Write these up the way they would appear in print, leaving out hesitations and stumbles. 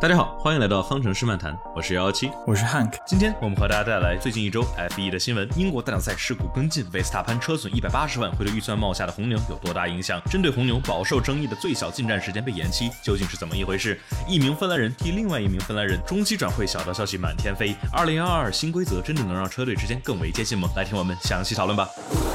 大家好，欢迎来到方程式漫谈，我是117， 我是 Hank。 今天我们和大家带来最近一周 F1 的新闻。英国大奖赛事故跟进，维斯塔潘车损180万会对预算冒下的红牛有多大影响？针对红牛饱受争议的最小进站时间被延期，究竟是怎么一回事？一名芬兰人替另外一名芬兰人中期转会，小道消息满天飞。2022新规则真的能让车队之间更为接近吗？来听我们详细讨论吧。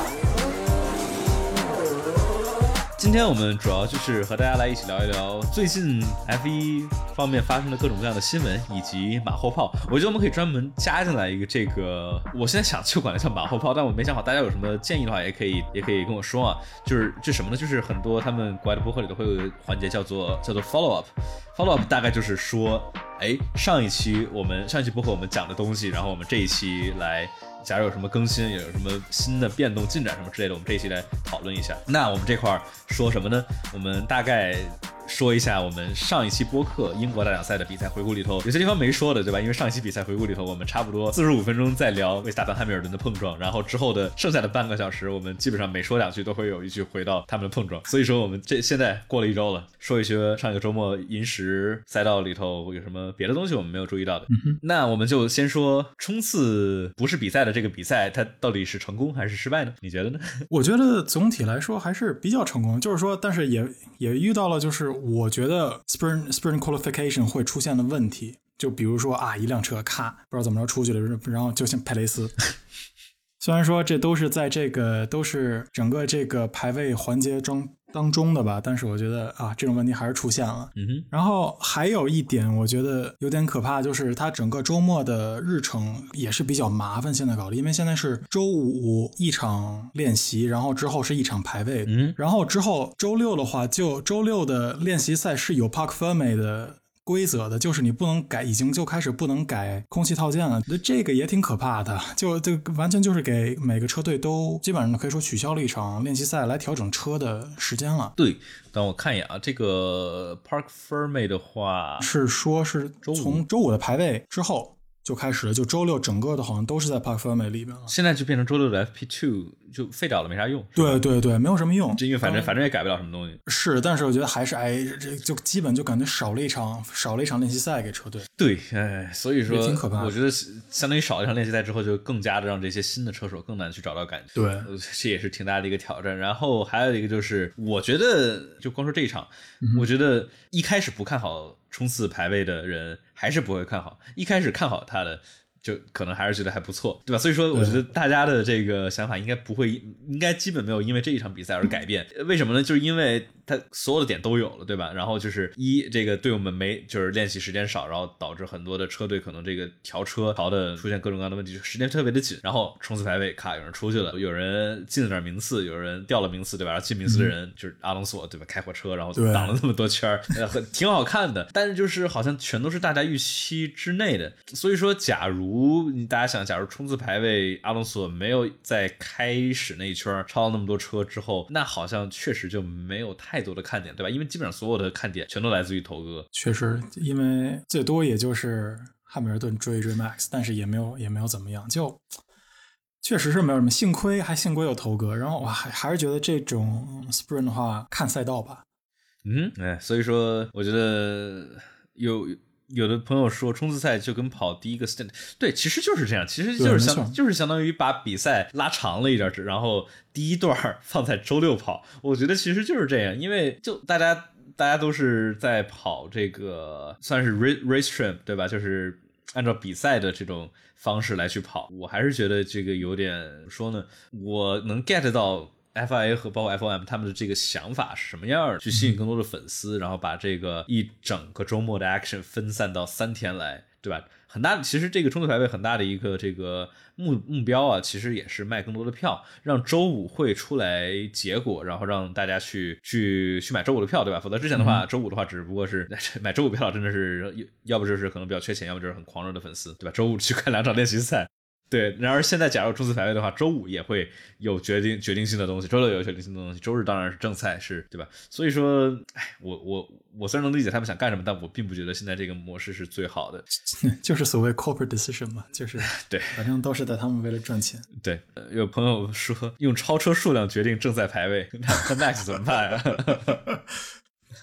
今天我们主要就是和大家来一起聊一聊最近 F1 方面发生的各种各样的新闻以及马后炮。我觉得我们可以专门加进来一个这个，我现在想就管它叫马后炮，但我没想好大家有什么建议的话也可以跟我说啊。就是这什么呢？就是很多他们国外的播客里头会有一个环节叫做 follow up。follow up 大概就是说，上一期播客我们讲的东西，然后我们这一期来。假如有什么更新，有什么新的变动进展什么之类的，我们这一期来讨论一下。那我们这块说什么呢？我们大概说一下我们上一期播客英国大奖赛的比赛回顾里头有些地方没说的，对吧？因为上一期比赛回顾里头我们差不多45分钟在聊维斯塔潘汉密尔顿的碰撞，然后之后的剩下的半个小时我们基本上每说两句都会有一句回到他们的碰撞。所以说我们现在过了一周了，说一些上一个周末银石赛道里头有什么别的东西我们没有注意到的。那我们就先说冲刺不是比赛的这个比赛，它到底是成功还是失败呢？你觉得呢？ 我觉得总体来说还是比较成功，就是说但是也遇到了就是我觉得 Sprint Qualification 会出现的问题，就比如说一辆车咔不知道怎么着出去了，然后就像佩雷斯虽然说这都是在都是整个这个排位环节当中的吧，但是我觉得这种问题还是出现了。然后还有一点我觉得有点可怕，就是它整个周末的日程也是比较麻烦，现在搞的，因为现在是周五一场练习，然后之后是一场排位，然后之后周六的话，就周六的练习赛是有 Parc Fermé 的规则的，就是你不能改，已经就开始不能改空气套件了，这个也挺可怕的，就完全就是给每个车队都基本上可以说取消了一场练习赛来调整车的时间了。 对，等我看一眼啊，这个 Parc Fermé 的话是说是从周五的排位之后就开始了，就周六整个的好像都是在 Parc Fermé 里边了， 现在就变成周六的 FP2 就废掉了，没啥用。 对，没有什么用， 因为反正也改不了什么东西。 是，但是我觉得还是这就基本就感觉少了一场练习赛给车队。 对，所以说也挺可怕的。 我觉得相当于少了一场练习赛之后，就更加的让这些新的车手更难去找到感觉。 对， 这也是挺大的一个挑战。然后还有一个就是，我觉得就光说这一场，我觉得一开始不看好冲刺排位的人还是不会看好，一开始看好他的就可能还是觉得还不错，对吧？所以说我觉得大家的这个想法应该基本没有因为这一场比赛而改变。为什么呢？就是因为他所有的点都有了，对吧？然后就是这个队伍们就是练习时间少，然后导致很多的车队可能这个调车调的出现各种各样的问题，就时间特别的紧，然后冲刺排位卡有人出去了，有人进了点名次，有人掉了名次，对吧？然后进名次的人就是阿隆索，对吧？开火车然后挡了那么多圈，挺好看的，但是就是好像全都是大家预期之内的。所以说假如大家想，假如冲刺排位阿隆索没有在开始那一圈超了那么多车之后，那好像确实就没有太多的看点，对吧？因为基本上所有的看点全都来自于头哥。确实， 因为最多也就是汉密尔顿追 Max， 但是也没有怎么样，就确实是没有什么。幸亏有头哥，然后我还是觉得这种 Sprint 的话看赛道吧。 所以说我觉得有的朋友说冲刺赛就跟跑第一个 stint， 对，其实就是这样，其实就是相当于把比赛拉长了一点，然后第一段放在周六跑，我觉得其实就是这样，因为就大家都是在跑这个算是 race trim， 对吧？就是按照比赛的这种方式来去跑，我还是觉得这个有点说呢，我能 get 到FIA 和包括 FOM 他们的这个想法是什么样的，去吸引更多的粉丝，然后把这个一整个周末的 action 分散到3天来，对吧？其实这个冲刺排位很大的一个这个目标啊，其实也是卖更多的票，让周五会出来结果，然后让大家去买周五的票，对吧？否则之前的话，周五的话只不过是买周五票，真的是要不就是可能比较缺钱，要不就是很狂热的粉丝，对吧？周五去看2场练习赛。对，然而现在假如冲刺排位的话，周五也会有决定性的东西，周六有决定性的东西，周日当然是正赛，是对吧？所以说，我虽然能理解他们想干什么，但我并不觉得现在这个模式是最好的， 就是所谓 corporate decision 嘛，就是对， 反正都是在他们为了赚钱。 对，有朋友说用超车数量决定正赛排位，那 Max 怎么办呀？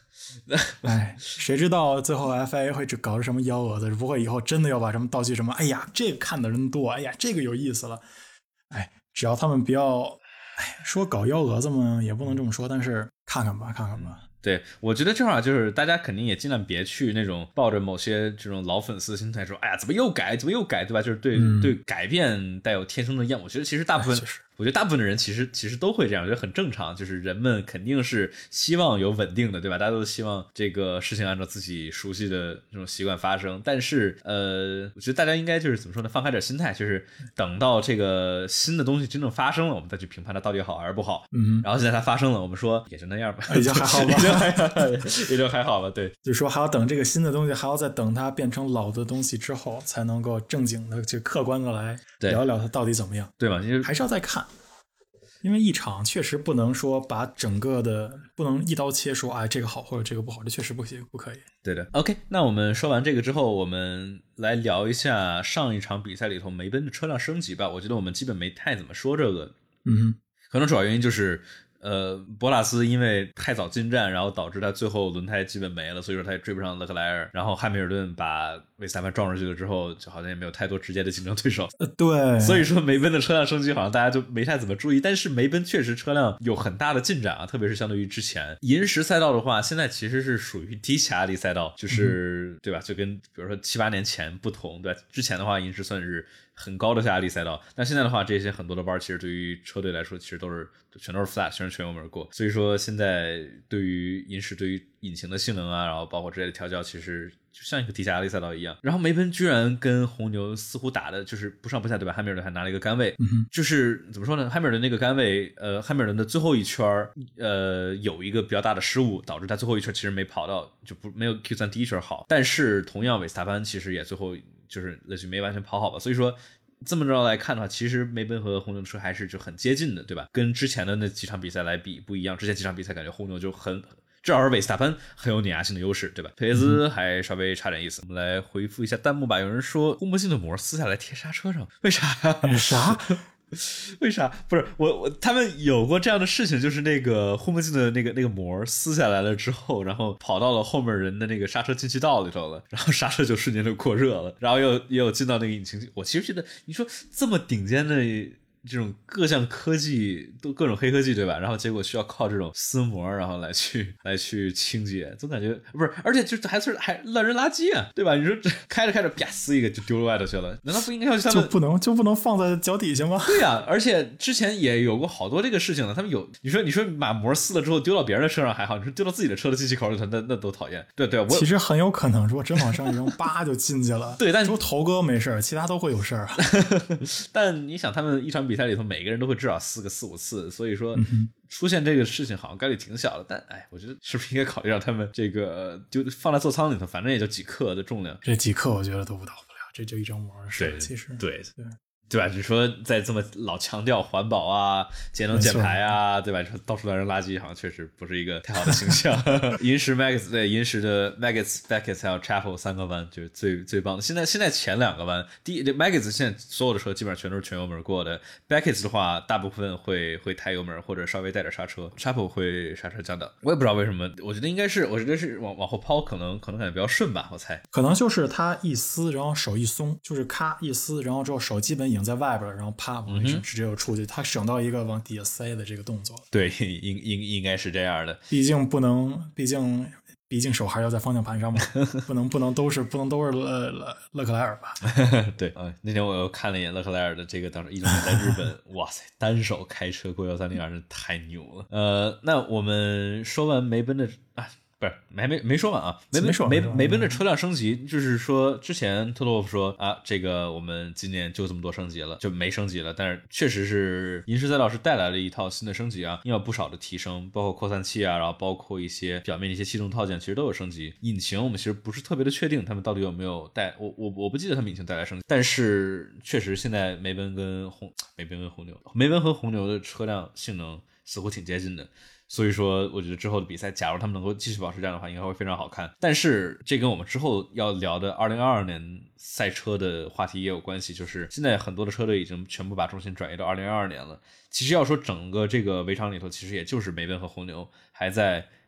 哎，谁知道最后 FIA 会搞什么幺蛾子？不会以后真的要把什么道具什么？哎呀，这个看的人多，哎呀，这个有意思了。哎，只要他们不要，哎，说搞幺蛾子嘛，也不能这么说，但是看看吧，看看吧。 对，我觉得正好就是大家肯定也尽量别去那种抱着某些这种老粉丝的心态说，哎呀，怎么又改，怎么又改，对吧？就是对改变带有天生的厌恶。我觉得其实大部分。我觉得大部分的人其实都会这样，我觉得很正常。就是人们肯定是希望有稳定的，对吧？大家都希望这个事情按照自己熟悉的这种习惯发生。但是我觉得大家应该就是怎么说呢？放开点心态，就是等到这个新的东西真正发生了，我们再去评判它到底好还是不好。然后现在它发生了，我们说也就那样吧， 也就还好吧， 也就还好吧。对， 就是说还要等这个新的东西，还要再等它变成老的东西之后，才能够正经的就客观的来聊聊它到底怎么样， 对吧？ 还是要再看。因为一场确实不能说把整个的不能一刀切说，哎，这个好或者这个不好，这确实不行，不可以。 对的。OK， 那我们说完这个之后，我们来聊一下上一场比赛里头梅奔的车辆升级吧。我觉得我们基本没太怎么说这个，可能主要原因就是博拉斯因为太早进站，然后导致他最后轮胎基本没了，所以说他也追不上勒克莱尔。然后汉密尔顿把维斯塔潘撞上去了之后，就好像也没有太多直接的竞争对手。 对， 所以说梅奔的车辆升级好像大家就没太怎么注意，但是梅奔确实车辆有很大的进展啊，特别是相对于之前银石赛道的话，现在其实是属于低气压力赛道，就是对吧？就跟比如说7、8年前不同，对吧？之前的话银石算是很高的下压力赛道，但现在的话，这些很多的弯其实对于车队来说，其实全都是 flat， 全是全油门过。所以说现在对于银石对于引擎的性能啊，然后包括之类的调教，其实就像一个低下压力赛道一样。然后梅奔居然跟红牛似乎打的就是不上不下，对吧？汉密尔顿还拿了一个杆位，就是怎么说呢？汉密尔顿那个杆位，汉密尔顿的最后一圈，有一个比较大的失误，导致他最后一圈其实没跑到，就没有 Q3 第一圈好。但是同样，维斯塔潘其实也最后就是类似于没完全跑好吧。所以说这么着来看的话，其实梅奔和红牛的车还是就很接近的，对吧？跟之前的那几场比赛来比不一样，之前几场比赛感觉红牛就至少是维斯塔潘很有碾压性的优势，对吧？佩雷兹还稍微差点意思。我们来回复一下弹幕吧。有人说护目镜的膜撕下来贴刹车上，为啥呀？ 啥？ 为啥？不是他们有过这样的事情，就是那个护目镜的那个膜撕下来了之后，然后跑到了后面人的那个刹车进气道里头了，然后刹车就瞬间就过热了，然后也有进到那个引擎。我其实觉得，你说这么顶尖的这种各项科技都各种黑科技，对吧？然后结果需要靠这种撕膜，然后来去清洁，总感觉不是，而且就还乱扔垃圾啊，对吧？你说这开着啪撕一个就丢外头去了，难道不应该要他们就不能放在脚底下吗？ 对呀，而且之前也有过好多这个事情了，他们有你说把膜撕了之后丢到别人的车上还好，你说丢到自己的车的进气口里头，那多讨厌。对， 其实很有可能说真往上一扔，叭就进去了。 对，但就头哥没事，其他都会有事儿。 但你想，他们一场比赛里头每个人都会至少撕个4、5次，所以说出现这个事情好像概率挺小的。但我觉得是不是应该考虑让他们这个就放在座舱里头，反正也就几克的重量， 这几克我觉得都到不了，这就一张膜是。其实对吧？你说在这么老强调环保啊、节能减排啊，对吧？到处乱扔垃圾，好像确实不是一个太好的形象。银石 Maggots 对银石的 Maggots Beckett 还有 Chapel 3个弯就是最棒的。现在前2个弯，第一 Maggots 现在所有的车基本上全都是全油门过的 ，Beckett 的话大部分会抬油门或者稍微带点刹车 ，Chapel 会刹车降档。我也不知道为什么，我觉得是往后抛，可能感觉比较顺吧，我猜。 可能就是他一撕，然后手一松，就是咔一撕，然后之后手基本已经在外边了，然后啪往一声直接就出去，他省到一个往底下塞的这个动作。 对，应该是这样的。 毕竟手还要在方向盘上嘛，不能都是勒克莱尔吧？ 对那天我又看了一眼勒克莱尔的这个，当时19年在日本，哇塞，单手开车过130，真太牛了。那我们说完梅奔的不是没说完啊，梅奔的车辆升级，就是说之前特洛夫说这个我们今年就这么多升级了，就没升级了，但是确实是银石赛道是带来了一套新的升级啊，因为有不少的提升，包括扩散器啊，然后包括一些表面的一些气动套件，其实都有升级。引擎我们其实不是特别的确定他们到底有没有带，我不记得他们引擎带来升级，但是确实现在梅奔和红牛的车辆性能似乎挺接近的。所以说我觉得之后的比赛假如他们能够继续保持这样的话，应该会非常好看。但是这跟我们之后要聊的2022年赛车的话题也有关系，就是现在很多的车队已经全部把重心转移到2022年了。其实要说整个这个围场里头，其实也就是梅奔和红牛还在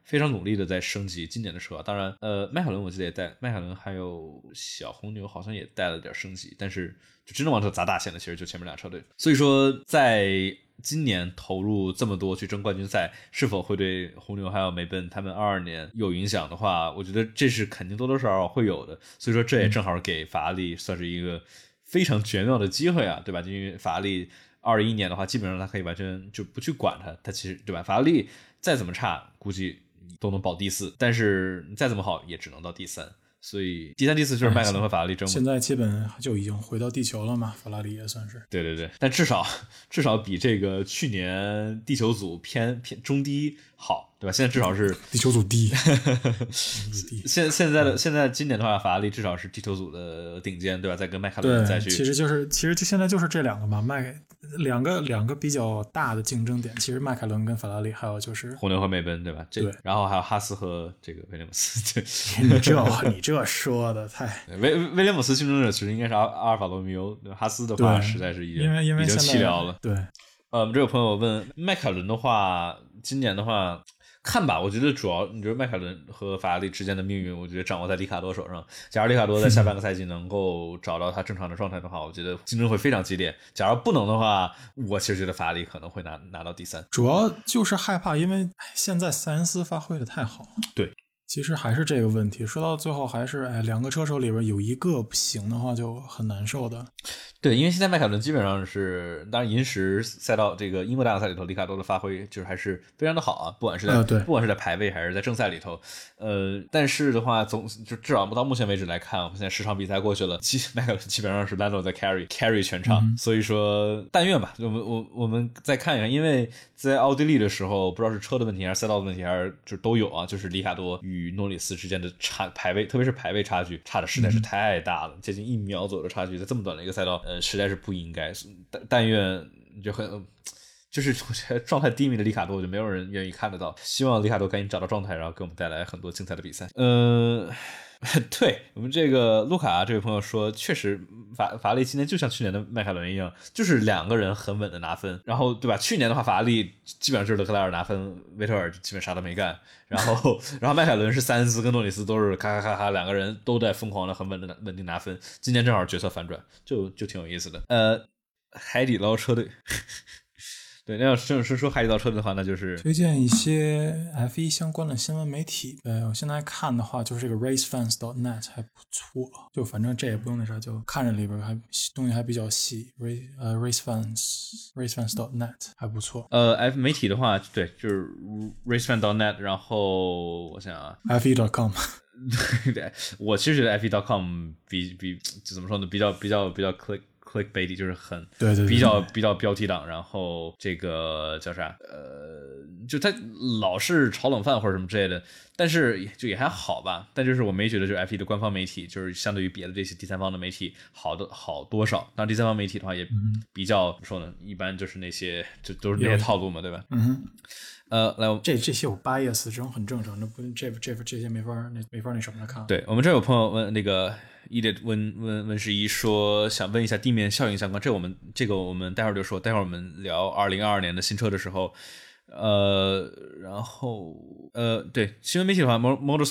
非常努力的在升级今年的车。当然迈凯伦我记得也带，迈凯伦还有小红牛好像也带了点升级，但是就真正往这砸大钱的其实就前面俩车队。所以说在今年投入这么多去争冠军赛，是否会对红牛还有梅奔他们22年有影响的话，我觉得这是肯定多多少少会有的。所以说这也正好给法拉利算是一个非常绝妙的机会啊，对吧？因为法拉利21年的话，基本上他可以完全就不去管他其实对吧？法拉利再怎么差，估计都能保第4，但是再怎么好也只能到第3。所以第3、第4就是迈凯伦和法拉利争。 现在基本就已经回到地球了嘛，法拉利也算是。 对对对，但至少比这个去年地球组偏中低好，对吧？现在至少是地球组低。 现在今年的话，法拉利至少是地球组的顶尖，对吧？再跟迈凯伦再去， 其实就现在就是这两个嘛，两个比较大的竞争点，其实迈凯伦跟法拉利，还有就是红牛和梅奔，对吧？ 对， 然后还有哈斯和这个威廉姆斯。 你这说的太威廉姆斯竞争者其实应该是阿尔法罗密欧，哈斯的话实在是已经弃疗了。 对， 我们这有朋友问迈凯伦的话，今年的话。看吧，我觉得主要你觉得迈凯伦和法拉利之间的命运，我觉得掌握在里卡多手上。假如里卡多在下半个赛季能够找到他正常的状态的话，我觉得竞争会非常激烈。假如不能的话，我其实觉得法拉利可能会拿到第3。 主要就是害怕，因为现在塞恩斯发挥的太好。 对。 其实还是这个问题，说到最后还是两个车手里边有一个不行的话就很难受的。 对，因为现在迈凯伦基本上是，当然银石赛道这个英国大奖赛里头，里卡多的发挥就是还是非常的好啊，不管是在排位还是在正赛里头，但是的话就至少到目前为止来看，我们现在10场比赛过去了，迈凯伦基本上是Lando在 carry 全场，所以说但愿吧，我们再看一看，因为在奥地利的时候，不知道是车的问题还是赛道的问题，还是就都有啊，就是里卡多与诺里斯之间的排位，特别是排位差距差的实在是太大了，接近1秒左右的差距，在这么短的一个赛道。实在是不应该，但愿就是我觉得状态低迷的里卡多就没有人愿意看得到，希望里卡多赶紧找到状态，然后给我们带来很多精彩的比赛。对，我们这个卢卡这位朋友说，确实法拉利今年就像去年的迈凯伦一样，就是两个人很稳的拿分，然后对吧？去年的话法拉利基本上就是勒克莱尔拿分，维特尔基本啥都没干，然后迈凯伦是塞恩斯跟诺里斯都是咔咔咔咔两个人都在疯狂的很稳定拿分，今年正好角色反转，就挺有意思的。海底捞车队对，那要是说海底捞车队的话，那就是推荐一些 F1 相关的新闻媒体。我现在看的话，就是这个 racefans.net 还不错，就反正这也不用那啥，就看着里边还东西还比较细。racefans.net 还不错。 F 媒体的话，对，就是 racefans.net， 然后我想啊 F1.com 对，我其实觉得 F1.com 比怎么说呢，比较 clickbaity， 就是很对比较标题党，然后这个叫啥就他老是炒冷饭或者什么之类的，但是就也还好吧，但就是我没觉得就是 F1 的官方媒体就是相对于别的这些第三方的媒体好多少，当然第三方媒体的话也比较怎么说呢，一般就是那些就都是那些套路嘛，对吧？来， 这些有bias这种很正常，这些没法那什么来看。 对，我们这有朋友问那个Edith问世一说想问一下地面效应相关，这个我们待会儿就说，待会儿我们聊2022年的新车的时候，然后对新闻媒体的话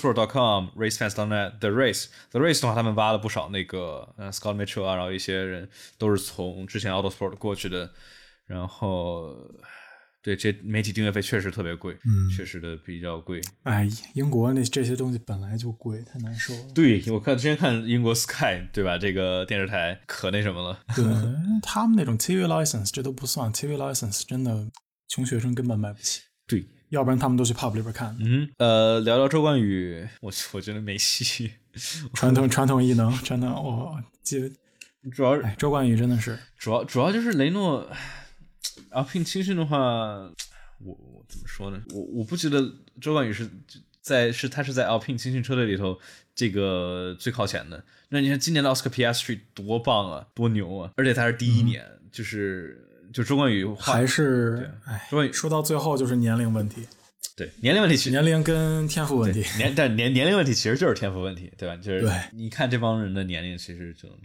motorsport.com、racefans.net、The Race 的话，他们挖了不少那个Scott Mitchell 啊，然后一些人都是从之前 Autosport 过去的，然后。对，这媒体订阅费确实特别贵，确实的比较贵。 英国这些东西本来就贵，太难受了。 对，我之前看英国 Sky， 对吧？这个电视台可那什么了。 对，他们那种 TV license 这都不算 ，TV license 真的穷学生根本买不起。 对， 要不然他们都去 pub 里边看。 聊聊周冠宇，我觉得没戏。 传统异能，真的我记得， 主要周冠宇真的是主要就是雷诺。Alpine 青训的话，我怎么说呢？我不觉得周冠宇他是在 Alpine 青训车队里头这个最靠前的。那你看今年的 Oscar Piastri 多棒啊，多牛啊！而且他是第一年，就周冠宇还是周冠宇说到最后就是年龄问题。 对，年龄问题， 年龄跟天赋问题， 但年龄问题其实就是天赋问题，对吧？就是你看这帮人的年龄，其实就对吧？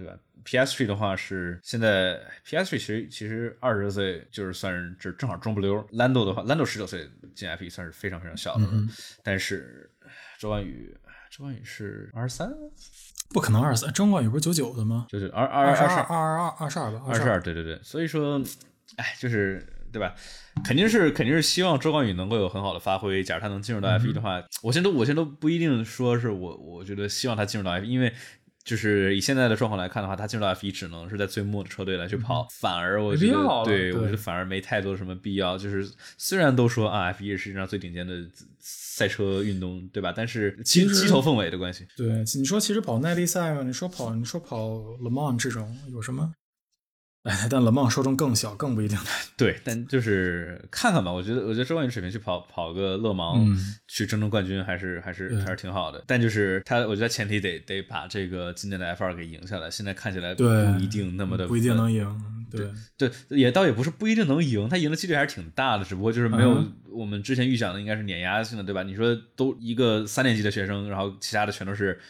Piastri 的话是现在 Piastri 其实20岁就是算是正好中不溜。Lando 的话 ，Lando 19岁进 F1 算是非常非常小的了，但是周冠宇是23。 不可能23，周冠宇不是99的吗？ 就是22 吧 ，22，对对对，所以说，哎，就是对吧？肯定是希望周冠宇能够有很好的发挥。假如他能进入到 F1 的话，我现在都不一定说是我觉得希望他进入到 F1，因为就是以现在的状况来看的话，他进入到 F1 只能是在最末的车队来去跑，反而我觉得对我觉得反而没太多什么必要。就是虽然都说啊 F1 是世界上最顶尖的赛车运动，对吧？但是鸡头凤尾的关系。 对，你说其实跑耐力赛嘛，你说跑Le Mans这种有什么？哎，但Le Mans受众更小，更不一定。 对，但就是看看吧。我觉得周冠宇水平去跑个勒芒，去争冠军还是挺好的。但就是我觉得前提得把这个今年的 F2 给赢下来。现在看起来不一定那么的， 不一定能赢。 对，也倒也不是不一定能赢，他赢的几率还是挺大的，只不过就是没有我们之前预想的应该是碾压性的，对吧？你说都一个3年级的学生，然后其他的全都是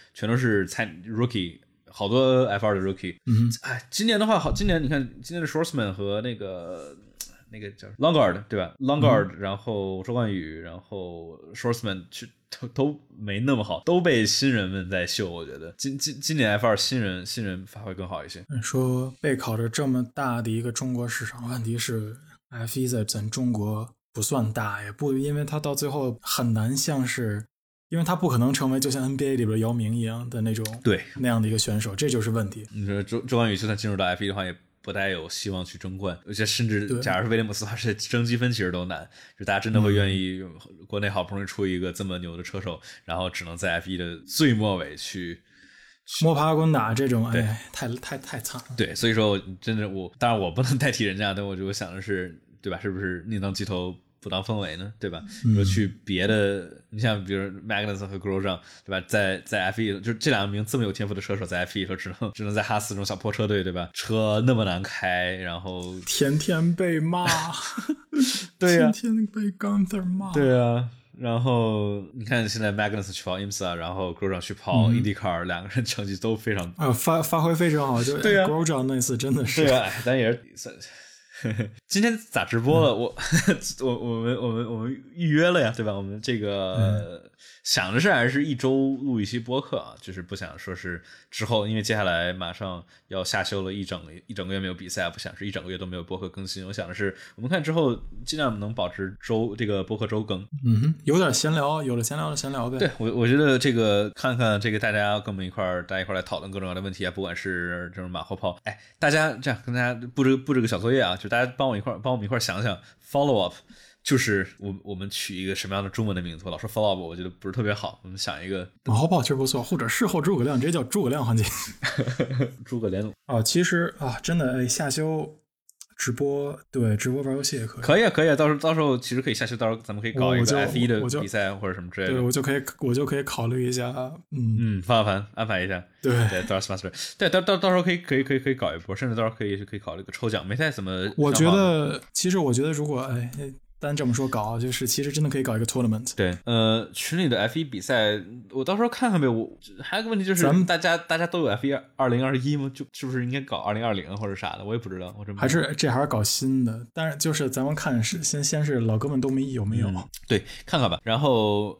rookie。好多 F2 的 rookie， 哎，今年的话今年你看今年的 Schwarzman 和那个叫 Longard 对吧 ？Longard，然后周冠宇，然后 Schwarzman 都没那么好，都被新人们在秀。我觉得今年 F2 新人发挥更好一些。 说备考着这么大的一个中国市场，问题是 F1 在咱中国不算大，也不因为它到最后很难像是。因为他不可能成为就像 NBA 里边姚明一样的那种那样的一个选手，这就是问题。 你说周冠宇就算进入到 F1 的话，也不太有希望去争冠，而且甚至假如是威廉姆斯的话，是争积分其实都难。就大家真的会愿意国内好不容易出一个这么牛的车手，然后只能在 F1 的最末尾去摸爬滚打这种，哎，太惨了。 对，所以说真的当然我不能代替人家，但我想的是，对吧？是不是宁当鸡头不当凤尾呢，对吧？说去别的，你像比如 Magnussen 和 Grosjean， 对吧？在 F1 就这两名这么有天赋的车手，在 F1 说只能在哈斯这种小破车队，对吧？车那么难开，然后天天被骂， 对呀， 天天被 Gunther 骂， 对啊。然后你看现在 Magnussen 去跑 IMSA， 然然后 Grosjean 去跑 IndyCar，两个人成绩都非常发挥非常好，就对啊 Grosjean 那次真的是对啊，咱也是。今天咋直播了？我们预约了呀，对吧？我们这个想的是还是一周录一期播客啊，就是不想说是之后，因为接下来马上要下休了一整个月没有比赛，不想是一整个月都没有播客更新。我想的是，我们看之后尽量能保持这个播客周更。 有点闲聊，有了闲聊的闲聊呗。 对，我觉得这个看看这个大家跟我们大家一块来讨论各种各样的问题啊，不管是这种马后炮，哎，大家这样跟大家布置个小作业啊，就大家帮我们一块想想 follow up， 就是我们取一个什么样的中文的名字？我老说 follow up， 我觉得不是特别好，我们想一个马后炮其实不错，或者事后诸葛亮，这叫诸葛亮环节。 诸葛连其实真的下休。直播玩游戏也可以啊，到时候其实可以下休，到时候咱们可以搞一个 F1 的比赛或者什么之类的。 对，我就可以考虑一下， 方法安排一下。对 ，Master， 对，到时候可以搞一波，甚至到时候可以考虑个抽奖，没太怎么。 我觉得如果单这么说搞，就是其实真的可以搞一个 tournament。 对，群里的 F1 比赛，我到时候看看呗。我还有个问题就是，大家都有 F1 2021吗？就是不是应该搞2020或者啥的？我也不知道， 还是搞新的。但是就是咱们看是先是老哥们都有没有？ 对，看看吧。然后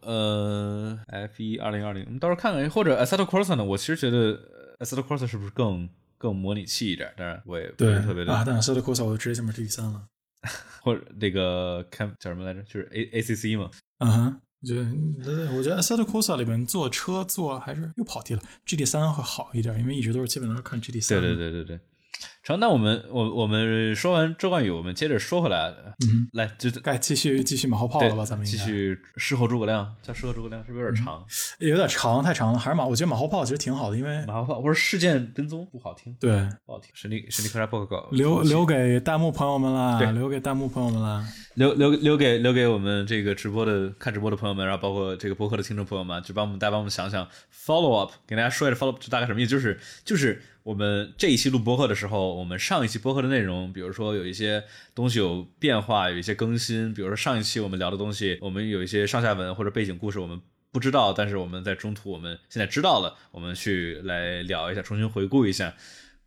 F1 2020，我们到时候看看，或者 Assetto Corsa 呢？我其实觉得 Assetto Corsa 是不是更模拟器一点？当然，我也不是特别的但 Assetto Corsa 我直接进入 GT3 了。 或者那个叫什么来着？就是 ACC 嘛。 我觉得 Assetto Corsa 里面坐车还是又跑题了。GT3 会好一点，因为一直都是基本上是看 GT3。 对。成，那我们说完周冠宇，我们接着说回来，来就该继续马后炮了吧？咱们继续事后诸葛亮，叫事后诸葛亮是不是有点长？ 有点长，太长了。还是我觉得马后炮其实挺好的，因为马后炮或者事件跟踪不好听， 对， 不好听。神力科查报告留给弹幕朋友们啦，留给弹幕朋友们啦， 留给我们这个看直播的朋友们，然后包括这个播客的听众朋友们，就大家帮我们想想 follow up， 给大家说一下 follow up 就大概什么意思，就是我们这一期录播客的时候，我们上一期播客的内容，比如说有一些东西有变化，有一些更新，比如说上一期我们聊的东西，我们有一些上下文或者背景故事我们不知道，但是我们在中途我们现在知道了，我们去来聊一下，重新回顾一下。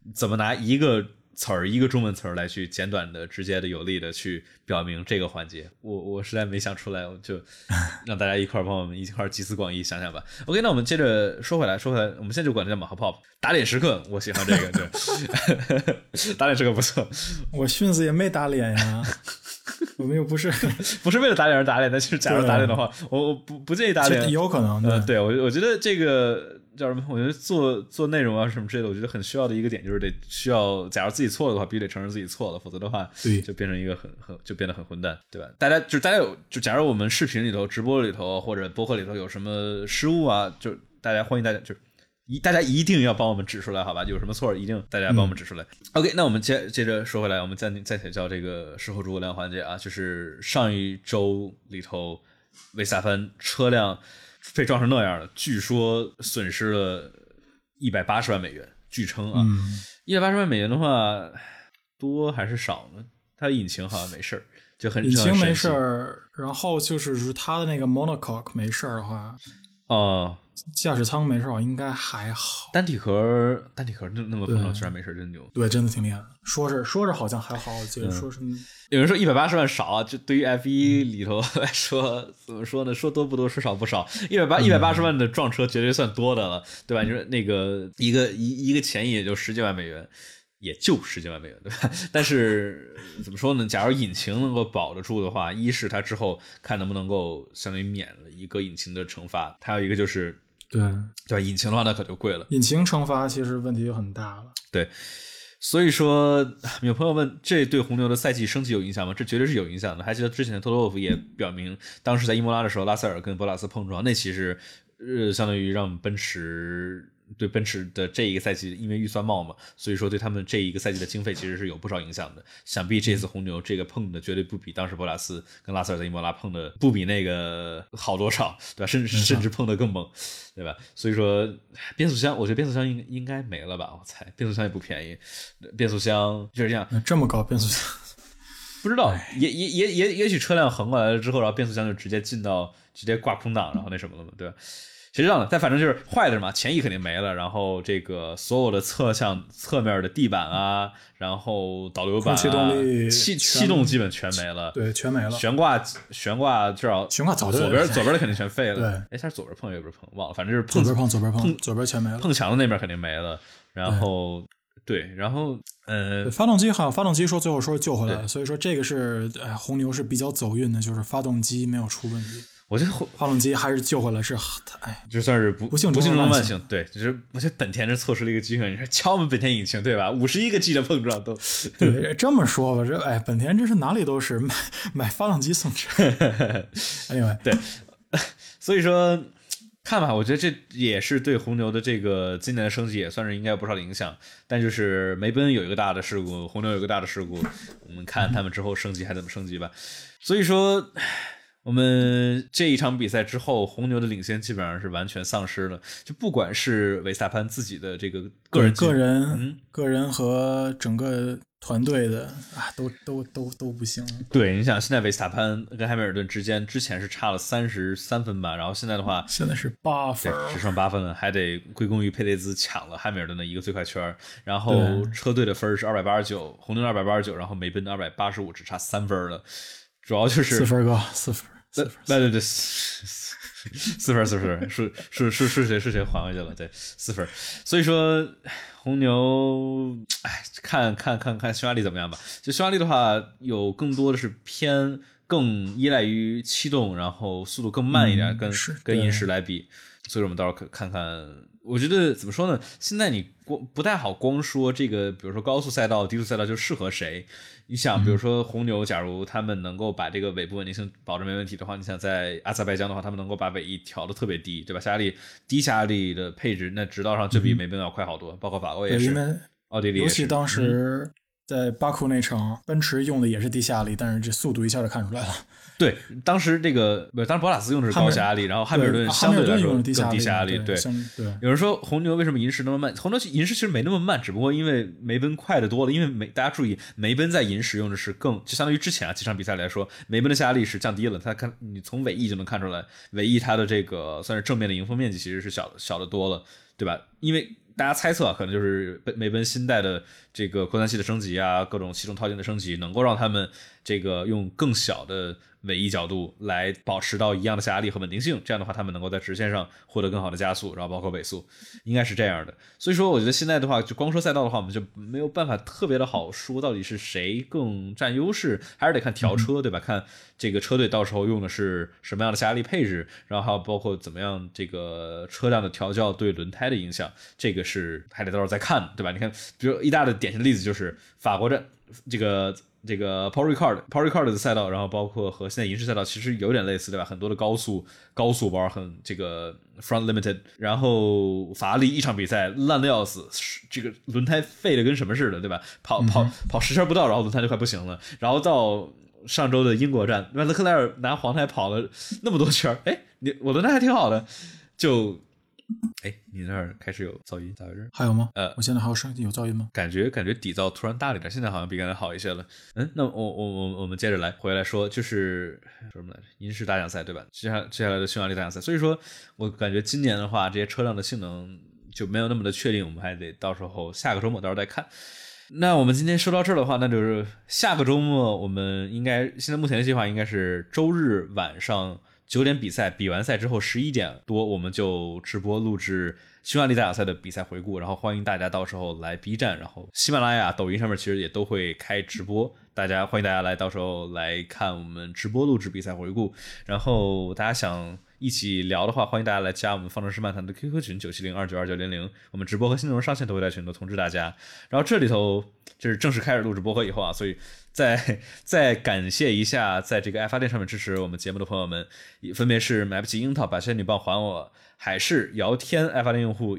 怎么拿一个词儿一个中文词儿来去简短的直接的有力的去表明这个环节，我实在没想出来，我就让大家一块帮我们一块集思广益想想吧。OK， 那我们接着说回来，我们现在就管这叫马后炮，打脸时刻，我喜欢这个，对，打脸时刻不错。 我训子也没打脸呀，我们又不是为了打脸而打脸，但是假如打脸的话，我不建议打脸， 有可能。 对，我觉得这个叫什么？我觉得做内容啊什么之类的，我觉得很需要的一个点就是需要，假如自己错了的话，必须得承认自己错了，否则的话， 对， 就变成一个就变得很混蛋，对吧？大家假如我们视频里头、直播里头或者播客里头有什么失误啊，就大家欢迎大家大家一定要帮我们指出来，好吧？有什么错一定大家帮我们指出来。OK， 那我们接着说回来，我们再提到这个事后诸葛亮环节啊，就是上一周里头，维斯塔潘车辆被撞成那样了，据说损失了180万美元，据称啊，180万美元的话，多还是少呢？它引擎好像没事，就很引擎没事，然后就是它的那个 monocoque 没事的话，驾驶舱没事，应该还好。单体壳那么碰撞居然没事，真牛。 对，真的挺厉害的。说着好像还好，就是说是有人说180万少啊，就对于 F1 里头来说，怎么说呢？说多不多，说少不少。180万的撞车绝对算多的了，对吧？你说那个一个钱也就10几万美元。也就10几万美元，对吧？但是怎么说呢？假如引擎能够保得住的话，一是它之后看能不能够相当于免了一个引擎的惩罚，还有一个就是对吧？引擎的话那可就贵了。 引擎惩罚其实问题就很大了。 对，所以说有朋友问，这对红牛的赛季升级有影响吗？这绝对是有影响的。还记得之前的特洛沃夫也表明，当时在伊莫拉的时候，拉塞尔跟博拉斯碰撞，那其实相当于让对奔驰的这一个赛季，因为预算冒嘛，所以说对他们这一个赛季的经费其实是有不少影响的。想必这次红牛这个碰的绝对不比当时博拉斯跟拉塞尔在伊莫拉碰的不比那个好多少，对吧？甚至碰的更猛，对吧？所以说变速箱，我觉得变速箱应该没了吧？我猜变速箱也不便宜，变速箱就是这样， 这么高变速箱。 不知道，也许车辆横过来了之后，然后变速箱就直接挂空挡，然后那什么了嘛，对吧？谁知道呢？但反正就是坏的嘛，前翼肯定没了，然后这个所有的侧面的地板啊，然后导流板啊，气动基本全没了， 对，全没了。 悬挂至少早就左边的肯定全废了， 对， 它是左边碰右边碰，忘了，反正就是左边全没了， 碰墙的那边肯定没了，然后对，然后发动机说最后说救回来了，所以说这个是红牛是比较走运的，就是发动机没有出问题。 我觉得发动机还是救回来是， 就算是不幸中的万幸。对，就是我觉得本田这错失了一个机会。你说瞧我们本田引擎对吧？51个 G 的碰撞都对，这么说吧，本田这是哪里都是买发动机送车。anyway， 对，所以说看吧，我觉得这也是对红牛的这个今年的升级也算是应该有不少的影响。但就是梅奔有一个大的事故，红牛有一个大的事故，我们看他们之后升级还怎么升级吧。所以说。我们这一场比赛之后，红牛的领先基本上是完全丧失了。就不管是维斯塔潘自己的这个个人和整个团队的都不行。 对，你想现在维斯塔潘跟汉密尔顿之前是差了33分吧，然后现在的话， 现在是8分， 只剩8分了，还得归功于佩雷兹抢了汉密尔顿的一个最快圈，然后车队的分是289，红牛289，然后梅奔285，只差3分了。主要就是 4分，对 ，4分，数学还回去了，对，4分。所以说红牛，看匈牙利怎么样吧。就匈牙利的话，有更多的是更依赖于气动，然后速度更慢一点，跟银石来比。所以我们到时候看看。我觉得怎么说呢？现在你不太好光说这个，比如说高速赛道、低速赛道就适合谁。你想，比如说红牛，假如他们能够把这个尾部稳定性保证没问题的话，你想在阿塞拜疆的话，他们能够把尾翼调得特别低，对吧？低下压力的配置，那直道上就比梅奔要快好多，包括法国也是，奥地利也是。 尤其当时在巴库那场，奔驰用的也是低下压力，但是这速度一下就看出来了。 对，当时博拉斯用的是高下压力，然后汉密尔顿相对来说更低下压力。对，有人说红牛为什么银石那么慢？红牛银石其实没那么慢，只不过因为梅奔快得多了。因为大家注意，梅奔在银石用的是就相当于之前几场比赛来说，梅奔的下压力是降低了。你从尾翼就能看出来，尾翼它的这个算是正面的迎风面积其实是小得多了，对吧？因为大家猜测可能就是梅奔新代的这个扩散器的升级啊，各种系统套件的升级，能够让他们这个用更小的尾翼角度来保持到一样的下压力和稳定性，这样的话他们能够在直线上获得更好的加速，然后包括尾速，应该是这样的。所以说我觉得现在的话，就光说赛道的话，我们就没有办法特别的好说到底是谁更占优势，还是得看调车，对吧？看这个车队到时候用的是什么样的下压力配置，然后还有包括怎么样这个车辆的调教对轮胎的影响，这个是还得到时候再看，对吧？你看比如一大的典型的例子就是法国站这个 Paul Ricard 的赛道，然后包括和现在银石赛道其实有点类似，对吧？很多的高速包，很这个 front limited， 然后法拉利一场比赛烂的要死，这个轮胎废的跟什么似的，对吧？跑10圈不到，然后轮胎就快不行了。然后到上周的英国站，勒克莱尔拿黄胎跑了那么多圈，哎，我轮胎还挺好的，就。哎，你那儿开始有噪音，咋回事？ 还有吗？我现在还有噪音吗？ 感觉底噪突然大了一点，现在好像比刚才好一些了。那我们接着回来说，就是说什么来着？银石大奖赛对吧？接下来的匈牙利大奖赛，所以说我感觉今年的话，这些车辆的性能就没有那么的确定，我们还得到时候下个周末到时候再看。那我们今天说到这儿的话，那就是下个周末我们应该现在目前的计划应该是周日晚上9点比赛，比完赛之后11点多我们就直播录制匈牙利大奖赛的比赛回顾，然后欢迎大家到时候来 B 站，然后喜马拉雅、抖音上面其实也都会开直播，欢迎大家来到时候来看我们直播录制比赛回顾，然后大家想一起聊的话，欢迎大家来加我们方程式漫谈的 QQ 群970292900，我们直播和新内容上线都会在群里通知大家。然后这里头就是正式开始录制播客以后啊，所以再感谢一下在这个爱发电上面支持我们节目的朋友们，分别是买不起樱桃把仙女棒还我、海事、姚天、爱发电用户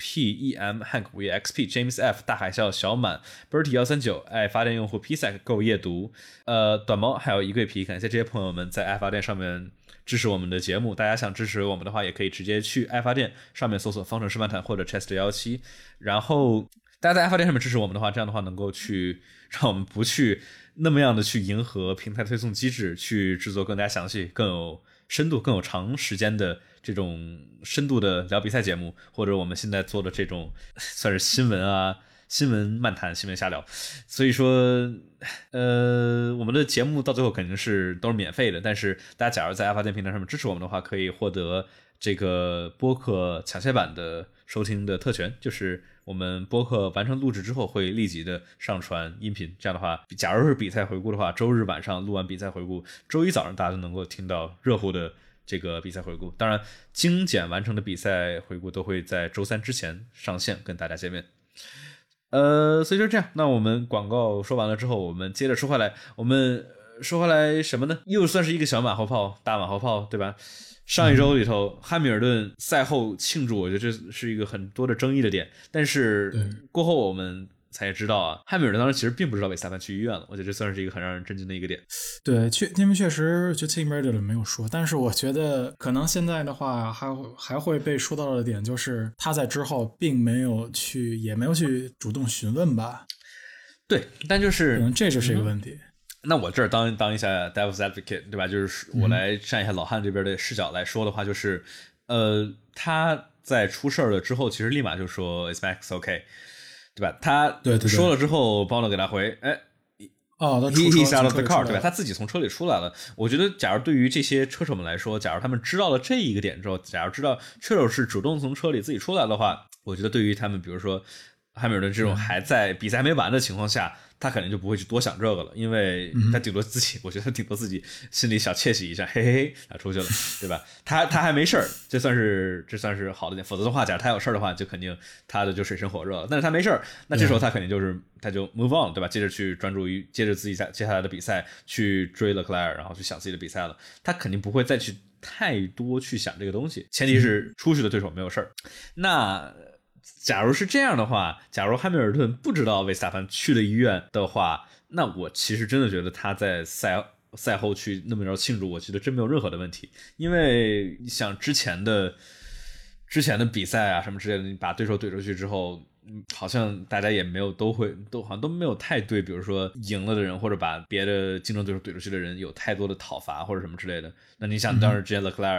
EPEM Hank 5XP James F 大海啸小满 Bertie 139爱发电用户 PSAC 够夜读短毛还有一桂皮，感谢这些朋友们在爱发电上面支持我们的节目。大家想支持我们的话，也可以直接去爱发电上面搜索方程式漫谈或者 Chester17， 然后大家在爱发电上面支持我们的话，这样的话能够去让我们不去那么样的去迎合平台推送机制，去制作更加详细、更有深度、更有长时间的这种深度的聊比赛节目，或者我们现在做的这种算是新闻漫谈、新闻瞎聊。所以说我们的节目到最后肯定都是免费的，但是大家假如在爱发电平台上面支持我们的话，可以获得这个播客抢先版的收听的特权，就是我们播客完成录制之后会立即的上传音频，这样的话假如是比赛回顾的话，周日晚上录完比赛回顾，周一早上大家都能够听到热乎的这个比赛回顾。当然精简完成的比赛回顾都会在周三之前上线跟大家见面。所以就这样，那我们广告说完了之后，我们接着说回来，什么呢？又算是一个小马后炮、大马后炮，对吧？上一周里头，汉密尔顿赛后庆祝，我觉得这是一个很多的争议的点。但是过后我们才知道啊，汉密尔顿当时其实并不知道韦斯塔潘去医院了，我觉得这算是一个很让人震惊的一个点。 对，因为确实就 Tim Riddle 没有说，但是我觉得可能现在的话还会被说到的点就是他在之后也没有去主动询问吧。 对，但就是可能这就是一个问题。 那我这儿当一下 Devil's Advocate， 对吧？就是我来站一下老汉这边的视角来说的话，就是他在出事了之后，其实立马就说 It's Max OK， 对吧？他说了之后，邦德给他回，he's out of the car， 对吧？他自己从车里出来了。我觉得，假如对于这些车手们来说，假如他们知道了这一个点之后，假如知道车手是主动从车里自己出来的话，我觉得对于他们，比如说汉密尔顿这种还在比赛还没完的情况下，他肯定就不会去多想这个了，因为他顶多自己，我觉得他顶多自己心里小窃喜一下，嘿嘿，他出去了，对吧？他还没事儿，这算是好的点。否则的话，假如他有事儿的话，就肯定他的就水深火热了。但是他没事儿，那这时候他肯定他就 move on， 对吧？接着去专注于接着自己接下来的比赛，去追勒克莱尔，然后去想自己的比赛了。他肯定不会再去太多去想这个东西，前提是出去的对手没有事儿。那假如是这样的话，假如汉密尔顿不知道维斯塔潘去了医院的话，那我其实真的觉得他在赛后去那么着庆祝，我觉得真没有任何的问题。因为你想之前的比赛啊什么之类的，你把对手怼出去之后，好像大家也没有好像都没有太对，比如说赢了的人或者把别的竞争对手怼出去的人有太多的讨伐或者什么之类的。那你想当时之前勒克莱尔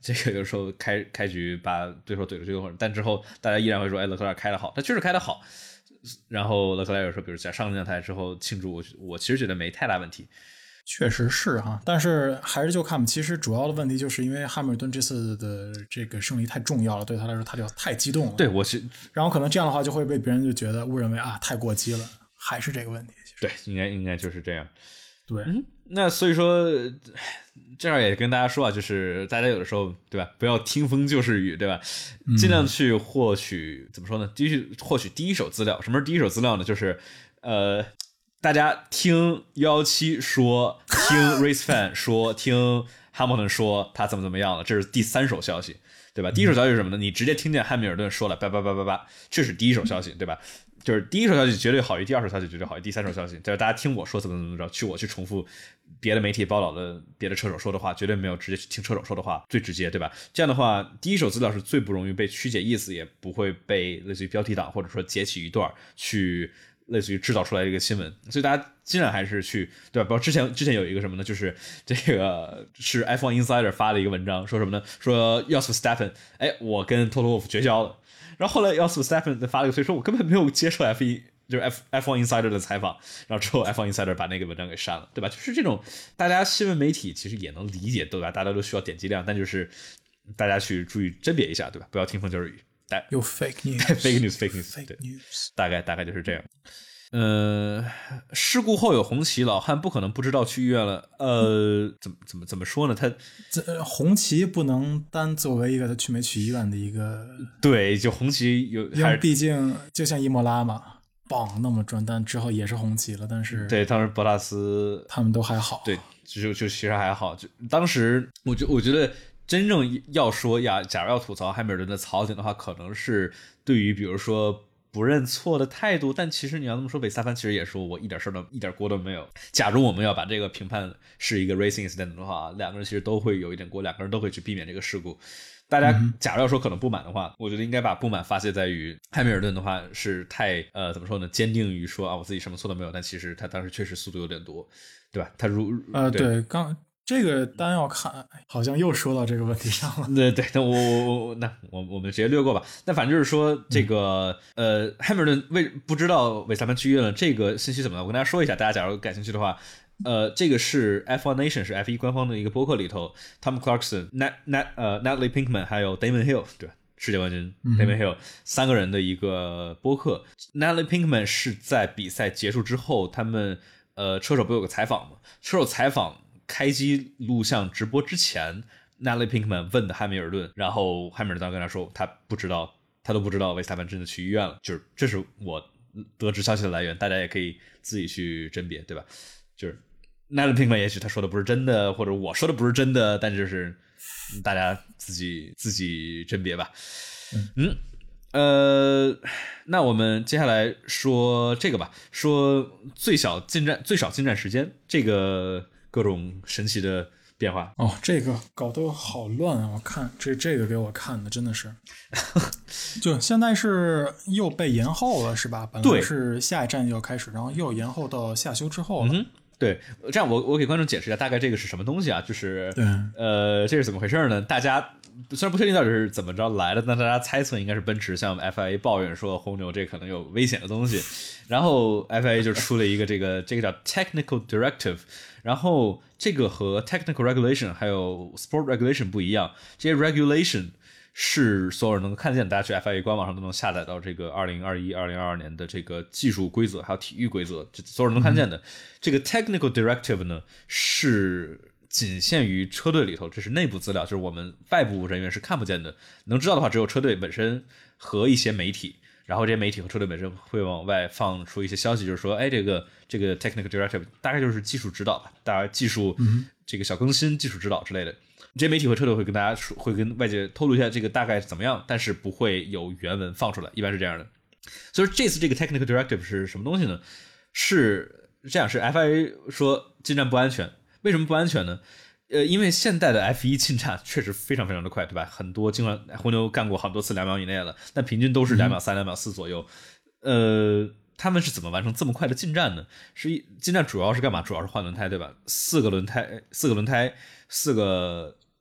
这个有时候开局把对手怼出去，但之后大家依然会说，哎，勒克莱尔开得好，他确实开得好。然后勒克莱尔有时候比如在上讲台之后庆祝，我其实觉得没太大问题。 确实是哈，但是还是就看，其实主要的问题就是因为汉密尔顿这次的这个胜利太重要了，对他来说他就太激动了。 对， 然后可能这样的话就会被别人就觉得误认为啊太过激了，还是这个问题。 对，应该就是这样。 对， 那所以说这样也跟大家说啊，就是大家有的时候对吧，不要听风就是雨，对吧？尽量去获取怎么说呢？获取第一手资料。什么是第一手资料呢？就是大家听117说，听 Race Fan 说，听 Hamilton 说他怎么样了，这是第三手消息，对吧？第一手消息是什么呢？你直接听见汉密尔顿说了叭叭叭叭叭，这是第一手消息，对吧？就是第一手消息绝对好于第二手消息绝对好于第三手消息，就是大家听我说怎么着，我去重复别的媒体报道的别的车手说的话，绝对没有直接去听车手说的话最直接，对吧？这样的话，第一手资料是最不容易被曲解意思，也不会被类似于标题党或者说截起一段去类似于制造出来的一个新闻，所以大家尽量还是去，对吧？包括之前有一个什么呢？就是这个是 F1 Insider 发了一个文章，说什么呢？说 Jos Verstappen， 哎，我跟 Toto Wolff 绝交了。然后后来 Jos Verstappen 发了个推说，我根本没有接受 F1 Insider 的采访，然后之后 F1 Insider 把那个文章给删了，对吧？就是这种大家新闻媒体其实也能理解，对吧？大家都需要点击量，但就是大家去注意甄别一下，对吧？不要听风就是雨。 有 fake news fake news， 大概就是这样。事故后有红旗，老汉不可能不知道去医院了。怎么说呢？他红旗不能单作为一个他去没去医院的一个， 对，就红旗有， 因为毕竟就像伊莫拉嘛，棒那么转，但之后也是红旗了。但是对，当时博塔斯他们都还好， 对，就其实还好。就当时我觉得。真正要说呀，假如要吐槽汉密尔顿的槽点的话，可能是对于比如说不认错的态度，但其实你要这么说，韦斯塔潘其实也说我一点锅都没有。假如我们要把这个评判是一个 racing incident 的话，两个人其实都会有一点锅，两个人都会去避免这个事故。大家假如要说可能不满的话，我觉得应该把不满发泄在于汉密尔顿的话是太怎么说呢，坚定于说啊我自己什么错都没有，但其实他当时确实速度有点多，对吧？他对刚。这个单要看，好像又说到这个问题上了。 对，那我们直接略过吧。那反正就是说，这个汉密尔顿不知道韦斯塔潘去医院了，这个信息怎么样？我跟大家说一下，大家假如感兴趣的话，这个是 F1 Nation 是 F1 官方的一个播客里头 ，Tom Clarkson、Natalie Pinkman 还有 Damon Hill 对吧？世界冠军 Damon Hill 三个人的一个播客。Natalie Pinkman 是在比赛结束之后，他们车手不有个采访吗？车手采访。开机录像直播之前 Natalie Pinkman 问的汉密尔顿，然后汉密尔顿跟他说他都不知道韦斯塔潘真的去医院了，就是这是我得知消息的来源，大家也可以自己去甄别，对吧？就是 Natalie Pinkman 也许他说的不是真的，或者我说的不是真的，但就是大家自己甄别吧。那我们接下来说这个吧，说最少进站时间，这个各种神奇的变化。 哦，这个搞得好乱啊！我看这个给我看的真的是，就现在是又被延后了，是吧？本来是下一站就要开始，然后又延后到下休之后了。 对，这样我给观众解释一下，大概这个是什么东西啊？就是对， 这是怎么回事呢？大家虽然不确定到底是怎么着来的，但大家猜测应该是奔驰向 FIA 抱怨说红牛这可能有危险的东西，然后 FIA 就出了一个这个叫 Technical Directive， 然后这个和 Technical Regulation 还有 Sport Regulation 不一样，这些 Regulation 是所有人能够看见，大家去 FIA 官网上都能下载到这个2021、2022年的这个技术规则还有体育规则，这所有人能看见的。这个 Technical Directive 呢是仅限于车队里头，这是内部资料，就是我们外部人员是看不见的，能知道的话只有车队本身和一些媒体，然后这些媒体和车队本身会往外放出一些消息，就是说，哎，这个 Technical Directive 大概就是技术指导吧，大概技术这个小更新、技术指导之类的。这些媒体和车队会跟大家说，会跟外界透露一下这个大概怎么样，但是不会有原文放出来，一般是这样的。所以这次这个 Technical Directive 是什么东西呢？是这样，是 FIA 说进站不安全。为什么不安全呢？因为现代的 F1 进站确实非常非常的快，对吧？很多尽管红牛干过很多次2秒以内了，但平均都是2秒3、2秒4左右。他们是怎么完成这么快的进站呢？进站主要是干嘛？主要是换轮胎，对吧？4个轮胎，4个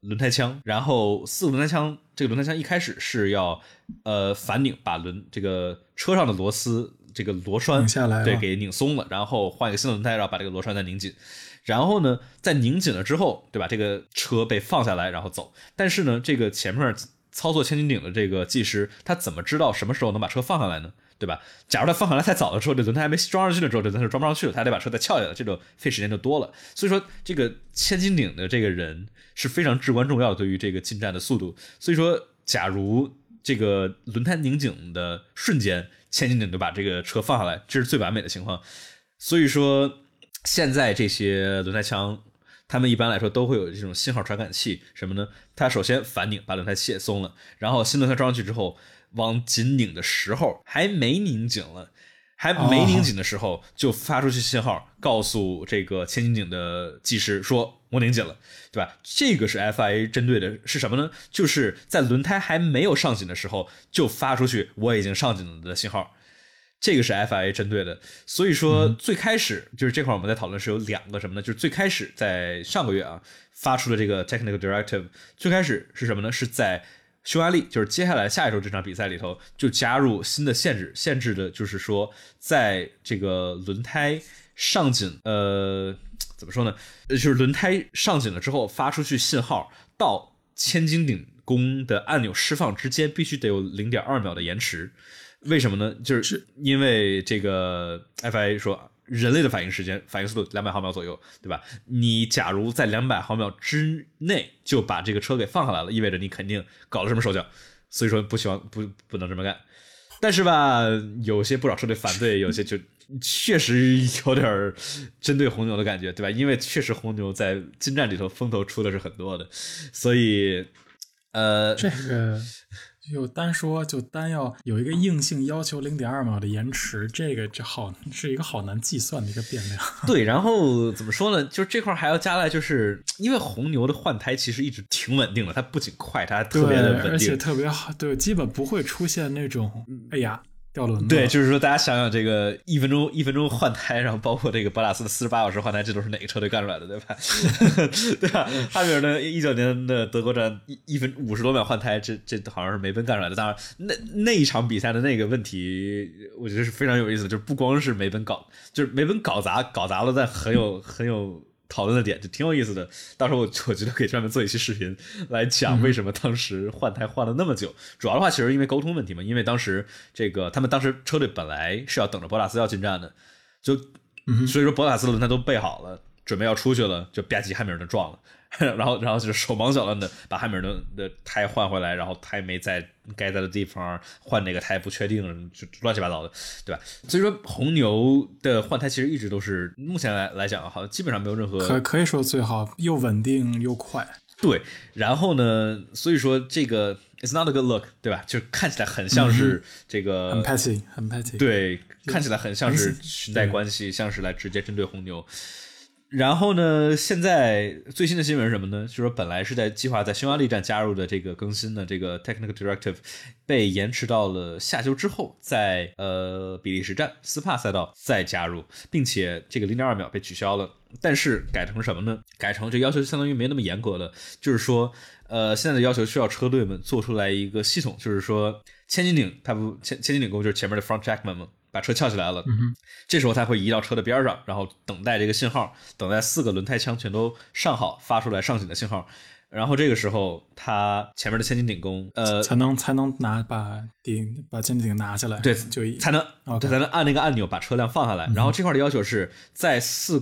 轮胎枪，然后4个轮胎枪，这个轮胎枪一开始是要反拧，把这个车上的螺丝这个螺栓下来， 对，给拧松了，然后换一个新的轮胎，然后把这个螺栓再拧紧。然后呢，在拧紧了之后，对吧？这个车被放下来，然后走。但是呢，这个前面操作千斤顶的这个技师，他怎么知道什么时候能把车放下来呢？对吧？假如他放下来太早的时候，这轮胎还没装上去的时候，这轮胎就装不上去了，他得把车再撬下来，这种费时间就多了。所以说，这个千斤顶的这个人是非常至关重要的，对于这个进站的速度。所以说，假如这个轮胎拧紧的瞬间，千斤顶就把这个车放下来，这是最完美的情况。所以说，现在这些轮胎枪，他们一般来说都会有这种信号传感器，什么呢？它首先反拧，把轮胎卸松了，然后新轮胎装上去之后，往紧拧的时候还没拧紧了，还没拧紧的时候就发出去信号，告诉这个千斤顶的技师说我拧紧了，对吧？这个是 FIA 针对的是什么呢？就是在轮胎还没有上紧的时候就发出去我已经上紧了的信号。这个是 FIA 针对的，所以说最开始就是这块我们在讨论是有2个什么呢？就是最开始在上个月啊发出的这个 Technical Directive， 最开始是什么呢？是在匈牙利，就是接下来下一周这场比赛里头就加入新的限制的就是说在这个轮胎上紧怎么说呢？就是轮胎上紧了之后发出去信号到千斤顶弓的按钮释放之间必须得有 0.2 秒的延迟。为什么呢？就是因为这个 FIA 说人类的反应时间、反应速度200毫秒左右，对吧？你假如在200毫秒之内就把这个车给放下来了，意味着你肯定搞了什么手脚，所以说不能这么干。但是吧，有些不少车队反对，有些就确实有点针对红牛的感觉，对吧？因为确实红牛在进站里头风头出的是很多的，所以这个。就单要有一个硬性要求 0.2 秒的延迟，这是一个好难计算的一个变量。 对，然后怎么说呢？就是这块还要加来，就是因为红牛的换胎其实一直挺稳定的，它不仅快，它还特别的稳定， 而且特别好，对，基本不会出现那种哎呀掉轮子。 对，就是说大家想想这个一分钟换胎，然后包括这个博拉斯的48小时换胎，这都是哪个车队干出来的，对吧？对吧？哈米尔顿19年的德国站1分50多秒换胎，这好像是梅奔干出来的。当然，那一场比赛的那个问题，我觉得是非常有意思的，就是不光是梅奔搞，就是梅奔搞砸了，但很有讨论的点，就挺有意思的。到时候我觉得可以专门做一期视频来讲为什么当时换胎换了那么久。主要的话其实因为沟通问题嘛，因为当时他们当时车队本来是要等着博拉斯要进站的，所以说博拉斯的轮胎都备好了，准备要出去了，就吧唧汉密尔顿撞了。然后就是手忙脚乱的把汉密尔顿的胎换回来，然后胎没在该在的地方，换哪个胎不确定，就乱七八糟的，对吧？所以说红牛的换胎其实一直都是目前来讲好像基本上没有任何可以说最好，又稳定又快。 对，然后呢，所以说这个 it's not a good look， 对吧？就看起来很像是这个很 petty， 很 petty， 对，看起来很像是裙带关系，像是来直接针对红牛。然后呢，现在最新的新闻是什么呢？就是说本来是计划在匈牙利站加入的这个更新的这个 Technical Directive 被延迟到了下周之后，在比利时站斯帕赛道再加入，并且这个 0.2 秒被取消了。但是改成什么呢？改成这要求相当于没那么严格了，就是说现在的要求需要车队们做出来一个系统，就是说千斤顶千斤顶弓就是前面的 front jackman 嘛，把车翘起来了，这时候它会移到车的边上，然后等待这个信号，等待4个轮胎枪全都上好，发出来上紧的信号，然后这个时候它前面的千斤顶弓才能把千斤顶拿下来， 对， 就才能按那个按钮把车辆放下来。然后这块的要求是在4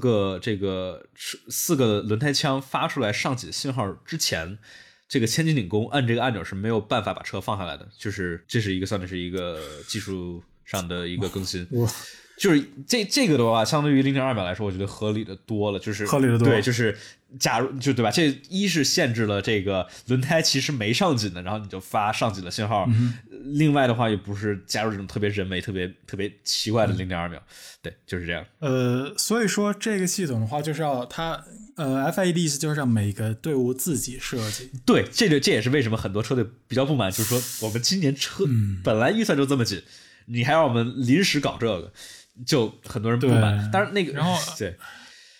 个轮胎枪发出来上紧信号之前，这个千斤顶弓按这个按钮是没有办法把车放下来的，就是这是算是一个技术上的一个更新。就是这个的话，相对于 0.2 秒来说，我觉得合理的多了，就是合理的多。 对，就是假如对吧？这一是限制了这个轮胎其实没上紧的，然后你就发上紧的信号。另外的话，也不是加入这种特别人为、特别奇怪的 0.2 秒。对，就是这样。 所以说这个系统的话，就是要它FIA 的意思就是让每个队伍自己设计。 对，这也是为什么很多车队比较不满，就是说我们今年车本来预算就这么紧，你还让我们临时搞这个。就很多人不满，当然那个， 然后对，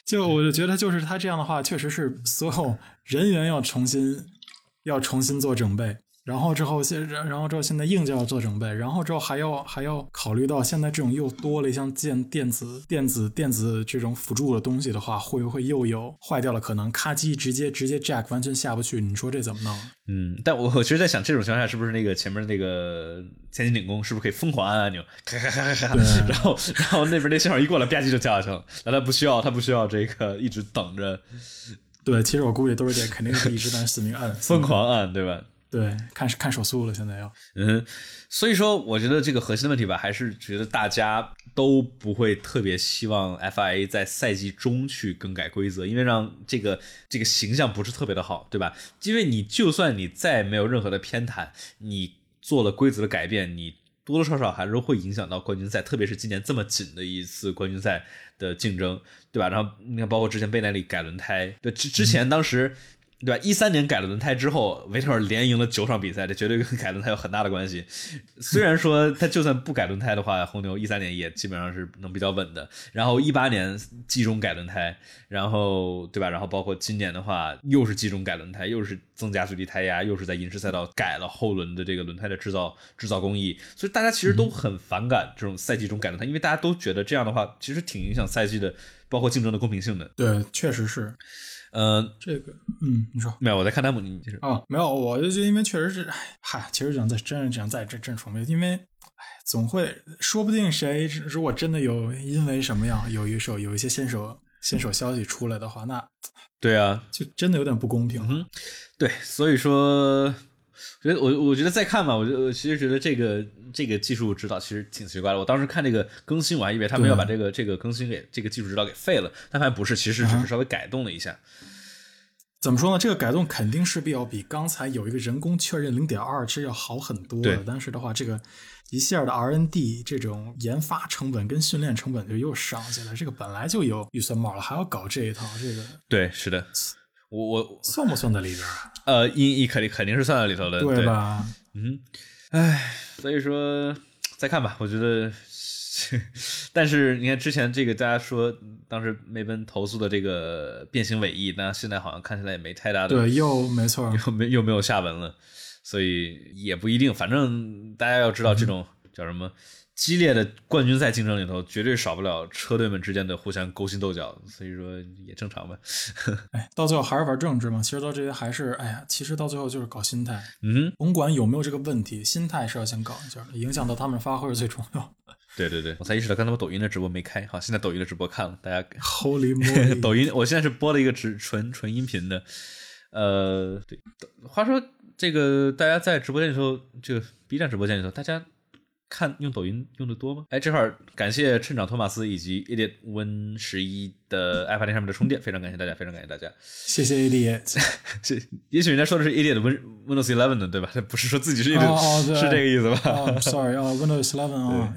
就我就觉得就是他这样的话，确实是所有人员要重新做准备。然后之后现在硬件要做准备，然后之后还要考虑到现在这种又多了一项电子这种辅助的东西的话，会不会又有坏掉了可能？咔机直接 Jack 完全下不去，你说这怎么弄？ 但我其实在想，这种情况下是不是那个前面那个千斤顶功是不是可以疯狂按按钮，咔咔咔咔咔，然后那边那信号一过来，吧唧就掉下去了，然后他不需要这个一直等着。 对，其实我估计都是这，肯定是一直在死命按， 疯狂按，对吧？ 对，看手速了，现在要。 所以说我觉得这个核心的问题吧，还是觉得大家都不会特别希望 FIA 在赛季中去更改规则，因为让这个形象不是特别的好，对吧？因为你就算你再没有任何的偏袒，你做了规则的改变，你多多少少还是会影响到冠军赛，特别是今年这么紧的一次冠军赛的竞争，对吧？然后你看，包括之前贝奈利改轮胎，对，之前当时。对吧？13年改了轮胎之后，维特尔连赢了9场比赛，这绝对跟改轮胎有很大的关系。虽然说他就算不改轮胎的话，红牛13年也基本上是能比较稳的。然后18年集中改轮胎，然后对吧？然后包括今年的话，又是集中改轮胎，又是增加最低胎压，又是在银石赛道改了后轮的这个轮胎的制造工艺。所以大家其实都很反感这种赛季中改轮胎，因为大家都觉得这样的话其实挺影响赛季的，包括竞争的公平性的。 对，确实是。这个，你说没有？我在看弹幕，你接着。 没有，我就因为确实是，其实想在这说明，因为，总会说不定谁如果真的有因为什么样有一些先手消息出来的话，那对啊， 就真的有点不公平。 对，所以说。我觉得再看吧，我其实觉得这个技术指导其实挺奇怪的。我当时看这个更新，我还以为他们要把这个更新给这个技术指导给废了，但发现不是，其实只是稍微改动了一下。 怎么说呢？这个改动肯定是要比刚才有一个人工确认 0.2 其实要好很多的。但是的话，这个一下的 R&D 这种研发成本跟训练成本就又上去了。这个本来就有预算帽了，还要搞这一套，这个对，是的。我算不算在里边？ 肯定是算在里头的， 对吧？ 所以说再看吧，我觉得。但是你看之前这个大家说当时梅奔投诉的这个变形尾翼，那现在好像看起来也没太大的， 对，没错， 又没有下文了，所以也不一定。反正大家要知道，这种叫什么激烈的冠军赛竞争里头，绝对少不了车队们之间的互相勾心斗角，所以说也正常吧。 到最后还是玩政治嘛。其实到这些还是，其实到最后就是搞心态。甭管有没有这个问题，心态是要先搞一下的，影响到他们发挥是最重要的。 对，我才意识到刚才我抖音的直播没开，好，现在抖音的直播看了，大家 Holy moly 抖音我现在是播了一个纯音频的。对，话说这个大家在直播间的时候，这个 B 站直播间的时候，大家用抖音用的多吗？这块感谢趁长托马斯以及 Idiot Win11的 iPad 上面的充电，非常感谢大家，非常感谢大家， 谢谢 Idiot。 也许人家说的是 Idiot Windows 11的，对吧？他不是说自己是 Idiot，是这个意思吧 ？Sorry Windows 11啊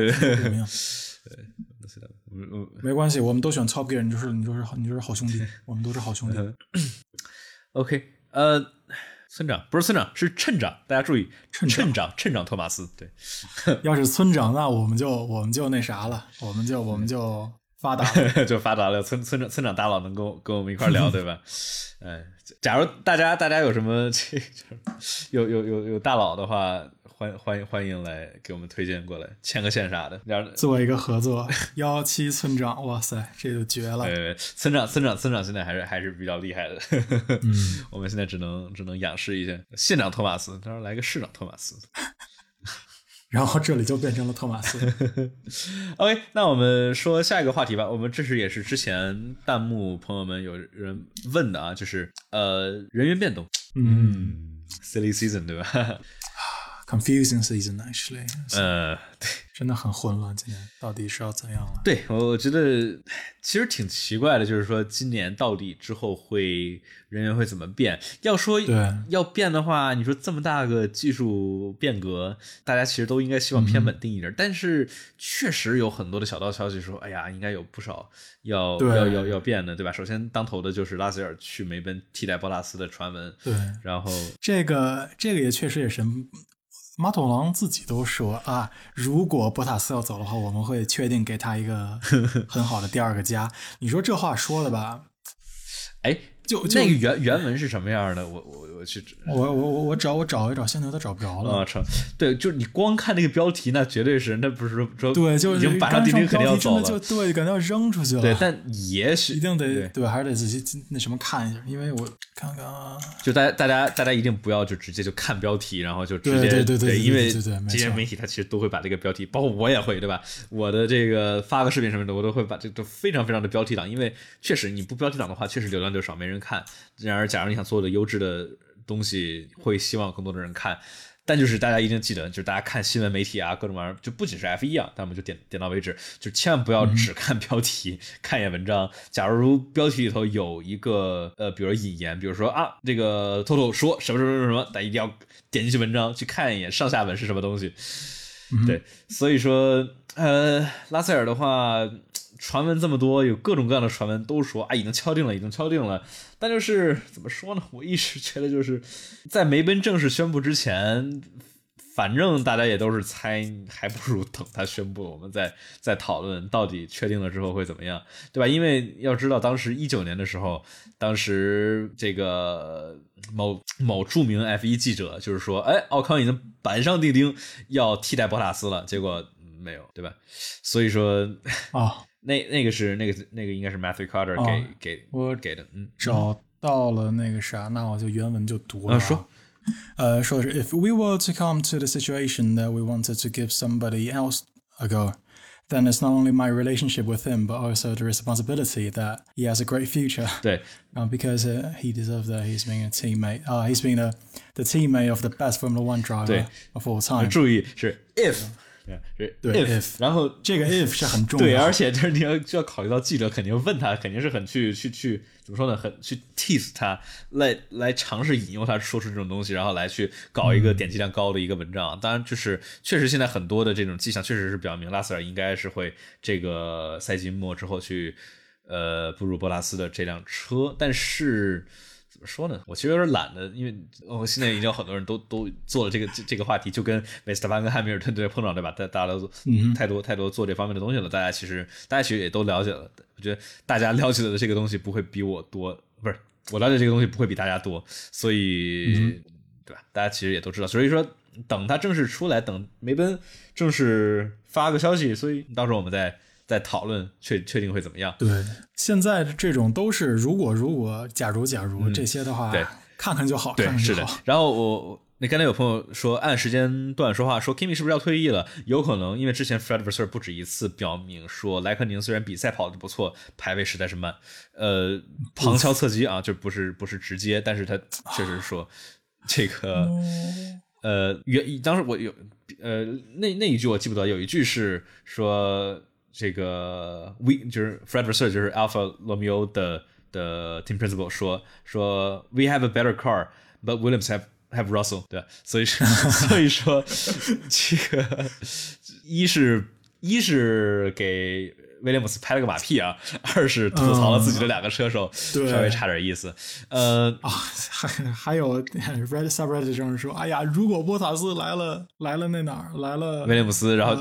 没关系，我们都选 Top Gear， 你就是好兄弟，我们都是好兄弟。 OK，村长不是村长，是趁长，大家注意，趁长托马斯。对， 要是村长，那我们就那啥了，我们就发达了， 就发达了。村长大佬能跟我们一块聊，对吧？假如大家有什么有大佬的话，欢迎来给我们推荐过来，牵个线啥的， 做一个合作。17村长，哇塞，这就绝了。 村长现在还是比较厉害的。我们现在只能仰视一下县长托马斯，他说来个市长托马斯。 然后这里就变成了托马斯。 OK， 那我们说下一个话题吧。我们这是也是之前弹幕朋友们有人问的啊，就是人员变动。Silly season 对吧 ？Confusing season actually。 对， 真的很混乱，今年到底是要怎样了？ 对，我觉得其实挺奇怪的，就是说今年到底之后人员会怎么变？要说要变的话，你说这么大个技术变革，大家其实都应该希望偏稳定一点，但是确实有很多的小道消息说，哎呀，应该有不少要变的，对吧？首先当头的就是拉塞尔去梅奔替代博拉斯的传闻， 对， 然后这个也确实也是。 马桶狼自己都说啊，如果博塔斯要走的话，我们会确定给他一个很好的第二个家。你说这话说的吧？ 哎，就那个原文是什么样的？我去， 我找一找，现在都找不着了。 对，就是你光看那个标题，那绝对是，那不是说对，就已经板上钉钉，肯定要走了， 就对，感觉要扔出去了。 对，但也许一定得对，还是得仔细那什么看一下，因为我看看啊， 就大家一定不要就直接就看标题，然后就直接对， 因为这些媒体他其实都会把这个标题，包括我也会，对吧？我的这个发个视频什么的，我都会把这个非常非常的标题党，因为确实你不标题党的话，确实流量就少，没人看。然而，假如你想做的优质的东西，会希望更多的人看。但就是大家一定记得，就是大家看新闻媒体啊，各种玩意儿，就不仅是 F1 啊，但我们就点到为止，就千万不要只看标题，看一眼文章。假如标题里头有一个比如引言，比如说啊，这个Toto说什么什么什么什么，但一定要点进去文章去看一眼上下文是什么东西。对，所以说拉塞尔的话。传闻这么多，有各种各样的传闻都说啊，已经敲定了。但就是怎么说呢？我一直觉得就是在梅奔正式宣布之前，反正大家也都是猜，还不如等他宣布，我们再讨论到底确定了之后会怎么样，对吧？因为要知道，当时19年的时候，当时这个某著名 F1 记者就是说，哎，奥康已经板上钉钉要替代博塔斯了，结果没有，对吧？所以说啊。那个应该是 Matthew Carter 给的， 找到了那个啥，那我就原文就读了。 说的是 If we were to come to the situation that we wanted to give somebody else a go, then it's not only my relationship with him, but also the responsibility that he has a great future. 对 because he deserves that. He's been a teammate. He's been the teammate of the best Formula One driver of all time. 注意是 if。 对 if， 然后这个 if 是很重要的， 对，而且就是你就要考虑到记者肯定问他，肯定是很去怎么说呢，很去 tease 他，来尝试引诱他说出这种东西，然后来去搞一个点击量高的一个文章。当然，就是确实现在很多的这种迹象，确实是表明拉塞尔应该是会这个赛季末之后去步入博拉斯的这辆车，但是。怎么说呢？我其实有点懒的，因为我现在已经有很多人都做了这个话题，就跟维斯塔潘跟汉密尔顿对碰撞，对吧？大家都太多做这方面的东西了，大家其实也都了解了。我觉得大家了解的这个东西不会比我多，不是我了解这个东西不会比大家多，所以对吧？大家其实也都知道，所以说等它正式出来，等梅奔正式发个消息，所以到时候我们再讨论确定会怎么样。 对，现在这种都是如果假如这些的话， 对， 看看就好， 对， 看看就好。 是的。然后那刚才有朋友说按时间段说话，说 Kimi 是不是要退役了？有可能，因为之前 Fred Vasseur 不止一次表明说，莱克宁虽然比赛跑得不错，排位实在是慢，旁敲侧击啊，就不是直接，但是他确实说这个当时我有那一句我记不得，有一句是说。这个就是 Fred Vasseur 就是 Alfa Romeo 的 team principal 说 we have a better car, but Williams have Russell， 对吧？所以说这个一是给威廉姆斯拍了个马屁啊，二是吐槽了自己的两个车手，稍微差点意思。 还有 Reddit subreddit 上说，哎呀，如果波塔斯来了那哪儿来了威廉姆斯，然后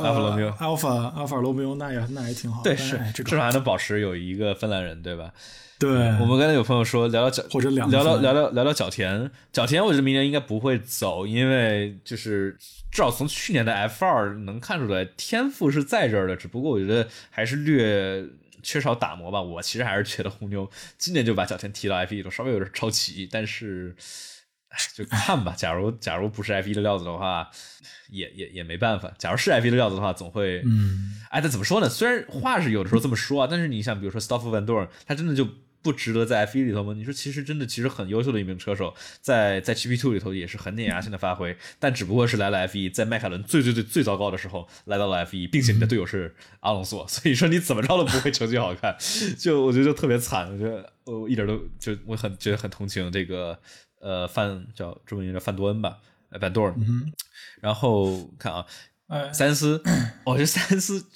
Alfa Romeo 那也挺好。 对，是至少还能保持有一个芬兰人，对吧？ 对， 我们刚才有朋友说聊聊角田，我觉得明年应该不会走，因为就是至少从去年的 F2 能看出来天赋是在这儿的，只不过我觉得还是略缺少打磨吧。我其实还是觉得红牛今年就把角田提到 F1 都稍微有点着急，但是就看吧。假如不是 F1 的料子的话，也没办法。假如是 F1 的料子的话，总会但怎么说呢？虽然话是有的时候这么说啊，但是你像比如说 Stoffel Vandoorne， 他真的就不值得在 F1 里头吗？你说其实很优秀的一名车手，在 GP2 里头也是很碾压性的发挥，但只不过是来了 F1， 在迈凯伦最糟糕的时候来到了 F1， 并且你的队友是阿隆索，所以说你怎么着都不会成绩好看，我觉得就特别惨。我觉得我一点都我觉得很同情这个叫中文名叫范多恩吧，Vandoorne。然后看啊，塞恩斯，我觉得塞恩斯就。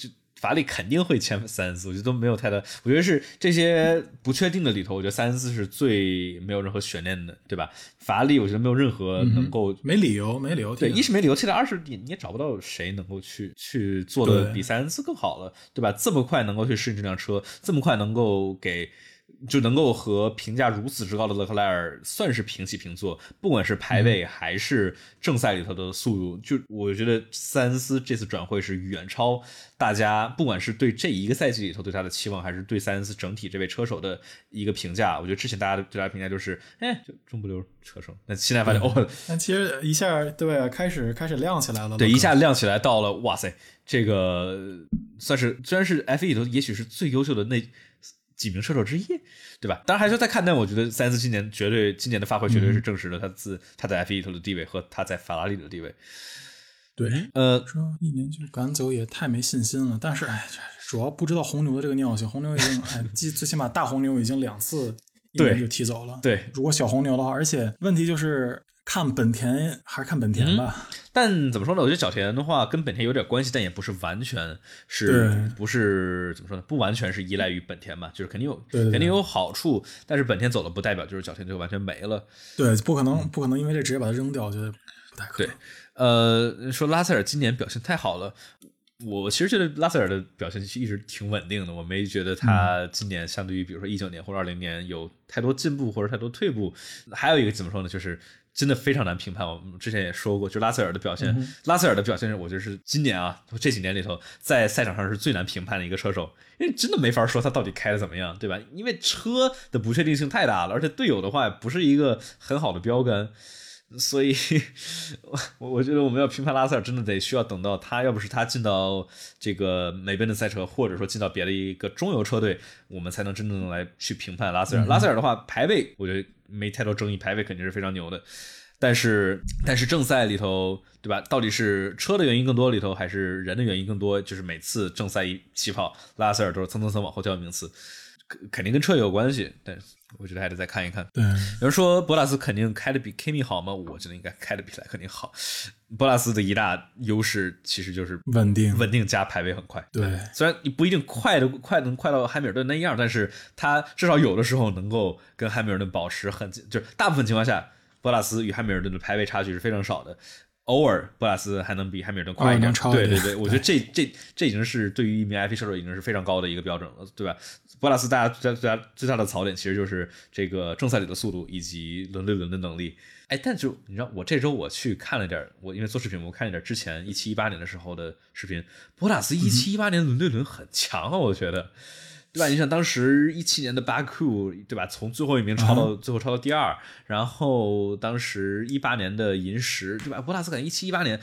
法拉利肯定会签塞恩斯，我觉得都没有太大，我觉得是这些不确定的里头，我觉得塞恩斯是最没有任何悬念的，对吧？法拉利我觉得没有任何能够没理由， 对，一是没理由，其实二是你也找不到谁能够去做的比塞恩斯更好了，对吧？这么快能够去适应这辆车，这么快能够就能够和评价如此之高的勒克莱尔算是平起平坐，不管是排位还是正赛里头的速度，就我觉得塞恩斯这次转会是远超大家，不管是对这一个赛季里头对他的期望，还是对塞恩斯整体这位车手的一个评价。我觉得之前大家对他的评价就是，就中不溜车手，那现在发现但其实一下对开始亮起来了， 对，一下亮起来到了，哇塞，这个算是虽然是 F1 里头也许是最优秀的那几名车手之一，对吧？当然还是在看，但我觉得塞恩斯今年的发挥绝对是证实了他在 F1 里头的地位和他在法拉利的地位。 对，这一年就赶走也太没信心了。但是主要不知道红牛的这个尿性，红牛已经最起码大红牛已经2次一年就踢走了。 对， 如果小红牛的话，而且问题就是看本田还是看本田吧。 但怎么说呢？我觉得角田的话跟本田有点关系，但也不是完全不是怎么说呢？不完全是依赖于本田嘛，就是肯定有好处，但是本田走了不代表就是角田就完全没了。 对，不可能因为这直接把它扔掉，我觉得不太可能。对，说拉塞尔今年表现太好了。我其实觉得拉塞尔的表现一直挺稳定的，我没觉得他今年相对于比如说19年或者20年有太多进步或者太多退步。还有一个怎么说呢，就是真的非常难评判。我们之前也说过，就拉塞尔的表现，拉塞尔的表现我觉得是今年这几年里头在赛场上是最难评判的一个车手，因为真的没法说他到底开的怎么样，对吧？因为车的不确定性太大了，而且队友的话不是一个很好的标杆。所以我觉得我们要评判拉塞尔真的需要等到他，要不是他进到这个美奔的赛车，或者说进到别的一个中游车队，我们才能真正来去评判拉塞尔。拉塞尔的话排位我觉得没太多争议，排位肯定是非常牛的，但是正赛里头，对吧？到底是车的原因更多里头，还是人的原因更多？就是每次正赛一起跑，拉塞尔都是蹭往后掉名次，肯定跟车也有关系，但我觉得还得再看一看。 对， 有人说博拉斯肯定开的比 Kimi 好吗？我觉得应该开的比莱肯定好。博拉斯的一大优势其实就是稳定加排位很快。 对， 虽然你不一定能快到汉密尔顿那样，但是他至少有的时候能够跟汉密尔顿保持很近，就是大部分情况下，博拉斯与汉密尔顿的排位差距是非常少的。偶尔博拉斯还能比汉密尔顿快一点，对，我觉得这已经是对于一名 F1 车手已经是非常高的一个标准了，对吧？博拉斯大家最大的槽点其实就是这个正赛里的速度以及轮对轮的能力。但就你知道，我这周我去看了点，我因为做视频，我看了点之前17-18年的时候的视频，博拉斯17-18年轮对轮很强啊，我觉得。对吧？你想当时17年的巴库，对吧？从最后一名最后超到第2，然后当时18年的银石，对吧？博拉斯感觉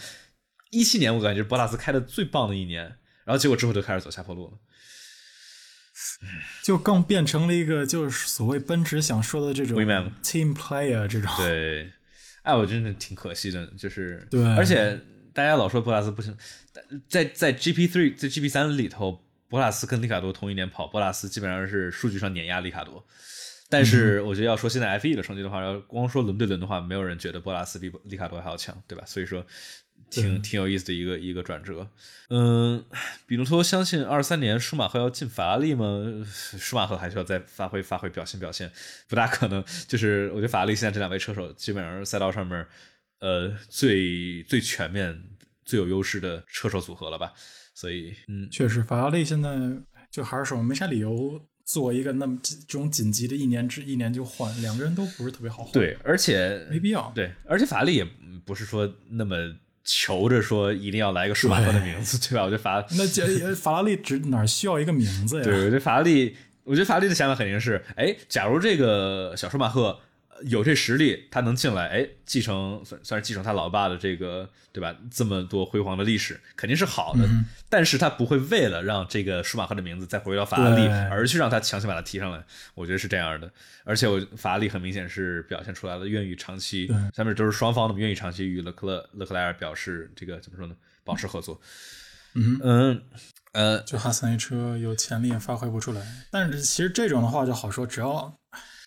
17年我感觉博拉斯开的最棒的一年，然后结果之后就开始走下坡路了， 就更变成了一个就是所谓奔驰想说的这种 team player 这种。 对，我真的挺可惜的，就是对， 而且大家老说博拉斯不行，在 GP3 在 GP3 里头。博拉斯跟利卡多同一年跑，博拉斯基本上是数据上碾压利卡多，但是我觉得要说现在 F1 的成绩的话，要光说轮对轮的话，没有人觉得博拉斯比利卡多还要强，对吧？所以说挺有意思的一个转折。比努托相信23年舒马赫要进法拉利吗？舒马赫还需要再发挥表现，不大可能。就是我觉得法拉利现在这2位车手基本上是赛道上面最全面最有优势的车手组合了吧。所以确实法拉利现在就还是说没啥理由做一个那么这种紧急的一年就换，2个人都不是特别好换。 对，而且没必要。 对，而且法拉利也不是说那么求着说一定要来个舒马赫的名字，对吧？我觉得法拉利哪需要一个名字呀？ 对，我觉得法拉利的想法肯定是，假如这个小舒马赫有这实力，他能进来，算是继承他老爸的这个，对吧？这么多辉煌的历史，肯定是好的。但是他不会为了让这个舒马赫的名字再回到法拉利，而去让他强行把他提上来。我觉得是这样的。而且法拉利很明显是表现出来了，愿意长期，下面都是双方的愿意长期与勒克莱尔表示这个怎么说呢？保持合作。就哈森 A 车有潜力也发挥不出来，但是其实这种的话就好说，只要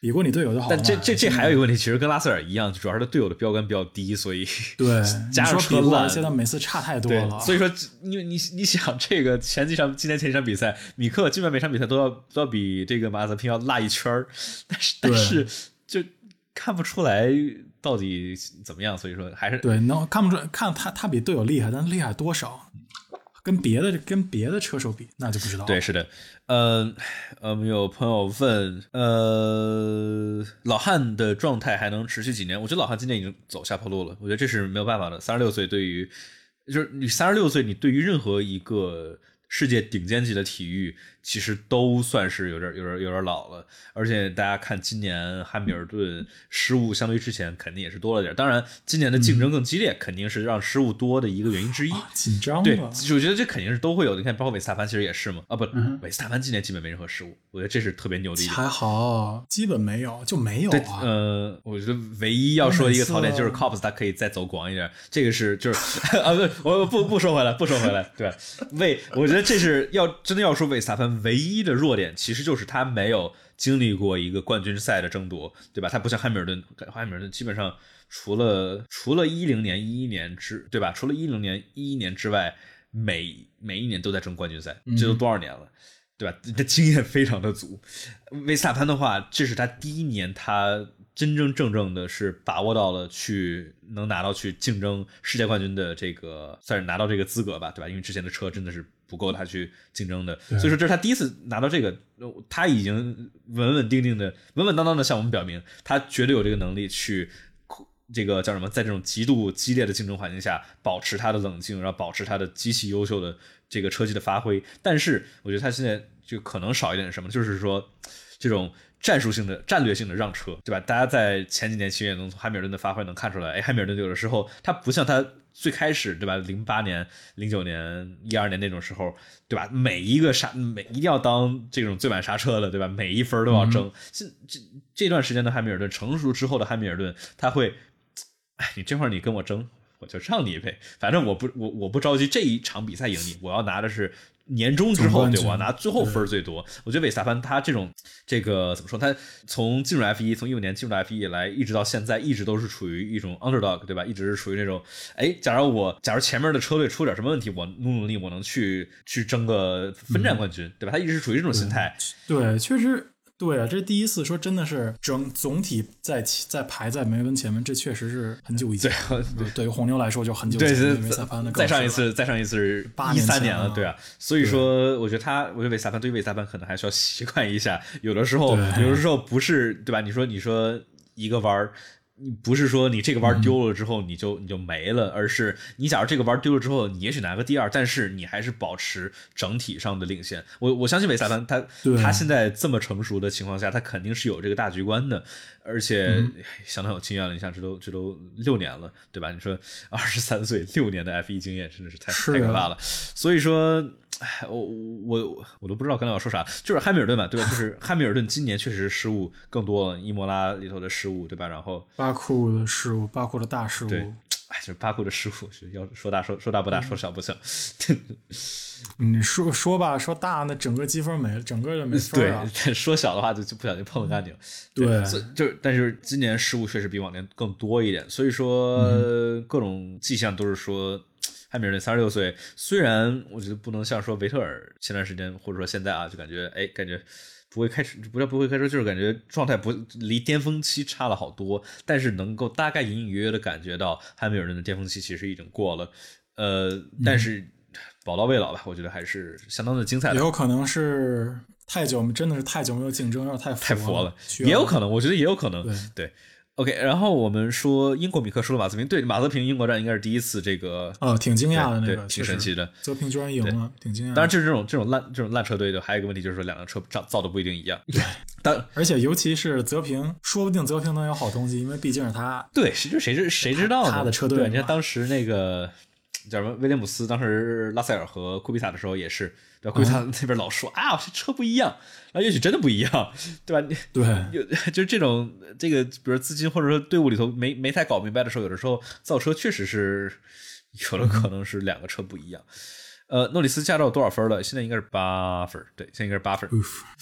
比过你队友就好了。 但这还有一个问题，其实跟拉塞尔一样，主要是他队友的标杆比较低，所以对加上车烂， 而且他每次差太多了。 所以说你想这个今年前几场比赛，米克基本每场比赛都要比这个马泽平要落一圈，但是就看不出来到底怎么样，所以说还是对，能看不出来，看他比队友厉害，但厉害多少？跟别的车手比，那就不知道了。 对，是的。有朋友问，老汉的状态还能持续几年？我觉得老汉今年已经走下坡路了，我觉得这是没有办法的。36岁就是你36岁，你对于任何一个世界顶尖级的体育，其实都算是有点老了。而且大家看今年汉密尔顿失误相对于之前肯定也是多了点，当然今年的竞争更激烈，肯定是让失误多的一个原因之一。 紧张对，我觉得这肯定是都会有的。你看，包括韦斯塔潘其实也是嘛。韦斯塔潘今年基本没任何失误，我觉得这是特别牛的一点。 还好，基本没有就没有啊。 我觉得唯一要说一个槽点就是 Cops 他可以再走广一点，这个是就是我不说回来，对，我觉得这是真的要说韦斯塔潘唯一的弱点，其实就是他没有经历过一个冠军赛的争夺，对吧？他不像汉密尔顿基本上除了10年、11年对吧？除了10年、11年之外，每一年都在争冠军赛，这都多少年了，对吧？他经验非常的足。维斯塔潘的话，这是他第一年，他真正的是把握到了能拿到去竞争世界冠军的这个，算是拿到这个资格吧，对吧？因为之前的车真的是不够他去竞争的，所以说这是他第一次拿到这个，他已经稳稳当当的向我们表明，他绝对有这个能力去这个叫什么，在这种极度激烈的竞争环境下保持他的冷静，然后保持他的极其优秀的这个车技的发挥。但是我觉得他现在就可能少一点什么，就是说这种战略性的让车，对吧？大家在前几年其实也能从汉密尔顿的发挥能看出来，汉密尔顿有的时候他不像他最开始，对吧？08年、09年、12年那种时候，对吧？每一定要当这种最晚刹车的，对吧？每一分都要争。这段时间的汉密尔顿成熟之后的汉密尔顿，他会，你这会儿你跟我争，我就让你呗，反正我不着急这一场比赛赢你，我要拿的是年终之后，对，我要拿最后分最多。我觉得韦斯塔潘他这个怎么说？他从进入 F1，从15年进入 F1 以来，一直到现在，一直都是处于一种 underdog， 对吧？一直是处于那种，假如前面的车队出点什么问题，我努力，我能去争个分站冠军，对吧？他一直是处于这种心态。 对，确实。对啊，这是第一次说真的是总体在排在梅奔前面，这确实是很久以前。对于红牛来说就很久以前。对， 再上一次是13年了，对啊。所以说，我觉得韦斯塔潘对于韦斯塔潘可能还需要习惯一下，有的时候不是，对吧？你说一个弯你不是说你这个弯丢了之后你就没了，而是你假如这个弯丢了之后，你也许拿个第2，但是你还是保持整体上的领先。我相信韦斯塔潘他现在这么成熟的情况下，他肯定是有这个大局观的，而且相当有经验了。你像这都6年了，对吧？你说23岁6年的 F1 经验真的是太可怕了。所以说我都不知道刚才要说啥，就是汉密尔顿嘛，对吧？就是汉密尔顿今年确实失误更多了，伊莫拉里头的失误，对吧？然后巴库的失误，巴库的大失误， 对，就是巴库的失误，要说大不大，说小不小。 你说吧，说大那整个积分没了，整个就没分了。 对，说小的话就不小心碰了干净。对，但是今年失误确实比往年更多一点，所以说各种迹象都是说。汉密尔顿36岁，虽然我觉得不能像说维特尔前段时间或者说现在就感觉不会开车，不叫不会开车，就是感觉状态离巅峰期差了好多，但是能够大概隐隐约约的感觉到汉密尔顿的巅峰期其实已经过了，但是宝刀未老吧，我觉得还是相当的精彩的。 也有可能是真的是太久没有竞争，有点太佛了，也有可能，我觉得也有可能，对。OK， 然后我们说英国米克输了马泽平，对，马泽平英国站应该是第一次这个挺惊讶的那个， 挺神奇的。 泽平居然赢了，挺惊讶的。 当然，这种烂车队的还有一个问题就是说两辆车造的不一定一样。 而且尤其是泽平，说不定泽平能有好东西，因为毕竟是他。 对，谁知道呢？ 他的车队， 对，你看当时那个叫什么威廉姆斯，当时拉塞尔和库比塔的时候也是。对吧？库比塔那边老说这车不一样，然后也许真的不一样，对吧？ 对， 就是这种比如资金或者说队伍里头没太搞明白的时候，有的时候造车确实是有的可能是两个车不一样。诺里斯驾照多少分了？现在应该是8分，对，现在应该是8分。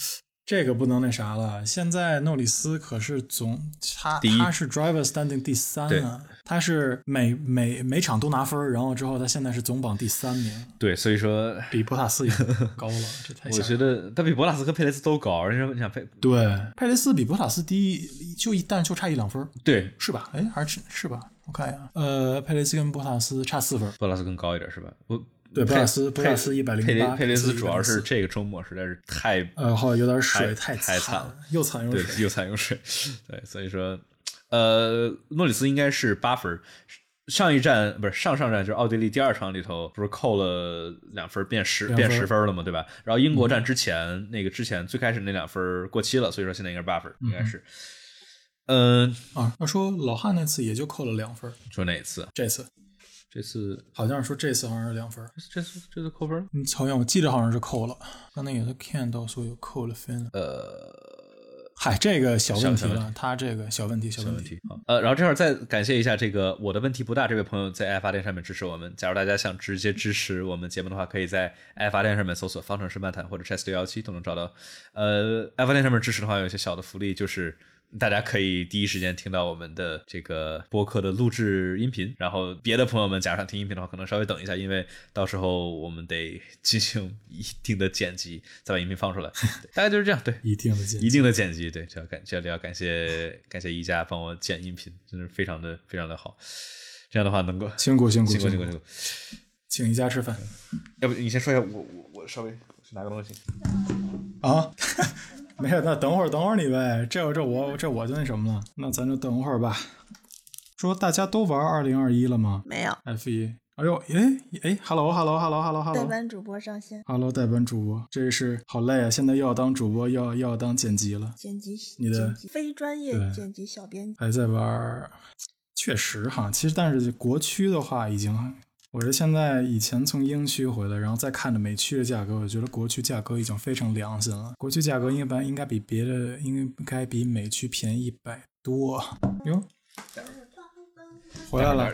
这个不能那啥了。现在诺里斯可是他是 driver standing 第3啊，他是每场都拿分，然后之后他现在是总榜第3名。 对，所以说比博塔斯也高了，这太我觉得他比博塔斯和佩雷斯都高，而且你想佩雷斯比博塔斯低，但就差1-2分， 对， 是吧？哎，还是吧？我看一下，佩雷斯跟博塔斯差4分， 博塔斯更高一点是吧？ 对，博塔斯108， 佩雷斯主要是这个周末实在是太后来有点水， 太惨了， 又惨又水， 对，又惨又水，对，所以说诺里斯应该是8分。上站就是奥地利第2场里头，不是扣了2分变10分了吗？对吧？然后英国站之前最开始那2分过期了，所以说现在应该是8分，应该是。 要说老汉那次也就扣了2分。 说哪次？ 这次好像是说这次好像是2分。 这次扣分？ 好像我记得好像是扣了。刚才也是看到说有扣了分。嗨，这个小问题了，他这个小问题。 好，然后这会儿再感谢一下这个我的问题不大这位朋友在爱发电上面支持我们。假如大家想直接支持我们节目的话，可以在爱发电上面搜索方程式漫谈或者 chess617 都能找到。爱发电上面支持的话，有一些小的福利，就是大家可以第一时间听到我们的这个播客的录制音频，然后别的朋友们假如想听音频的话，可能稍微等一下，因为到时候我们得进行一定的剪辑，再把音频放出来。大概就是这样，对， 一定的剪辑， 对，这要感谢宜家帮我剪音频，真是非常的好。这样的话能够辛苦，请宜家吃饭。 要不你先说一下，我稍微去拿个东西啊。没事，那等会儿你呗。这我就那什么了，那咱就等会儿吧。说大家都玩2021了吗？ 没有。 F1，哎呦，哎 ，hello， 代班主播上线。 hello， 代班主播，这是好累啊！现在又要当主播，又要当剪辑了。 你的非专业剪辑小编还在玩，确实哈。其实但是国区的话已经。我是现在以前从英区回来，然后再看着美区的价格，我觉得国区价格已经非常良心了。国区价格应该比美区便宜100多。哟，回来了，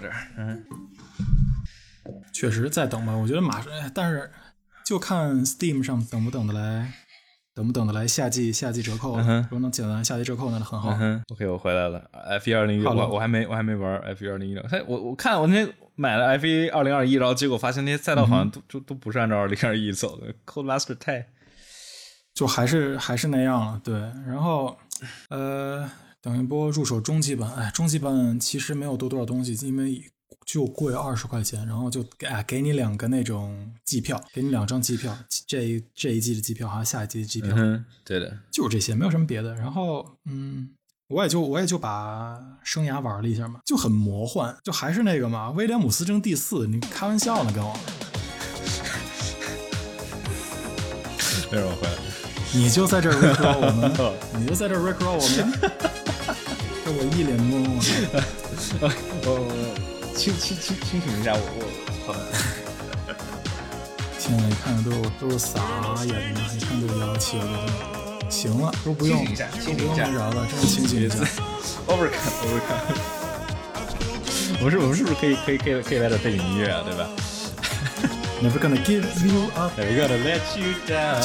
确实再等吧。我觉得但是就看 Steam 上等不等得来夏季折扣。如果能捡完夏季折扣，那就很好。 OK， 我回来了。F1 2021，我还没玩 F1 2021。我看我那天买了 F1 2021，然后结果发现那些赛道好像都不是按照2021走的。Codemaster 就还是那样了，对。然后等一波入手中级版，中级版其实没有多少东西，因为就贵20块钱，然后就给你2个那种季票，给你2张季票，这一季的季票还有下一季的季票。 对的， 就是这些，没有什么别的。然后我也就把生涯玩了一下嘛，就很魔幻，就还是那个嘛，威廉姆斯争第4，你开玩笑呢跟我？ 没人回来， 你就在这儿 rickroll 我们，这我一脸懵。 我清醒一下， 现在一看都是傻眼的，一看就摇起了。行了，都不用那啥了，真是清醒一下。 Overcome。我们是不是可以来点背景音乐啊，对吧 ？Never gonna give you up, never gonna let you down。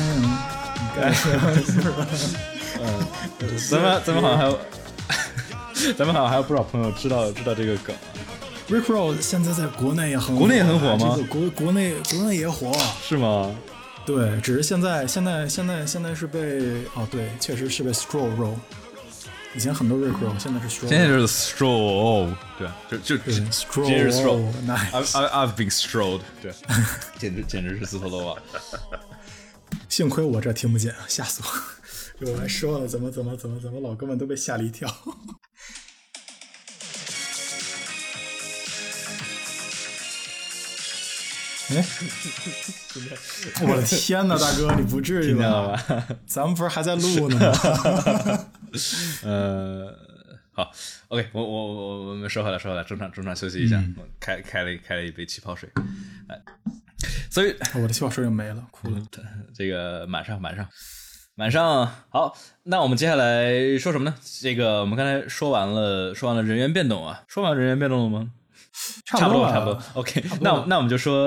咱们好像还有不少朋友知道这个梗啊。 Rickroll 现在在国内也很火， 吗？ 这个国内也火， 是吗？ 对，只是现在是被对，确实是被 Stroll roll。以前很多 Rickroll， 现在是 Stroll。 现在就是 Stroll， 对，就 Stroll。I've been strolled， 对，简直是自投罗网。 幸亏我这听不见，吓死我！我还说了，怎么老哥们都被吓了一跳。哎，我的天哪，大哥，你不至于吧？咱们不是还在录呢吗？ 好 ，OK， 我们说回来，中场休息一下，开了一杯气泡水，所以我的气泡水又没了，哭了。 这个马上好，那我们接下来说什么呢？这个我们刚才说完了人员变动啊，说完人员变动了吗？差不多 OK， 那我们就说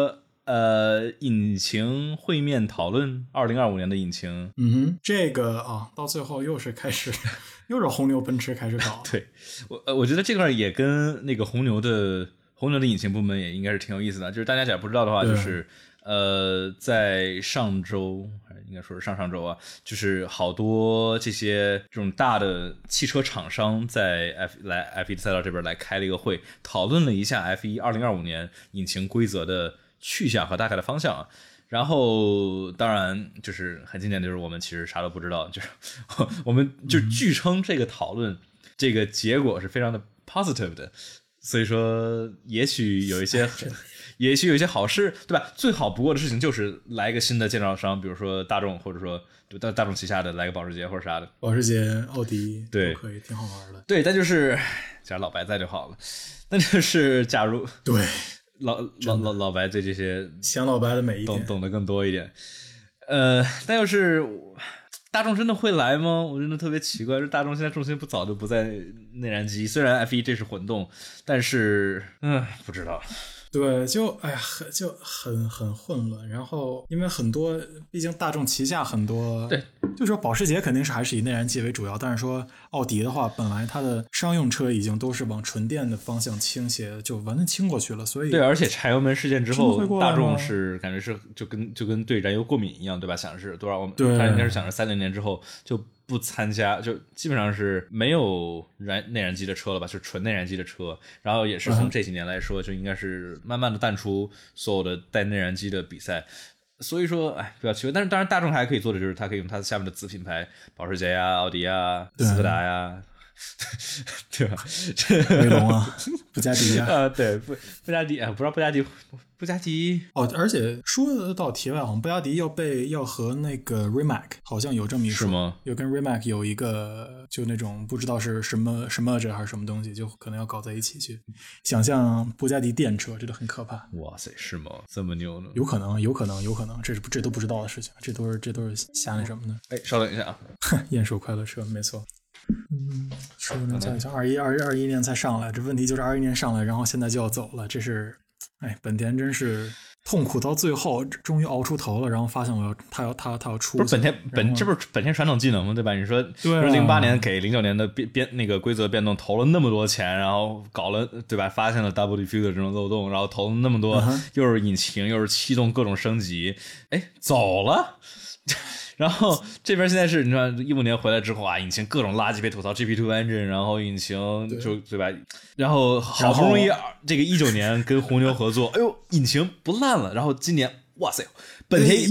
引擎会面讨论2025年的引擎。 这个啊，到最后又是红牛奔驰开始搞。 对，我觉得这块也跟那个红牛的引擎部门也应该是挺有意思的。就是大家假如不知道的话，就是在上周应该说是上周啊，就是好多这种大的汽车厂商在 F1 赛道这边来开了一个会，讨论了一下 F1 2025年引擎规则的去向和大概的方向。然后当然就是很经典的就是我们其实啥都不知道，就是我们就据称这个讨论这个结果是非常的 positive 的，所以说也许有一些好事，对吧？最好不过的事情就是来一个新的建造商，比如说大众，或者说大众旗下的来个保时捷或者啥的。 保时捷、奥迪， 对， 可以，挺好玩的。 对，但就是假如老白在就好了。但就是假如对老白对这些想老白的每一点懂得更多一点。但要是大众真的会来吗？我真的特别奇怪，这大众现在重心不早就不在内燃机，虽然 F1 这是混动，但是不知道。 对，就很混乱。然后因为很多，毕竟大众旗下很多， 对， 就说保时捷肯定是还是以内燃机为主要，但是说奥迪的话，本来它的商用车已经都是往纯电的方向倾斜，就完全倾过去了。所以对，而且柴油门事件之后，大众是感觉是就跟对燃油过敏一样，对吧？想是多少，他应该是想着30年之后就不参加，就基本上是没有内燃机的车了吧，就纯内燃机的车。然后也是从这几年来说，就应该是慢慢的淡出所有的带内燃机的比赛。所以说，比较奇怪。但是当然，大众还可以做的就是，它可以用它下面的子品牌，保时捷呀、奥迪呀、斯柯达呀，对吧？ 威龙啊，布加迪啊， 对，布加迪啊，不知道布加迪哦。而且说到题外话，布加迪要和那个 Rimac 好像有这么一说， 是吗？ 有跟 Rimac 有一个就那种不知道是什么这还是什么东西，就可能要搞在一起去。想象布加迪电车，这都很可怕。 哇塞，是吗？这么牛呢？ 有可能，这都不知道的事情，这都是瞎那什么的。 稍等一下啊， 验收快乐车，没错。说能讲一下21年才上来，这问题就是21年上来，然后现在就要走了，这是，本田真是痛苦到最后，终于熬出头了，然后发现他要出， 不是这不是本田传统技能吗？对吧？你说08年给09年的那个规则变动投了那么多钱，然后搞了，对吧？发现了 double diffuser 这种漏洞，然后投了那么多，又是引擎又是气动各种升级，走了。然后这边现在是你看15年回来之后啊，引擎各种垃圾被吐槽 GP2 engine， 然后引擎就对吧？然后好不容易这个19年跟红牛合作，引擎不烂了，然后今年哇塞，本田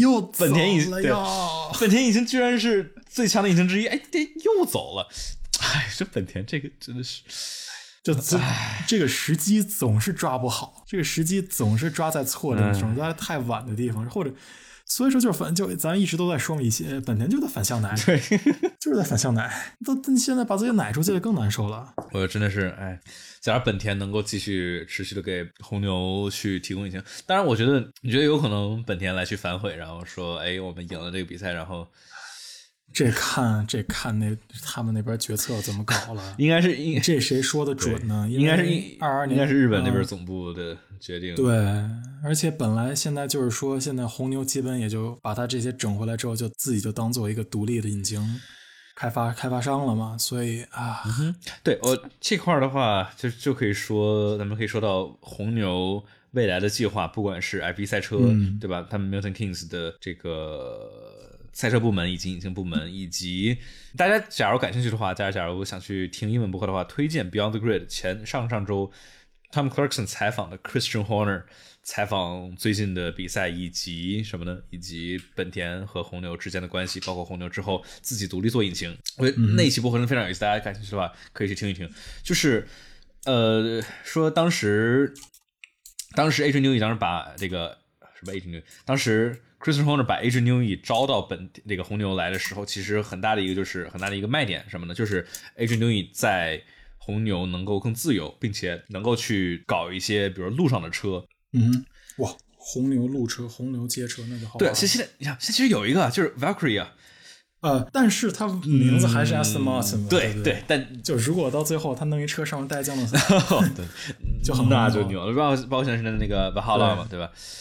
引擎居然是最强的引擎之一，又走了，这本田这个真的是。 这个时机总是抓不好，这个时机总是抓在错的，总在太晚的地方，或者。所以说就咱一直都在说嘛，一些本田就在反向奶， 对， 就是在反向奶，现在把自己奶出去更难受了。 我真的是假如本田能够继续持续的给红牛去提供引擎，当然你觉得有可能本田来去反悔，然后说我们赢了这个比赛，然后这看他们那边决策怎么搞了？ 应该是这谁说的准呢？ 应该是 22年， 应该是日本那边总部的决定。 对，而且本来现在就是说，现在红牛基本也就把它这些整回来之后，就自己就当做一个独立的引擎开发商了嘛。所以对这块的话，就可以说，咱们可以说到红牛未来的计划，不管是 F1 赛车，对吧？他们 Milton Keynes 的这个。赛车部门以及引擎部门，以及大家假如感兴趣的话，大家假如想去听英文播客的话，推荐 Beyond the Grid 上周 Tom Clarkson 采访的 Christian Horner 采访最近的比赛，以及什么呢？以及本田和红牛之间的关系，包括红牛之后自己独立做引擎。我觉得那一期播客真的非常有意思，大家感兴趣的话可以去听一听。就是说当时 Adrian Newey 当时把这个什么 Adrian Newey 当时。Christian Horner 把 Adrian Newey 招到这个红牛来的时候，其实很大的一个卖点什么呢？就是 Adrian Newey 在红牛能够更自由，并且能够去搞一些比如路上的车。 哇，红牛路车、红牛街车那就好玩。 对，现在你看，其实有一个就是 Valkyrie 但是它名字还是 Aston Martin。 对，但就如果到最后他弄一车上面带降落伞， 对， 就很那就牛了。包括现在是那个 Valhalla 嘛，对吧？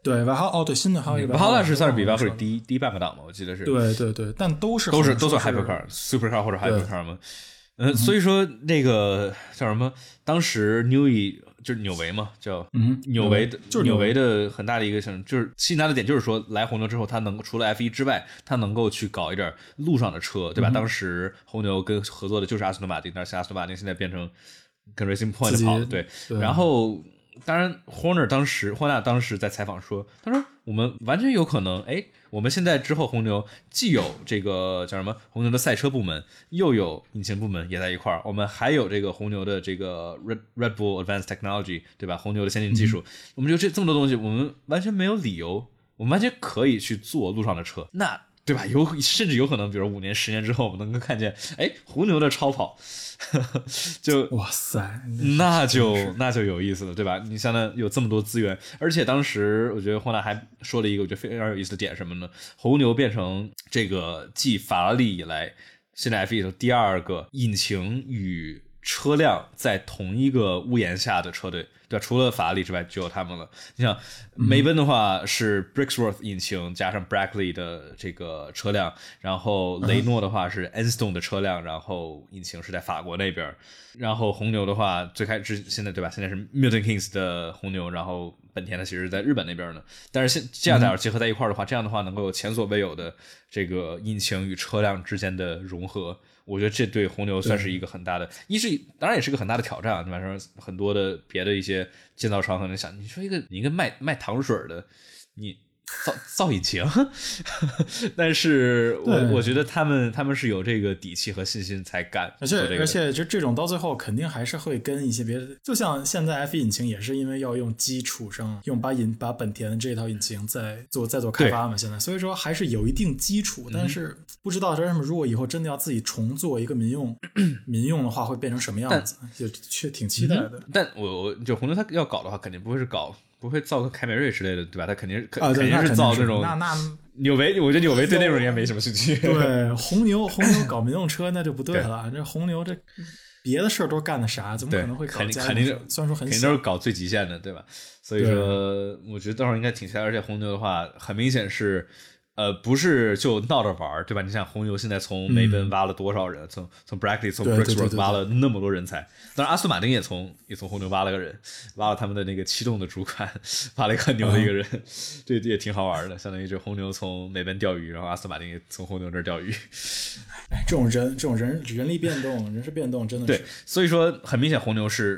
对，瓦哈对新的还有一个瓦哈拉是算是比 Valkyrie 低半个档嘛，我记得是。 对，但都是 Hypercar、Supercar 或者 Hypercar 嘛。所以说那个叫什么？当时 Newey 就是纽维嘛，叫纽维的， 就是纽维的很大的一个就是吸引他的点，就是说来红牛之后，他能除了 F1 之外，他能够去搞一点路上的车，对吧？当时红牛跟合作的就是阿斯顿马丁，但是阿斯顿马丁现在变成跟 Racing Point 跑了，对。然后当然霍纳当时在采访说，他说我们完全有可能，我们现在之后红牛既有这个叫什么红牛的赛车部门，又有引擎部门也在一块儿，我们还有这个红牛的这个 Red Bull Advanced Technology， 对吧？红牛的先进技术，我们就这么多东西，我们完全没有理由，我们完全可以去做路上的车，那对吧？甚至有可能，比如5年、10年之后，我们能够看见，红牛的超跑，就哇塞， 那就有意思了，对吧？你相当有这么多资源，而且当时我觉得霍纳还说了一个我觉得非常有意思的点，什么呢？红牛变成这个继法拉利以来，现在 F1 里头第2个引擎与车辆在同一个屋檐下的车队，对吧？除了法拉利之外，只有他们了。你想，梅奔的话是 Brixworth 引擎加上 Brackley 的这个车辆，然后雷诺的话是 Enstone 的车辆，然后引擎是在法国那边。然后红牛的话，现在对吧？现在是 Milton Keynes 的红牛，然后本田的其实在日本那边呢。但是这样的结合在一块的话，这样的话能够有前所未有的这个引擎与车辆之间的融合。我觉得这对红牛算是一个很大的，当然也是个很大的挑战。反正很多的别的一些建造商可能想，你说你一个卖糖水的，你造引擎，但是我觉得他们是有这个底气和信心才干， 而且就这种到最后肯定还是会跟一些别的，就像现在 F1 引擎也是因为要用基础上把本田的这套引擎再做开发嘛，现在所以说还是有一定基础，但是不知道为什么如果以后真的要自己重做一个民用的话会变成什么样子，就却挺期待的。 但我就红牛他要搞的话，肯定不会造个凯美瑞之类的，对吧？他肯定是造那种纽维，我觉得纽维对那种应该没什么兴趣。 对，红牛搞民用车那就不对了，这红牛这别的事儿都干的啥？怎么可能会搞家用车？ 肯定虽然说肯定都是搞最极限的，对吧？所以说，我觉得到时候应该挺期待。而且红牛的话，很明显是。不是就闹着玩，对吧？你想红牛现在从梅奔挖了多少人，从 Brackley 从 Brixworth 挖了那么多人才，当然阿斯顿马丁也从红牛挖了个人，挖了他们的那个气动的主管，挖了一个很牛的一个人，这也挺好玩的。相当于就红牛从梅奔钓鱼，然后阿斯顿马丁也从红牛这儿钓鱼。 这种人力变动、人事变动真的是对，所以说很明显红牛是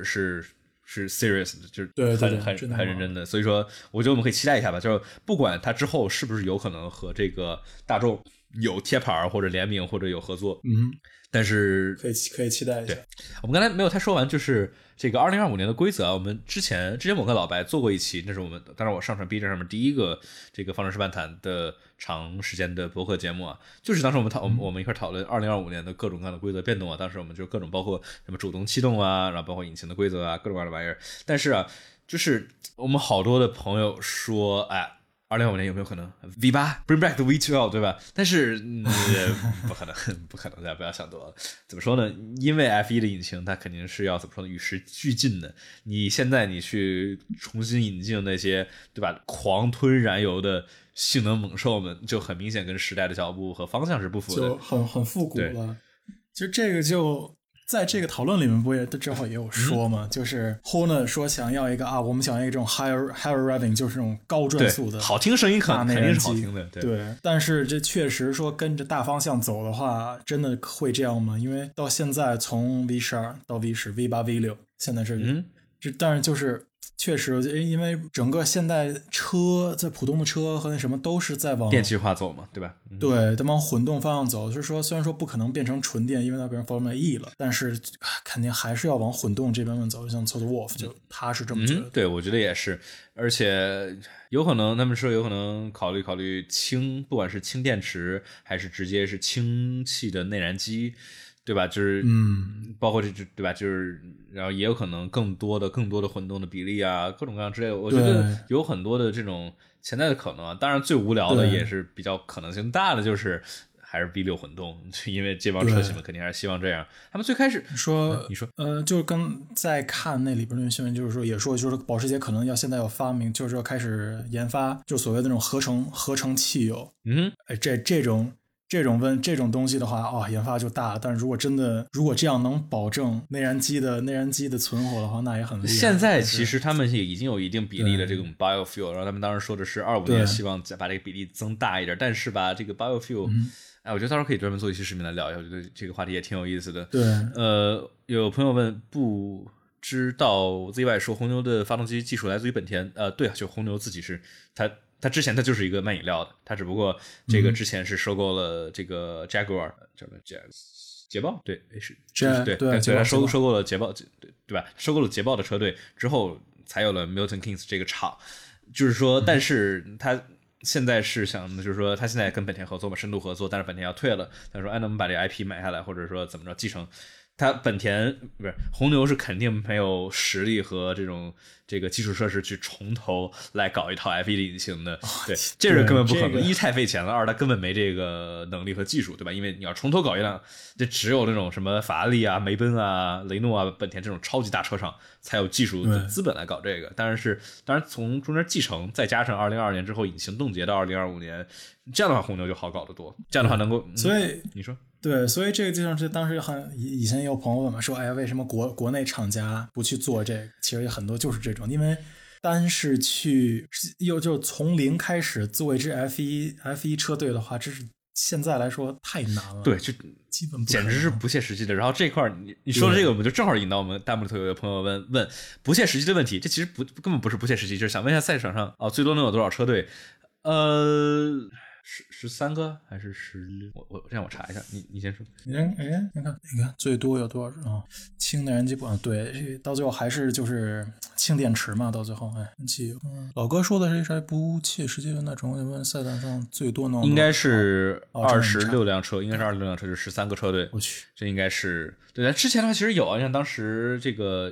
serious 的，就是很认真的，所以说我觉得我们可以期待一下吧，就是不管他之后是不是有可能和这个大众有贴牌或者联名或者有合作，但是可以期待一下。 对，我们刚才没有太说完，就是这个2025年的规则，我们之前某个老白做过一期，那是我们当然我上传 B 站上面第一个这个方程式漫谈的长时间的播客节目啊，就是当时我们一块讨论2025年的各种各样的规则变动啊，当时我们就各种包括什么主动气动啊，然后包括引擎的规则啊，各种各样的玩意儿。但是啊，就是我们好多的朋友说，2025年有没有可能 V8 bring back the V12， 对吧？但是不可能，大家不要想多了。怎么说呢？因为 F1 的引擎它肯定是要怎么说呢？与时俱进的。你现在你去重新引进那些，对吧？狂吞燃油的性能猛兽们，就很明显跟时代的脚步和方向是不符的， 就很复古了。就这个就。在这个讨论里面不也正好也有说嘛，就是 Horner 说想要一个我们想要一个这种 higher revving， 就是这种高转速的， 好听声音肯定是好听的， 对。但是这确实说跟着大方向走的话，真的会这样吗？因为到现在从 V12 到 V10、V8、V6，现在是但是就是确实，因为整个现代车在普通的车和那什么都是在往电气化走嘛，对吧？ 对，在往混动方向走。就是说，虽然说不可能变成纯电，因为它变成 Formula E 了，但是肯定还是要往混动这边走。就像 Toto Wolff 就他是这么觉得。 对，我觉得也是。而且有可能他们说有可能考虑不管是氢电池还是直接是氢气的内燃机。对吧？就是包括对吧？就是然后也有可能更多的混动的比例啊，各种各样之类的。我觉得有很多的这种潜在的可能啊。当然，最无聊的也是比较可能性大的，就是还是 V6 混动，因为这帮车企们肯定还是希望这样。他们最开始说， 你说， 就跟在看那里边的新闻，就是说也说，就是保时捷可能要现在要发明，就是要开始研发，就所谓的那种合成汽油。这种东西的话，研发就大了。但是如果这样能保证内燃机的存活的话，那也很厉害。 现在其实他们也已经有一定比例的这种 biofuel， 然后他们当时说的是25年希望把这个比例增大一点，但是吧，这个 biofuel，我觉得到时候可以专门做一期视频来聊一下，我觉得这个话题也挺有意思的。 对， 有朋友问不知道 ZY 说红牛的发动机技术来自于本田，对啊，就红牛自己是他之前他就是一个卖饮料的，他只不过这个之前是收购了这个 Jaguar， 叫什么捷豹，对，对，他收购了捷豹，对吧？收购了捷豹的车队之后，才有了 Milton Keynes 这个厂。就是说，但是他现在是想，就是说他现在跟本田合作嘛，深度合作，但是本田要退了，他说，那我们把这 IP 买下来，或者说怎么着继承。他本田不是红牛是肯定没有实力和这个基础设施去从头来搞一套 F1 的引擎的，对，这是根本不可能。一太费钱了，二他根本没这个能力和技术，对吧？因为你要从头搞一辆，这只有那种什么法拉利啊、梅奔啊、雷诺啊、本田这种超级大车厂才有技术的资本来搞这个。当然从中间继承，再加上2022年之后引擎冻结到2025年，这样的话红牛就好搞得多。这样的话能够， 所以你说。 对，所以这个就像是当时以前也有朋友问嘛，说哎呀，为什么国内厂家不去做这个？其实很多就是这种，因为单是就从零开始做一支 F1 车队的话，这是现在来说太难了。 对，就基本不简直是不切实际的。然后这块你说的这个，我们就正好引到我们弹幕里头有朋友问不切实际的问题，这其实根本不是不切实际，就是想问一下赛场上最多能有多少车队？13个还是16？我让我查一下，你先说。 你看最多有多少啊？氢内燃机不对，到最后还是就是氢电池嘛，到最后汽油。老哥说的是不切实际的那种。问赛道上最多能应该是26辆车，应该是26辆车，就是13个车队。 我去， 这应该是对。之前的话其实有啊，像当时这个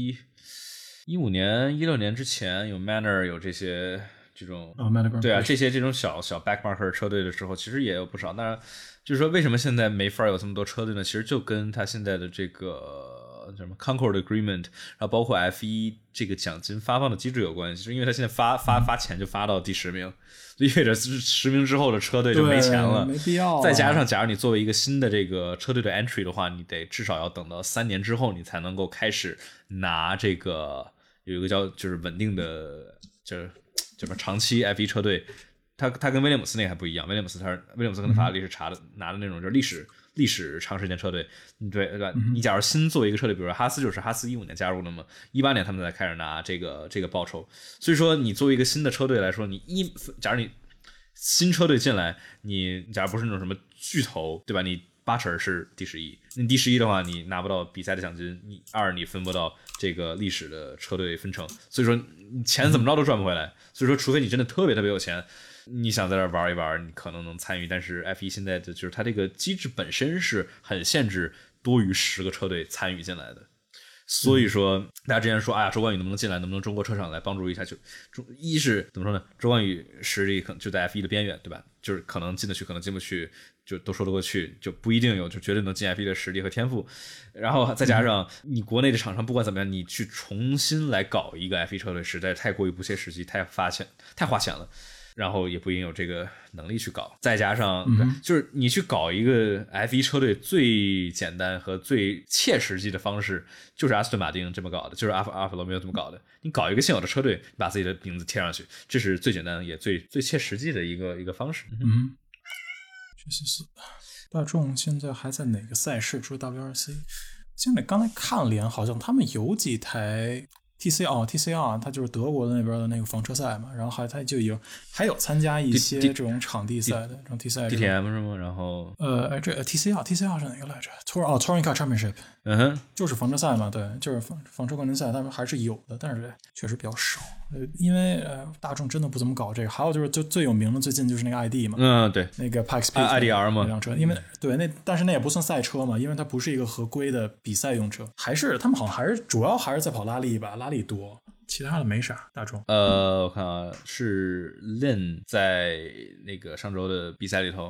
15年、16年之前有 Manor 有这些。这种对啊，这些这种小 backmarker 车队的时候，其实也有不少。当然，就是说为什么现在没法有这么多车队呢？其实就跟他现在的这个叫什么 Concord Agreement， 然后包括 F1 这个奖金发放的机制有关系。就是因为他现在发钱就发到第10名，意味着10名之后的车队就没钱了， 没必要。 再加上，假如你作为一个新的这个车队的 entry 的话，你得至少要等到3年之后，你才能够开始拿这个有一个就是稳定的就是什么长期 F1 车队，他跟威廉姆斯那个还不一样，威廉姆斯跟法拉利是拿的那种就是历史长时间车队，对吧？你假如新做一个车队，比如说哈斯15年加入的嘛，18年他们才开始拿这个报酬，所以说你作为一个新的车队来说，假如你新车队进来，你假如不是那种什么巨头，对吧？你80%是第11，你第11的话，你拿不到比赛的奖金，你分不到这个历史的车队分成，所以说你钱怎么着都赚不回来。所以说，除非你真的特别特别有钱，你想在这玩一玩，你可能能参与。但是 F1 现在的就是它这个机制本身是很限制多于10个车队参与进来的。所以说，大家之前说，哎呀，周冠宇能不能进来？能不能中国车厂来帮助一下？一是怎么说呢？周冠宇实力可能就在 F1 的边缘，对吧？就是可能进得去，可能进不去，就都说得过去，就不一定有就绝对能进 F1 的实力和天赋。然后再加上你国内的厂商不管怎么样，你去重新来搞一个 F1 车队，实在太过于不切实际，太花钱了。然后也不一定有这个能力去搞，再加上就是你去搞一个 F1 车队最简单和最切实际的方式，就是阿斯顿马丁这么搞的，就是阿尔法罗密欧这么搞的。你搞一个现有的车队，把自己的名字贴上去，这是最简单也最切实际的一个方式。 确实是。大众现在还在哪个赛事？除了 WRC， 现在刚才看脸，好像他们有几台。TCR 它就是德国的那边的那个房车赛嘛，然后它就还有参加一些这种场地赛的这种 DTM 是吗？然后这TCR 是哪个来着？Touring Car Championship， 就是房车赛嘛，对，就是房车冠军赛，他们还是有的，但是确实比较少。因为大众真的不怎么搞这个，还有就是最有名的最近就是那个 ID 嘛， 对， 那个 Pikes Peak IDR 嘛， 那辆车，因为对但是那也不算赛车嘛，因为它不是一个合规的比赛用车，他们好像主要还是在跑拉力吧，拉力多，其他的没啥。大众我看啊，是 Lin 在那个上周的比赛里头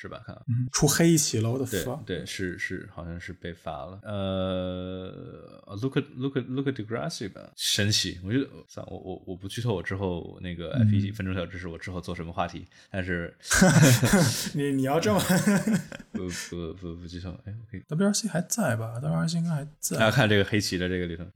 是吧？看， 出黑旗了，我的妈！ 对，是，好像是被罚了。Luca Di Grassi 吧，神奇！我觉得，算我不剧透我之后那个 F1 分钟小知识，我之后做什么话题，但是你要这么不剧透。哎 ，WRC 还在吧 ？WRC 应该还在。 大家看这个黑旗的这个里头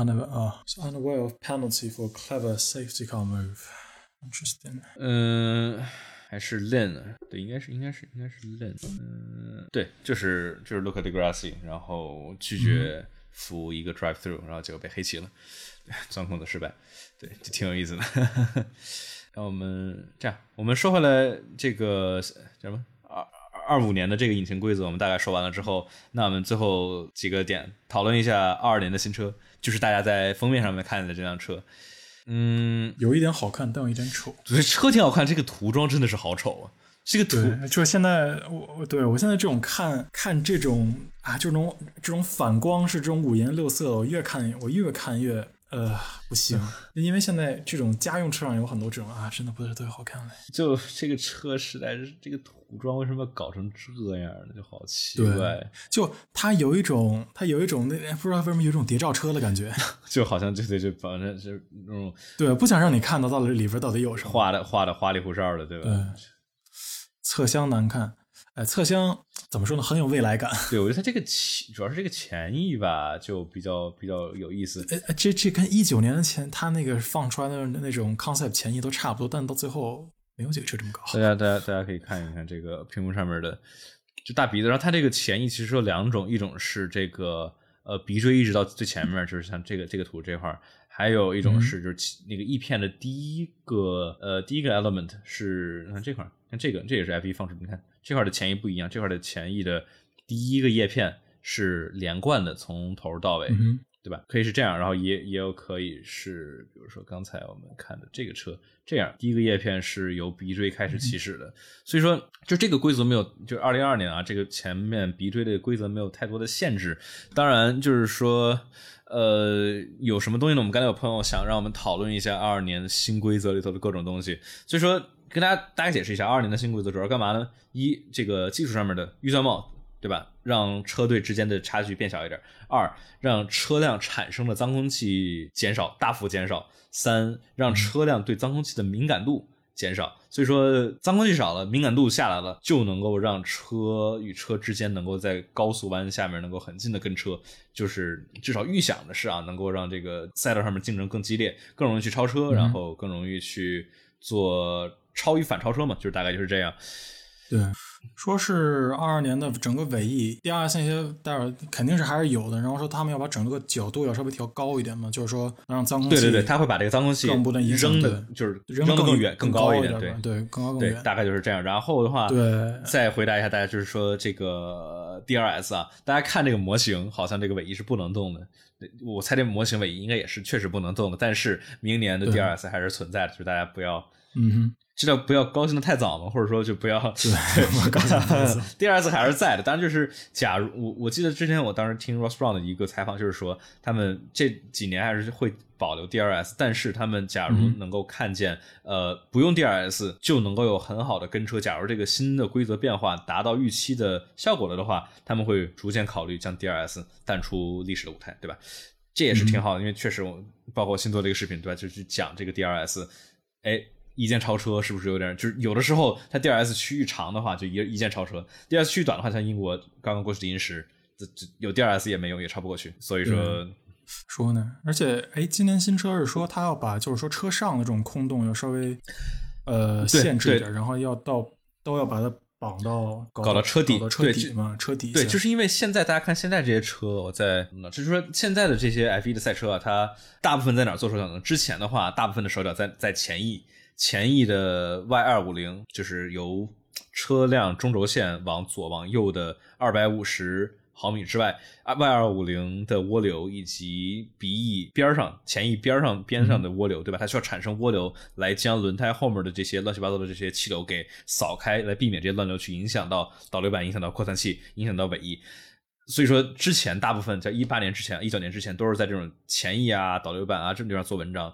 ，unaware of penalty for clever safety car move。Interesting。 还是 Lin， 对，应该是 Lin， 对，就是 Luca Di Grassi， 然后拒绝服一个 drive through， 然后结果被黑旗了，钻空子失败，对，就挺有意思的。然后我们说回来这个叫什么25年的这个引擎规则，我们大概说完了之后，那我们最后几个点讨论一下22年的新车，就是大家在封面上面看见的这辆车。 有一点好看，但有一点丑。 对，车挺好看，这个涂装真的是好丑啊！这个图， 就是现在我现在这种看这种啊，这种反光是这种五颜六色，我越看越不行，因为现在这种家用车上有很多这种啊，真的不是特别好看嘞。 就这个车实在是这个涂装为什么搞成这样呢？就好奇怪。 就它有一种那不知道为什么有一种谍照车的感觉， 就好像就反正是那种对，不想让你看到到底里边到底有什么， 画的花里胡哨的，对吧？ 对，侧箱难看。侧箱怎么说呢？很有未来感。 对，我觉得它这个主要是这个前翼吧，就比较有意思。 这跟19年前它那个放出来的那种 concept 前翼都差不多，但到最后没有几个车这么高。 大家可以看一看这个屏幕上面的，就大鼻子。然后它这个前翼其实有两种，一种是这个鼻锥一直到最前面，就是像这个图这块，还有一种是就是那个翼片的第一个 element 是看这块。看这也是 F1 放出，你看这块的前翼不一样，这块的前翼的第一个叶片是连贯的，从头到尾，对吧？可以是这样，然后也有可以是，比如说刚才我们看的这个车这样，第一个叶片是由鼻锥开始起始的，所以说就这个规则没有，就2022年啊，这个前面鼻锥的规则没有太多的限制。当然就是说有什么东西呢？我们刚才有朋友想让我们讨论一下22年新规则里头的各种东西，所以说跟大概解释一下22年的新规则主要干嘛呢？一，这个技术上面的预算帽，对吧？让车队之间的差距变小一点。二，让车辆产生的脏空气减少，大幅减少。三，让车辆对脏空气的敏感度减少。所以说脏空气少了，敏感度下来了，就能够让车与车之间能够在高速弯下面能够很近的跟车，就是至少预想的是啊，能够让这个赛道上面竞争更激烈，更容易去超车，然后更容易去做超与反超车嘛，就是大概就是这样。 对，说是22年的整个尾翼 DRS 那些待会肯定是还是有的，然后说他们要把整个角度要稍微调高一点嘛，就是说让脏空气对，他会把这个脏空气扔的就是扔得更远更高一点， 对，更高更远， 对，大概就是这样。然后的话， 对， 再回答一下大家，就是说这个 DRS 啊，大家看这个模型，好像这个尾翼是不能动的。我猜这模型尾翼应该也是确实不能动的，但是明年的 DRS 还是存在的，就是大家不要知道不要高兴的太早嘛，或者说就不要对高兴太早。 DRS 还是在的，当然就是假如我记得之前我当时听 Ross Brown 的一个采访，就是说他们这几年还是会保留 DRS， 但是他们假如能够看见不用 DRS 就能够有很好的跟车，假如这个新的规则变化达到预期的效果了的话，他们会逐渐考虑将 DRS 淡出历史的舞台，对吧？这也是挺好的，因为确实包括新做这个视频，对吧？就去讲这个 DRS， 一键超车是不是有点，就是有的时候它 DRS 区域长的话就一键超车， DRS 区域短的话像英国刚刚过去的银石有 DRS 也没用，也超不过去，所以说呢，而且今年新车是说它要把就是说车上的这种空洞要稍微限制一点，然后都要把它绑到搞到车底， 车底嘛，车底对，就是因为现在大家看现在这些车，就是说现在的这些 F1 的赛车啊，它大部分在哪做手脚呢？之前的话，大部分的手脚在前翼的 Y250， 就是由车辆中轴线往左往右的250毫米之外 ，Y250 的涡流以及鼻翼边上、前翼边上的涡流，对吧？它需要产生涡流来将轮胎后面的这些乱七八糟的这些气流给扫开，来避免这些乱流去影响到导流板、影响到扩散器、影响到尾翼。所以说之前大部分在18年之前、19年之前都是在这种前翼啊、导流板啊这种地方做文章。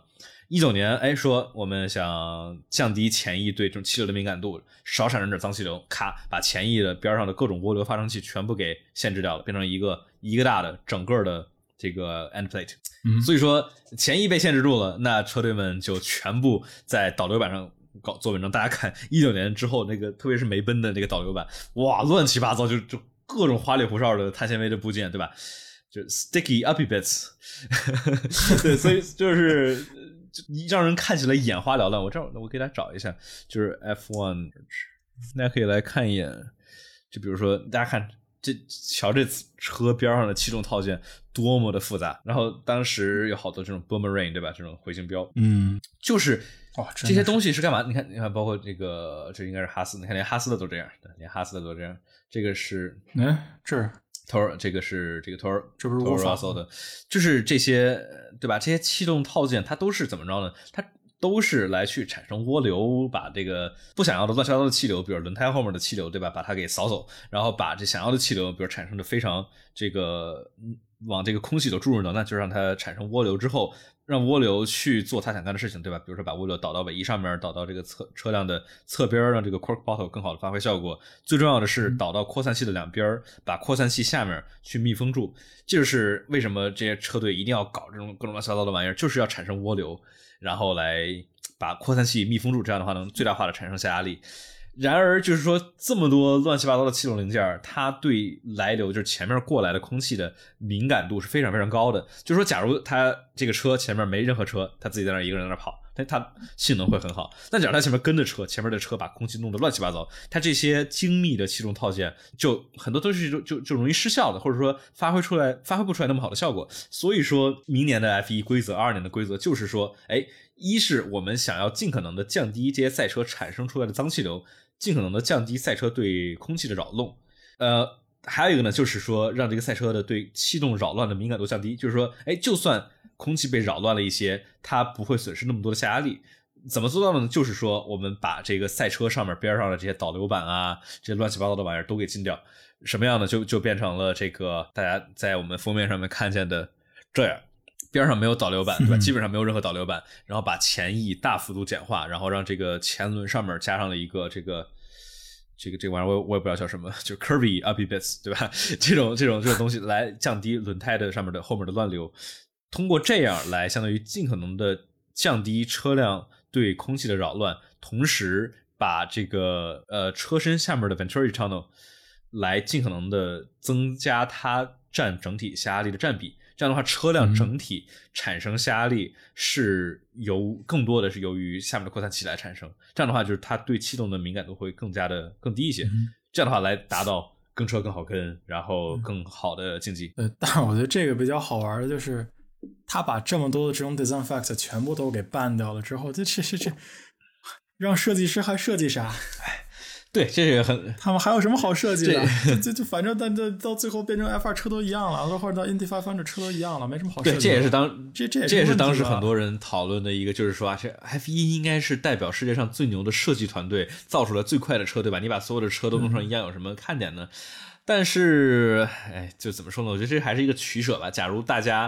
19年，哎，说我们想降低前翼对这种气流的敏感度，少产生点脏气流，咔，把前翼的边上的各种涡流发生器全部给限制掉了，变成一个大的整个的这个 end plate。所以说前翼被限制住了，那车队们就全部在导流板上做文章。大家看19年之后那个，特别是梅奔的那个导流板，哇，乱七八糟，就各种花里胡哨的碳纤维的部件，对吧？就 sticky uppy bits 对，所以就是让人看起来眼花缭乱。我给大家找一下，就是 F1 大家可以来看一眼，就比如说大家看瞧这车边上的气动套件多么的复杂，然后当时有好多这种 boomerang 对吧，这种回形标，就是这些东西是干嘛？你看包括这应该是哈斯，你看连哈斯的都这样，连哈斯的都这样。这个是这这个是这个 Toro 这不是 Rosso 的，就是这些对吧？这些气动套件它都是怎么着呢？它都是来去产生涡流，把这个不想要的乱七八糟的气流，比如轮胎后面的气流，对吧？把它给扫走，然后把这想要的气流，比如产生的非常这个往这个空气里注入呢，那就让它产生涡流之后，让涡流去做它想干的事情，对吧？比如说把涡流导到尾翼上面，导到这个车辆的侧边，让这个 cork bottle 更好的发挥效果。最重要的是导到扩散器的两边，把扩散器下面去密封住。这就是为什么这些车队一定要搞这种各种乱七八糟的玩意儿，就是要产生涡流，然后来把扩散器密封住，这样的话能最大化的产生下压力。然而就是说这么多乱七八糟的气动零件，它对来流就是前面过来的空气的敏感度是非常非常高的。就是说假如它这个车前面没任何车，它自己在那一个人在那跑，它性能会很好。但假如它前面跟着车，前面的车把空气弄得乱七八糟，它这些精密的气动套件就很多东西就容易失效的，或者说发挥不出来那么好的效果。所以说明年的 F1 规则，22年的规则就是说，一是我们想要尽可能的降低这些赛车产生出来的脏气流，尽可能的降低赛车对空气的扰动。还有一个呢，就是说让这个赛车的对气动扰乱的敏感度降低，就是说就算空气被扰乱了一些，它不会损失那么多的下压力。怎么做到的呢？就是说我们把这个赛车上面边上的这些导流板啊，这些乱七八糟的玩意儿都给禁掉。什么样呢？就变成了这个大家在我们封面上面看见的这样，边上没有导流板，对吧？基本上没有任何导流板，然后把前翼大幅度简化，然后让这个前轮上面加上了一个这个玩意儿，我也不知道叫什么，就 curvy uppy bits， 对吧？这种东西来降低轮胎的上面的后面的乱流，通过这样来相当于尽可能的降低车辆对空气的扰乱，同时把这个车身下面的 Venturi tunnel 来尽可能的增加它占整体下压力的占比。这样的话车辆整体产生下压力是更多的是由于下面的扩散器来产生，这样的话就是它对气动的敏感度会更低一些，这样的话来达到跟车更好跟，然后更好的竞技。 但是我觉得这个比较好玩的就是他把这么多的这种 design facts 全部都给ban掉了之后，这让设计师还设计啥？ 对，这是他们还有什么好设计的？就反正到最后变成 F2 车都一样了，或者到 Indy 500车都一样了，没什么好设计的。 对，这也是当时很多人讨论的一个，就是说这 F1 应该是代表世界上最牛的设计团队，造出来最快的车，对吧？你把所有的车都弄成一样，有什么看点呢？但是，就怎么说呢？我觉得这还是一个取舍吧。假如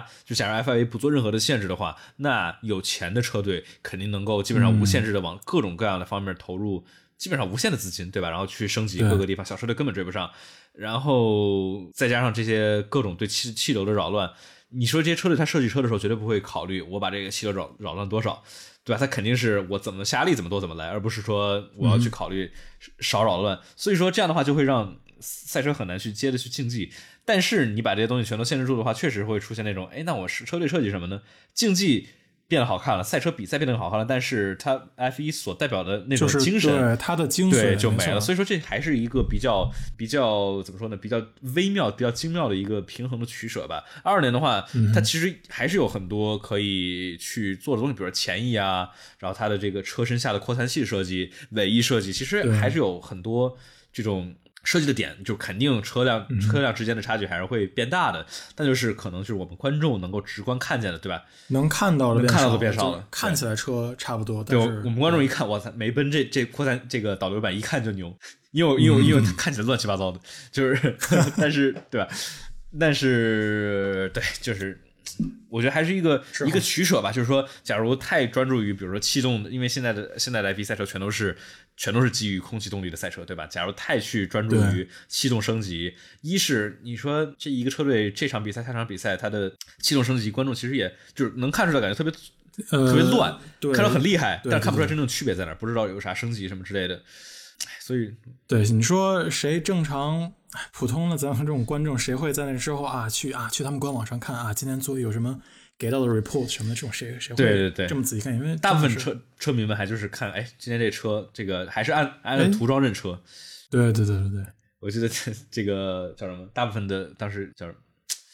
FIA 不做任何的限制的话，那有钱的车队肯定能够基本上无限制的往各种各样的方面投入。基本上无限的资金，对吧？然后去升级各个地方，小车队根本追不上。然后再加上这些各种对气流的扰乱，你说这些车队他设计车的时候绝对不会考虑我把这个气流扰乱多少，对吧？他肯定是我怎么下压力怎么多怎么来，而不是说我要去考虑少扰乱。所以说这样的话就会让赛车很难去接着去竞技。但是你把这些东西全都限制住的话，确实会出现那种，那我车队设计什么呢？竞技变得好看了，赛车比赛变得好看了，但是它 F1 所代表的那种精神， 对它的精髓对就没了。所以说这还是一个比较怎么说呢？比较微妙、比较精妙的一个平衡的取舍吧。22年的话，它其实还是有很多可以去做的东西，比如说前翼啊，然后它的这个车身下的扩散器设计、尾翼设计，其实还是有很多这种设计的点，就肯定车辆之间的差距还是会变大的，但就是可能就是我们观众能够直观看见的，对吧？ 能看到的变少了， 看起来车差不多， 对，我们观众一看，哇塞，梅奔这扩散这个导流板一看就牛，因为它看起来乱七八糟的，就是但是对吧？但是对，就是我觉得还是一个取舍吧，就是说，假如太专注于比如说气动，因为现在的 F1 赛车全都是基于空气动力的赛车，对吧？假如太去专注于气动升级，一是你说这一个车队这场比赛下场比赛它的气动升级，观众其实也就是能看出来感觉特别乱，看着很厉害，但看不出来真正区别在哪，不知道有啥升级什么之类的。所以对你说谁正常普通的咱们这种观众，谁会在那之后去他们官网上看今天有什么给到的 report 什么的，这种谁会这么仔细看？因为大部分车迷们还就是看今天这车这个还是按涂装认车。 对， 我记得这个叫什么，大部分的当时叫什么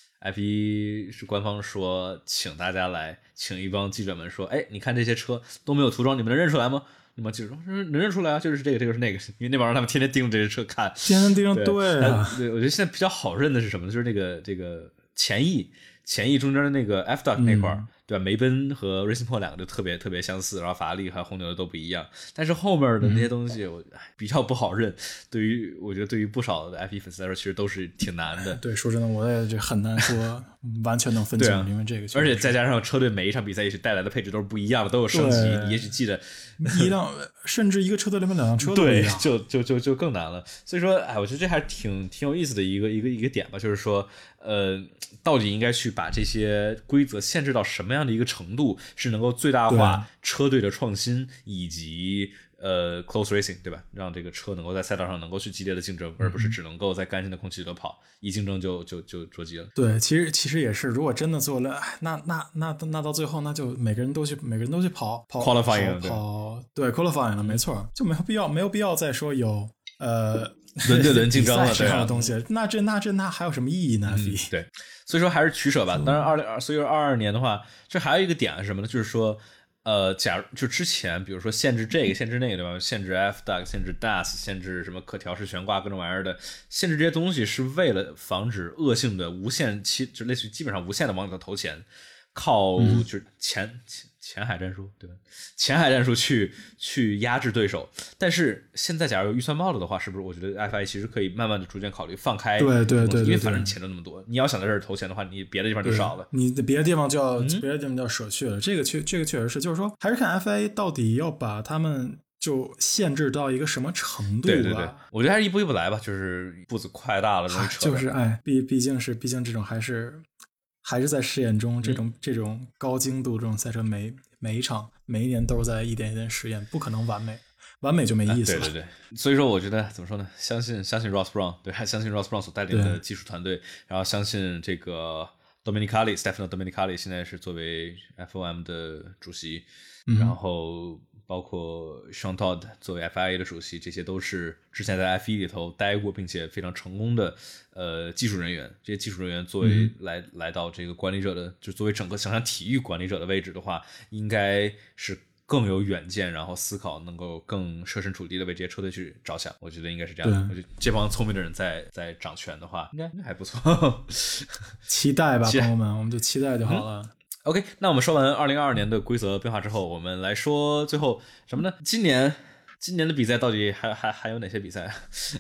F1是官方说请大家来，请一帮记者们说你看这些车都没有涂装，你们能认出来吗？你们记者说能认出来啊，就是这个是那个，因为那帮人他们天天盯着这些车看， 天天盯着。对， 我觉得现在比较好认的是什么呢？就是这个前翼中间的那个 F-Duct 那块对吧？梅奔和 Racing Point 两个就特别相似，然后法拉利还有红牛的都不一样，但是后面的那些东西我比较不好认，我觉得对于不少的 F1 粉丝来说其实都是挺难的。 对，说真的我也很难说完全能分清因为这个而且再加上车队每一场比赛也许带来的配置都是不一样的，都有升级，你也许记得甚至一个车队里面两辆车都不一样， 对，就更难了。所以说我觉得这还是挺有意思的一个点吧，就是说到底应该去把这些规则限制到什么样的一个程度，是能够最大化车队的创新以及close racing， 对吧？让这个车能够在赛道上能够去激烈的竞争，而不是只能够在干净的空气里头跑，一竞争就着急了。 对，其实也是，如果真的做了，那到最后，那就每个人都去跑 qualifying， 对 qualifying 了，没错，就没有必要再说有轮对轮竞争了这样的东西，那还有什么意义呢？ 对，所以说还是取舍吧。当然所以说22年的话，这还有一个点是什么呢？就是说假如就之前比如说限制这个限制那个，对吧？限制 F-Duct 限制 DAS 限制什么可调式悬挂各种玩意儿的，限制这些东西是为了防止恶性的无限期，就类似于基本上无限的往里头投钱，靠就是前海战术，对吧？前海战术去压制对手。但是现在假如有预算帽子的话，是不是我觉得 FIA 其实可以慢慢的逐渐考虑放开， 对， 因为反正钱就那么多，你要想在这儿投钱的话，你别的地方就少了， 你别的地方就要舍去了。这个确实是，就是说还是看 FIA 到底要把他们就限制到一个什么程度吧。 对，我觉得还是一步一步来吧，就是步子快大了容易扯。 就是毕竟这种还是在试验中，这种高精度这种赛车每一场每一年都是在一点一点实验，不可能完美就没意思了。 对，所以说我觉得怎么说呢？相信 Ross Brown， 对，还相信 Ross Brown 所带领的技术团队，然后相信这个 Stefano Domenicali 现在是作为 FOM 的主席，然后包括 Sean Todd 作为 FIA 的主席，这些都是之前在 F1 里头待过并且非常成功的技术人员。这些技术人员作为来到这个管理者的，就作为整个想想体育管理者的位置的话，应该是更有远见，然后思考能够更设身处地的为这些车队去着想。我觉得应该是这样的。我觉得这帮聪明的人在掌权的话，应该还不错。 期待吧，朋友们，我们就期待就好了。 OK， 那我们说完2022年的规则变化之后，我们来说最后什么呢？今年的比赛到底还有哪些比赛？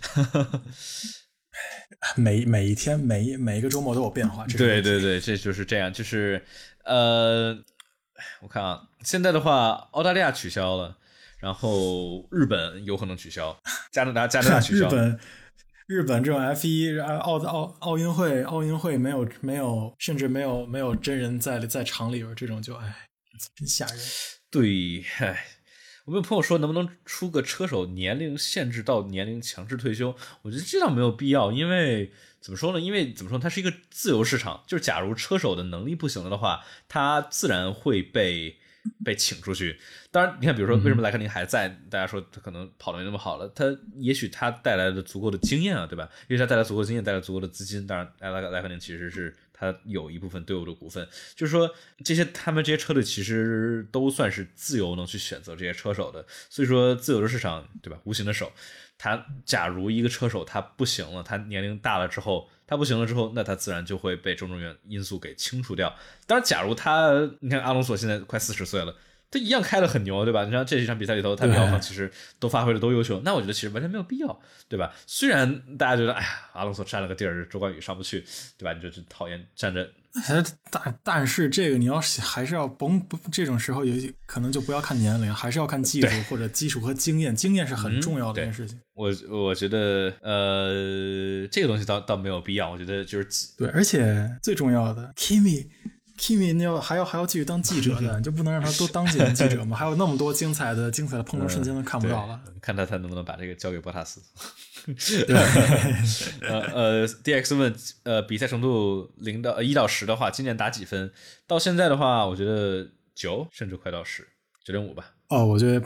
每一天每一个周末都有变化。 对，这就是这样。就是我看啊，现在的话，澳大利亚取消了，然后日本有可能取消，加拿大取消。 日本这种 F1 奥运会没有甚至没有真人在场里边，这种就真吓人。 对，我们有朋友说能不能出个车手年龄限制到年龄强制退休，我觉得这倒没有必要，因为怎么说呢，它是一个自由市场，就是假如车手的能力不行了的话，他自然会被请出去。当然你看比如说为什么莱克宁还在，大家说他可能跑得没那么好了，也许他带来了足够的经验啊，对吧？因为他带来足够的经验，带来足够的资金。当然莱克宁其实是他有一部分队伍的股份，就是说他们这些车队其实都算是自由能去选择这些车手的。所以说自由的市场，对吧？无形的手，他假如一个车手他不行了，他年龄大了之后，那他自然就会被种种因素给清除掉。当然假如你看阿隆索现在快40岁了， 他一样开得很牛，对吧？你像这几场比赛里头，他们两方其实都发挥的都优秀，那我觉得其实完全没有必要，对吧？虽然大家觉得，哎呀，阿隆索占了个地儿，周冠宇上不去，对吧？你就讨厌站着。 但是这个你要还是要这种时候可能就不要看年龄，还是要看技术或者技术和经验，经验是很重要的一件事情。 我觉得这个东西倒没有必要，我觉得就是对，而且最重要的 Kimi 你还要继续当记者的，你就不能让他多当几年记者吗？还有那么多精彩的碰撞瞬间都看不到了， 看他能不能把这个交给博塔斯。DX 问比赛程度1到10的话，今年打几分？到现在的话，我觉得9甚至快到10，9.5吧。 哦，我觉得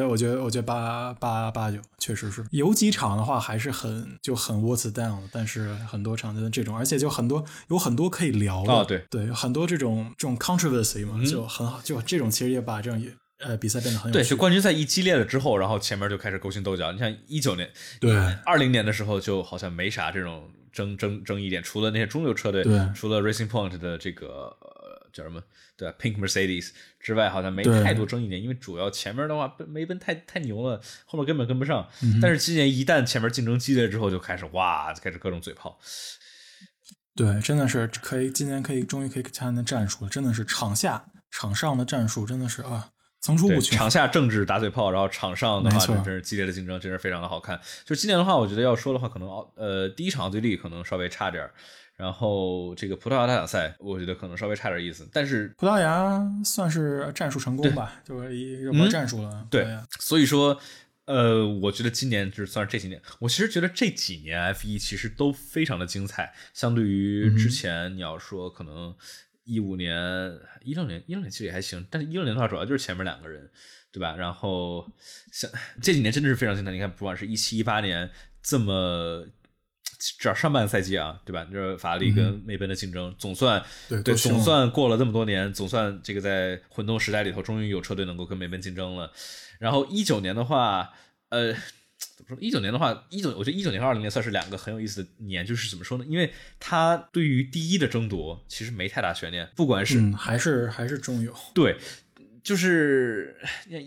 8、9确实是有几场的话还是很 what's down， 但是很多场的这种，而且有很多可以聊的。 哦， 对，有很多这种 controversy 嘛，就很好，就这种其实也把这种比赛变得很有趣。 对，就冠军赛一激烈了之后，然后前面就开始勾心斗角。你像19年， 对 20年的时候就好像没啥这种争议点，除了那些中流车队，除了 Racing Point 的这个叫什么？对 Pink Mercedes 之外，好像没太多争议点，因为主要前面的话梅奔太牛了，后面根本跟不上。但是今年一旦前面竞争激烈之后，就开始各种嘴炮。 对，真的是今年终于可以看见战术了，真的是场上的战术真的是层出不穷。 场下政治打嘴炮，然后场上的话真是激烈的竞争，真是非常的好看。就今年的话，我觉得要说的话，可能第一场奥地利可能稍微差点。然后这个葡萄牙大奖赛，我觉得可能稍微差点意思，但是葡萄牙算是战术成功吧，就是玩战术了。 对，所以说，我觉得今年就算是这几年，我其实觉得这几年 F1 其实都非常的精彩，相对于之前，你要说可能16年其实也还行，但是16年的话，主要就是前面2个人，对吧？然后像这几年真的是非常精彩，你看，不管是17、18年这么。至少上半个赛季啊，对吧？就是法拉利跟梅奔的竞争，总算总算过了这么多年，总算这个在混动时代里头，终于有车队能够跟梅奔竞争了。然后19年的话，怎么说？19年的话，我觉得19年和20年算是2个很有意思的年，就是怎么说呢？因为它对于第一的争夺其实没太大悬念，不管是还是中游。 对，就是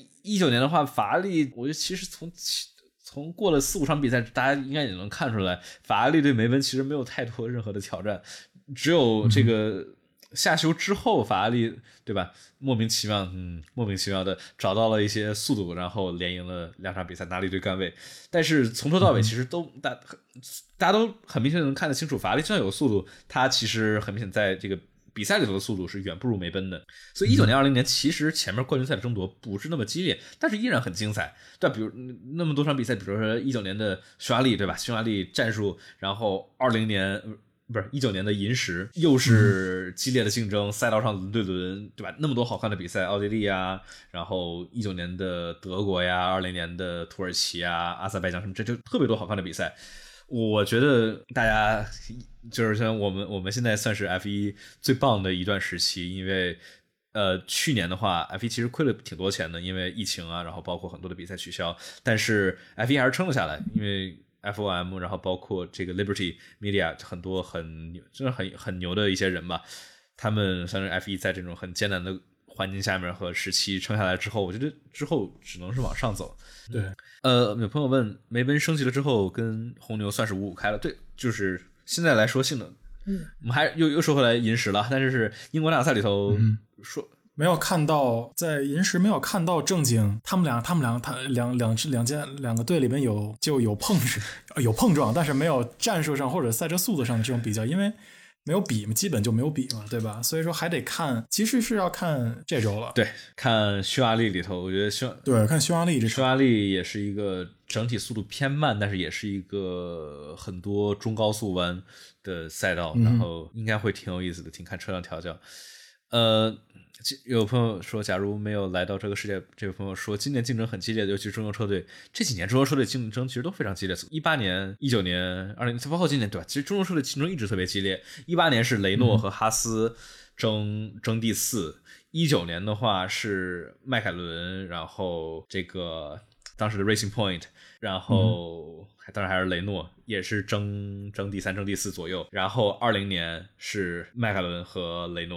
19年的话，法拉利，我觉得其实从过了4、5场比赛，大家应该也能看出来，法拉利对梅奔其实没有太多任何的挑战，只有这个下修之后，法拉利对吧，莫名其妙的找到了一些速度，然后连赢了2场比赛，拿了一堆杆位。但是从头到尾，其实大家都很明显能看得清楚，法拉利就算有速度，它其实很明显在这个比赛里头的速度是远不如梅奔的，所以19年、20年其实前面冠军赛的争夺不是那么激烈，但是依然很精彩，对吧？比如那么多场比赛，比如说19年的匈牙利，对吧？匈牙利战术，然后20年不是19年的银石，又是激烈的竞争，赛道上轮对轮，对吧？那么多好看的比赛，奥地利啊，然后19年的德国呀，20年的土耳其啊，阿塞拜疆什么，这就特别多好看的比赛。我觉得大家就是像我们现在算是 F1 最棒的一段时期，因为去年的话 F1 其实亏了挺多钱的，因为疫情啊，然后包括很多的比赛取消，但是 F1 还是撑了下来，因为 FOM 然后包括这个 Liberty Media 很多真的很牛的一些人吧，他们算是 F1 在这种很艰难的环境下面和时期撑下来之后，我觉得之后只能是往上走。 对， 有朋友问梅奔升级了之后跟红牛算是5-5开了，对，就是现在来说性能，我们还又说回来银石了，但是英国大赛里头说没有看到，在银石没有看到正经，他们两个队里边有碰撞，但是没有战术上或者赛车速度上的这种比较，因为没有比嘛，基本就没有比嘛，对吧？所以说还得看，其实是要看这周了。 对，看匈牙利里头，我觉得看匈牙利匈牙利也是一个整体速度偏慢，但是也是一个很多中高速弯的赛道，然后应该会挺有意思的，挺看车辆调教。有朋友说，假如没有来到这个世界，这位朋友说，今年竞争很激烈的，尤其是中游车队。这几年中游车队竞争其实都非常激烈，18年、19年、20年，包括今年，对吧？其实中游车队竞争一直特别激烈。18年是雷诺和哈斯争第4，19年的话是迈凯伦，然后这个当时的 Racing Point， 然后当然还是雷诺，也是争第3、争第4左右。然后20年是迈凯伦和雷诺。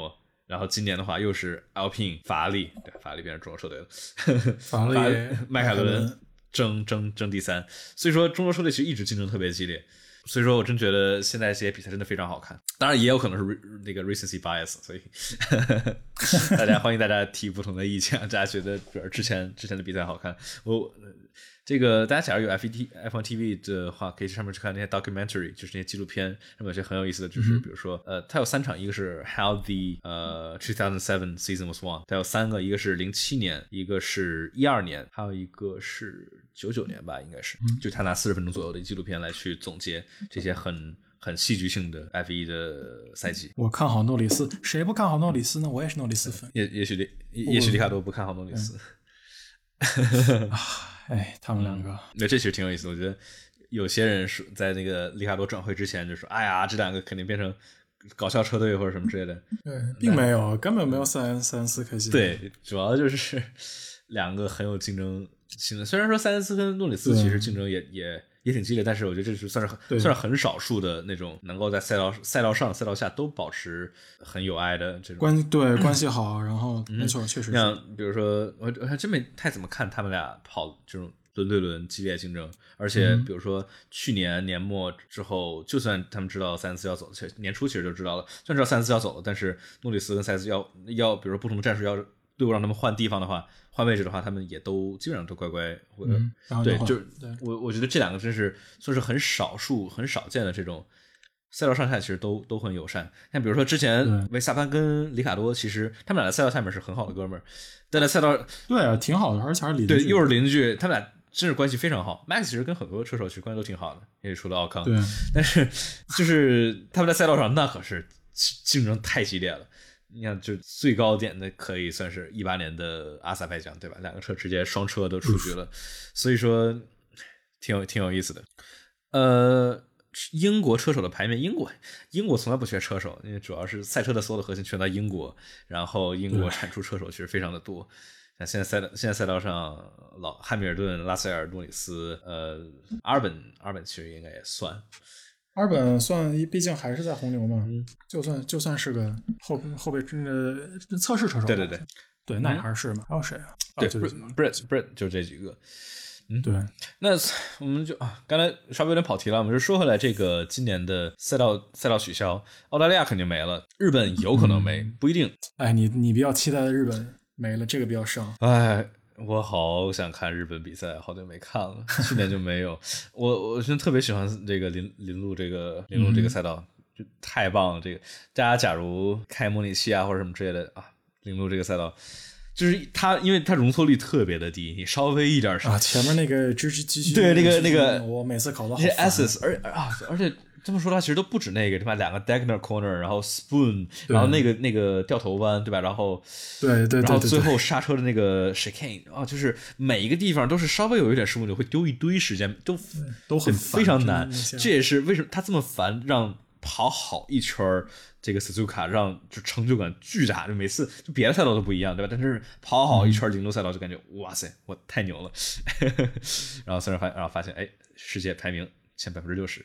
然后今年的话又是 Alpine 法拉利，对，法拉利变成中国车队了， 法拉利迈凯伦争第3，所以说中国车队其实一直竞争特别激烈。所以说我真觉得现在这些比赛真的非常好看，当然也有可能是那个 recency bias， 所以欢迎大家提不同的意见，大家觉得比如之前的比赛好看，这个大家假如有 F1 TV 的话，可以去上面去看那些 documentary， 就是那些纪录片，上面有些很有意思的，就是比如说它有3场，一个是 How the 2007 season was won， 它有3个，一个是07年，一个是12年，还有一个是99年吧，应该是，就他拿40分钟左右的纪录片来去总结这些很戏剧性的 F1 的赛季。 我看好诺里斯，谁不看好诺里斯呢？我也是诺里斯粉。 也许里卡多不看好诺里斯。 哎，他们两个， 那这其实挺有意思的。我觉得有些人说在那个里卡多转会之前就说：“哎呀，这2个肯定变成搞笑车队或者什么之类的。” 对，并没有，根本没有塞恩斯可惜。 对，主要就是2个很有竞争性的。虽然说塞恩斯跟诺里斯其实竞争也挺激烈，但是我觉得这是算是很少数的那种能够在赛道上赛道下都保持很友爱的这种关系好，然后没错，确实像比如说我还真没太怎么看他们俩跑这种轮对轮激烈竞争，而且比如说去年年末之后，就算他们知道塞恩斯要走，年初其实就知道了，虽然知道塞恩斯要走了，但是诺里斯跟塞恩斯要比如说不同的战术要队伍让他们换地方的话，换位置的话，他们也都基本上都乖乖对，就是我觉得这2个真是算是很少见的这种赛道上下其实都很友善。像比如说之前维萨潘跟里卡多，其实他们俩在赛道下面是很好的哥们儿，但在赛道对啊挺好的，而且还是邻居， 对，又是邻居，他们俩真是关系非常好。Max 其实跟很多车手其实关系都挺好的，也除了奥康， 对， 但是就是他们在赛道上那可是竞争太激烈了。你看，就最高点的可以算是18年的阿塞拜疆，对吧？2个车直接双车都出局了，所以说挺有意思的。英国车手的排名，英国从来不缺车手，因为主要是赛车的所有的核心全在英国，然后英国产出车手其实非常的多。像现在赛道上，老汉密尔顿、拉塞尔、诺里斯，阿尔本其实应该也算。 阿尔本算，毕竟还是在红牛嘛，就算是个后备测试车手，对，那还是嘛，还有谁啊？ 对，Brett 就这几个。 对， 那我们就刚才稍微有点跑题了，我们就说回来，这个今年的赛道取消，澳大利亚肯定没了，日本有可能没，不一定。 哎，你比较期待的日本没了，这个比较伤。 哎，我好想看日本比赛，好久没看了，去年就没有。我真的特别喜欢这个铃鹿这个赛道，就太棒了。这个大家假如开模拟器啊或者什么之类的啊，铃鹿这个赛道。就是它，因为它容错率特别的低，你稍微一点啊，前面那个支持机对那个， 我每次搞到好烦。S's， 而且这么说的话，其实都不止那个，对吧？2个 Dagner Corner， 然后 Spoon， 然后那个掉头弯，对吧？然后对， 然后最后刹车的那个 chicane 啊，就是每一个地方都是稍微有一点失误，你会丢一堆时间， 都很非常难。这也是为什么他这么烦，让跑好一圈这个 Suzuka 让就成就感巨大，就每次就别的赛道都不一样，对吧？但是跑好一圈铃鹿赛道就感觉哇塞，我太牛了。然后发现哎，世界排名前60%，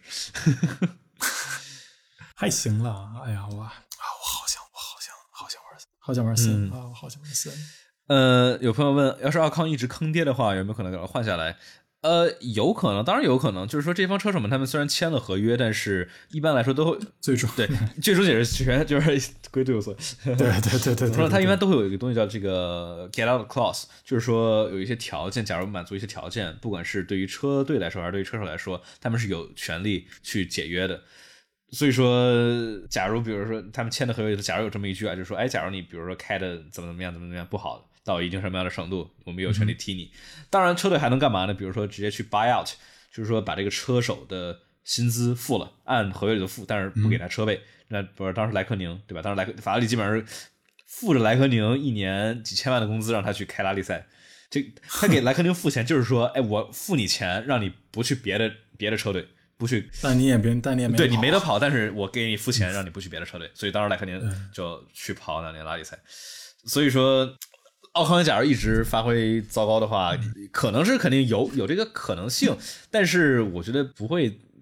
还行了。哎呀，我好想玩森啊，我好想玩森。 有朋友问，要是奥康一直坑爹的话，有没有可能给他换下来？有可能，当然有可能。就是说，这帮车手们他们虽然签了合约，但是一般来说都会最终解释权就是归队友所。 对。 说他一般都会有一个东西叫这个 get out clause， 就是说有一些条件，假如满足一些条件，不管是对于车队来说还是对于车手来说，他们是有权利去解约的。所以说，假如比如说他们签的合约，假如有这么一句啊，就是说，哎，假如你比如说开的怎么样不好的。到一定什么样的程度，我们有权利踢你。当然，车队还能干嘛呢？比如说直接去 buy out， 就是说把这个车手的薪资付了，按合约里头付，但是不给他车位。那不是当时莱科宁对吧？当时法拉利基本上是付着莱科宁1年几千万的工资，让他去开拉力赛。他给莱科宁付钱，就是说，哎，我付你钱，让你不去别的车队，不去。 但你也没对你没得跑，但是我给你付钱，让你不去别的车队。所以当时莱科宁就去跑2年拉力赛。所以说。奥康假如一直发挥糟糕的话，可能是肯定有这个可能性，但是我觉得不会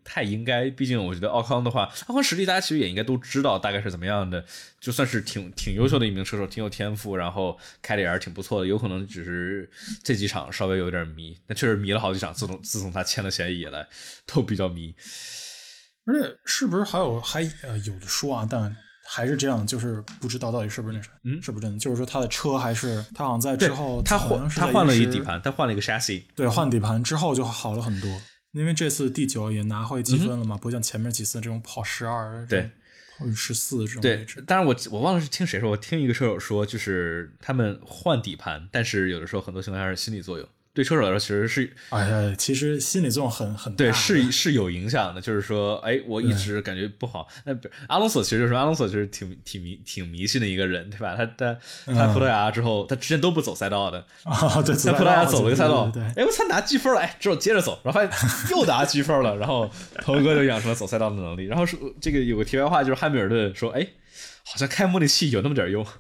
太应该，毕竟我觉得奥康的话，奥康实力大家其实也应该都知道大概是怎么样的，就算是挺优秀的一名车手，挺有天赋，然后开的也是挺不错的，有可能只是这几场稍微有点迷，但确实迷了好几场，自从他签了协议以来都比较迷。 而且是不是还有的说啊，但还是这样，就是不知道到底是不是那啥，是不是真的？就是说他的车还是他好像在之后他换了一底盘，他换了一个 chassis， 对，换底盘之后就好了很多。因为这次第9也拿回积分了嘛，不像前面几次这种跑12， 对， 跑14这种位置。 对，当然我忘了是听谁说，我听一个车手说，就是他们换底盘，但是有的时候很多情况下是心理作用。对车手来说其实是， 其实心理作用很大， 对，是有影响的。就是说，我一直感觉不好。那阿隆索其实就是阿隆索，就是挺迷信的一个人，对吧？他葡萄牙之后，他之前都不走赛道的对， 在葡萄牙走了一个赛道， 对， 我操，拿积分了，之后接着走，然后又拿积分了，然后头哥就养成了走赛道的能力。然后这个有个题外话，就是汉密尔顿说，好像开模拟器有那么点用。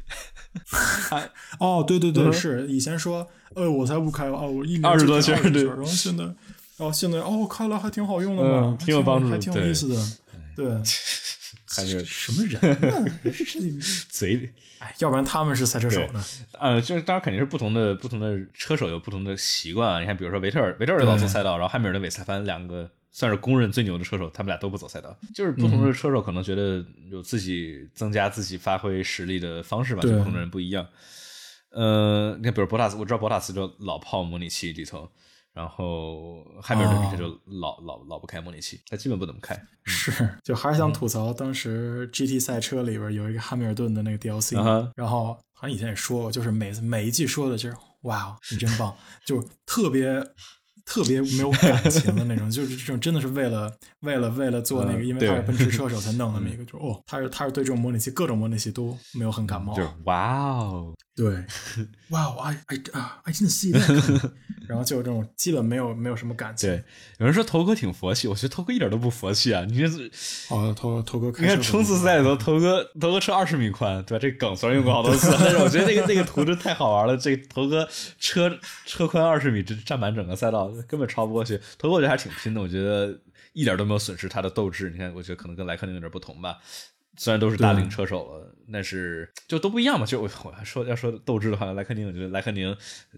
对，是以前说，我才不开我1年 20多圈，对， 然后现在开了还挺好用的嘛， 挺有帮助， 还挺有意思的，对。什么人嘴里， 要不然他们是赛车手呢？ 就是当然肯定是不同的车手有不同的习惯啊。你看，比如说维特尔老走赛道，然后汉密尔顿、韦斯塔潘两个算是公认最牛的车手，他们俩都不走赛道。就是不同的车手可能觉得有自己增加自己发挥实力的方式吧，就不同的人不一样。你看，比如博塔斯，我知道博塔斯就老泡模拟器里头。然后汉密尔顿比赛就老不开模拟器，他基本不怎么开。 是，就还是想吐槽当时 GT 赛车里边有一个汉密尔顿的那个 DLC，然后好像以前也说过，就是每一季说的就是哇，你真棒，就特别没有感情的那种，就是这种真的是为了做那个，因为他是奔驰车手才弄那么一个，就他是对这种模拟器各种模拟器都没有很感冒， 就是哇哦， 对，哇哦 I didn't see that 然后就这种基本没有什么感情。 对，有人说头哥挺佛系，我觉得头哥一点都不佛系啊！你这头哥开车， 你看冲刺赛里头，头哥车20米宽，对吧？这个梗虽然用过好多次，但是我觉得那个图真太好玩了。这个头哥车宽20米，这占满整个赛道，根本超不过去。头哥我觉得还挺拼的，我觉得一点都没有损失他的斗志。你看，我觉得可能跟莱克宁有点不同吧。虽然都是大龄车手了，但是就都不一样嘛。就我还要说斗志的话，莱克宁，我觉得莱克宁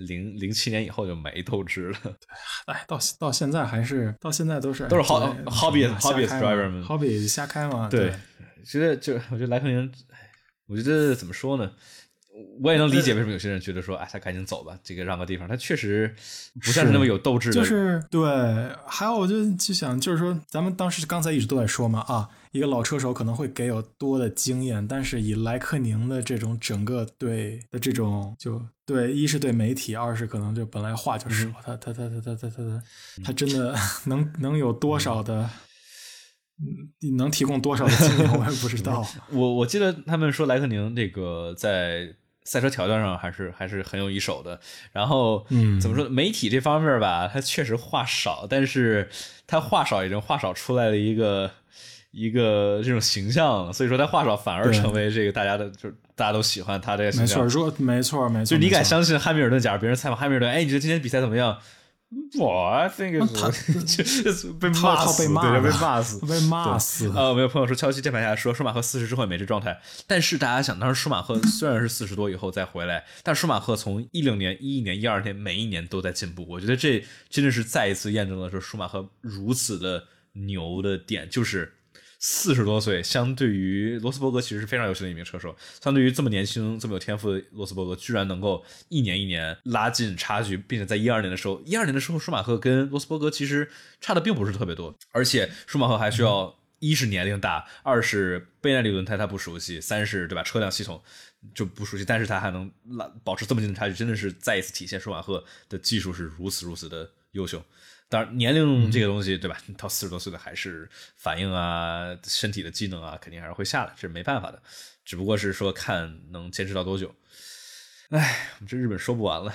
07年以后就没斗志了。 到现在还是到现在都是 hobby driver 们 hobby 瞎开嘛。 对，我觉得莱克宁，我觉得怎么说呢？我也能理解为什么有些人觉得说，他赶紧走吧，这个让个地方。他确实不像是那么有斗志的。 就是对，还有我就想，就是说，咱们当时刚才一直都在说嘛，一个老车手可能会给有多的经验，但是以莱克宁的这种整个对的这种，就对，一是对媒体，二是可能就本来话就少，他真的能有多少的。能提供多少的经验我也不知道。 我记得他们说莱克宁这个在赛车条件上还是很有一手的。然后怎么说，媒体这方面吧，他确实话少，但是他话少已经话少出来了一个这种形象，所以说他话少反而成为这个大家都喜欢他这个形象。 没错。 就你敢相信汉密尔顿？假如别人采访汉密尔顿，你觉得今天比赛怎么样？我那个就是被骂死，对， 被骂死。 没有朋友说乔西键盘侠说舒马赫40之后也没这状态，但是大家想，当时舒马赫虽然是40多以后再回来，但舒马赫从10年、11年、12年每一年都在进步。我觉得这真的是再一次验证了说舒马赫如此的牛的点，就是40多岁，相对于罗斯伯格其实是非常优秀的一名车手，相对于这么年轻这么有天赋的罗斯伯格，居然能够一年一年拉近差距，并且在12年的时候舒马赫跟罗斯伯格其实差的并不是特别多，而且舒马赫还需要一是年龄大，二是贝耐力轮胎他不熟悉，三是对吧车辆系统就不熟悉，但是他还能保持这么近的差距，真的是再一次体现舒马赫的技术是如此的优秀。当然年龄这个东西对吧，到40多岁的还是反应啊身体的机能啊肯定还是会下来，这是没办法的，只不过是说看能坚持到多久。我们这日本说不完了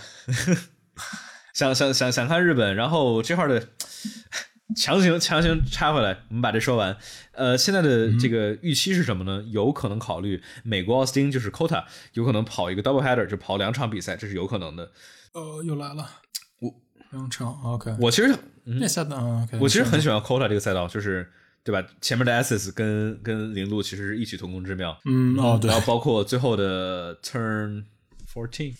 想看日本，然后这块的强行插回来，我们把这说完。现在的这个预期是什么呢？有可能考虑美国奥斯汀就是 Kota 有可能跑一个 double header， 就跑2场比赛，这是有可能的。 又来了。 羊城 OK。 我其实那赛道我其实很喜欢 Kota 这个赛道，就是对吧？前面的 Essex 跟零路其实是异曲同工之妙。 对。 然后包括最后的 Turn 14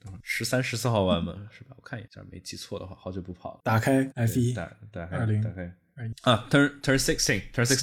13、14号弯嘛，是吧？我看一下，没记错的话，好久不跑了。 打开 F1， 打开啊 ，Turn 16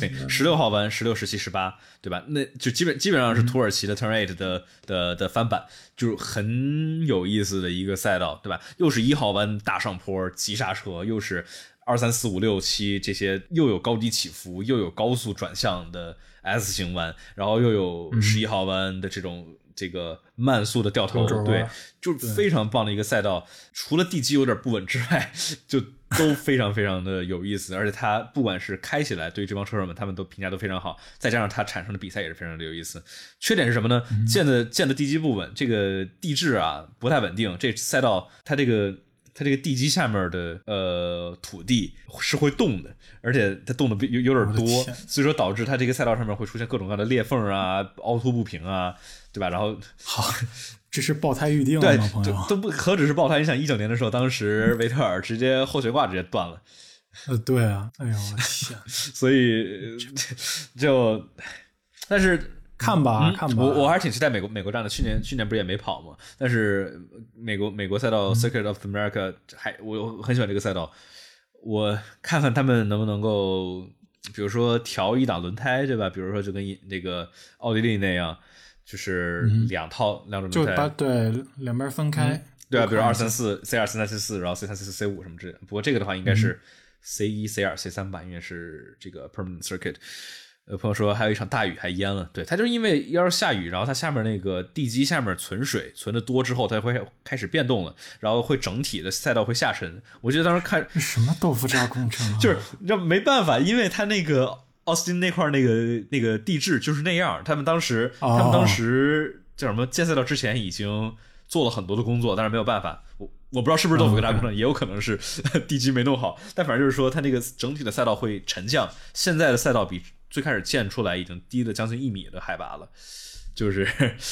16号弯，16、17、18，对吧？那就基本上是土耳其的 Turn 8的翻版，就是很有意思的一个赛道，对吧？又是1号弯大上坡急刹车，又是2、3、4、5、6、7这些又有高低起伏又有高速转向的 S 型弯，然后又有11号弯的这个慢速的掉头，对，就是非常棒的一个赛道。除了地基有点不稳之外，就都非常非常的有意思。而且它不管是开起来，对于这帮车手们，他们都评价都非常好。再加上它产生的比赛也是非常的有意思。缺点是什么呢？建的地基不稳，这个地质啊不太稳定。这赛道它这个地基下面的土地是会动的，而且它动的有点多，所以说导致它这个赛道上面会出现各种各样的裂缝啊、凹凸不平啊，对吧？然后好，这是爆胎预定对吗，朋友？ 都不何止是爆胎，你想19年的时候，当时维特尔直接后悬挂直接断了。 对啊，哎呦我天！ 所以就，但是。 看吧， 我还是挺期待美国站的。去年不是也没跑吗？但是美国赛道 Circuit of America 我很喜欢这个赛道。我看看他们能不能够，比如说调一档轮胎，对吧？比如说就跟那个奥地利那样，就是两种轮胎， 就把两边分开。 对啊，比如234 C2 C3 C4，然后 C3 C4 C5 什么之类的。不过这个的话应该是 C1 C2 C3 吧，因为是这个 Permanent Circuit。朋友说还有一场大雨还淹了，对，它就是因为要是下雨，然后它下面那个地基下面存水存的多之后，它会开始变动了，然后会整体的赛道会下沉。我记得当时看什么豆腐渣工程啊， 就是你知道没办法，因为它那个奥斯汀那块那个地质就是那样，他们当时叫什么建赛道之前已经做了很多的工作，但是没有办法，我不知道是不是豆腐渣工程，也有可能是地基没弄好，但反正就是说它那个整体的赛道会沉降，现在的赛道比最开始建出来已经低了将近1米的海拔了，就是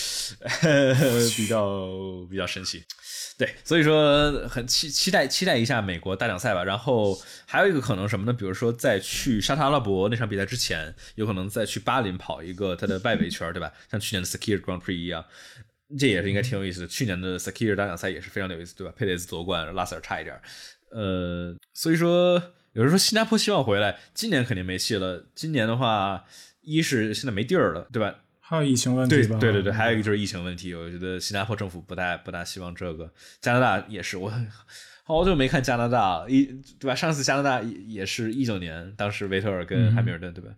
比较神奇。对，所以说很期待一下美国大奖赛吧。然后还有一个可能什么呢？比如说在去沙特阿拉伯那场比赛之前，有可能再去巴林跑一个它的外围圈，对吧？像去年的 Sakir Grand Prix 一样，这也是应该挺有意思的。去年的 Sakir 大奖赛也是非常有意思，对吧？佩雷兹夺冠，拉塞尔差一点。所以说。有人说新加坡希望回来，今年肯定没戏了。今年的话，一是现在没地儿了，对吧？ 还有疫情问题吧？ 对，还有一个就是疫情问题。我觉得新加坡政府不大希望这个。加拿大也是，我好久没看加拿大，对吧？上次加拿大也是19年，当时维特尔跟汉密尔顿，对吧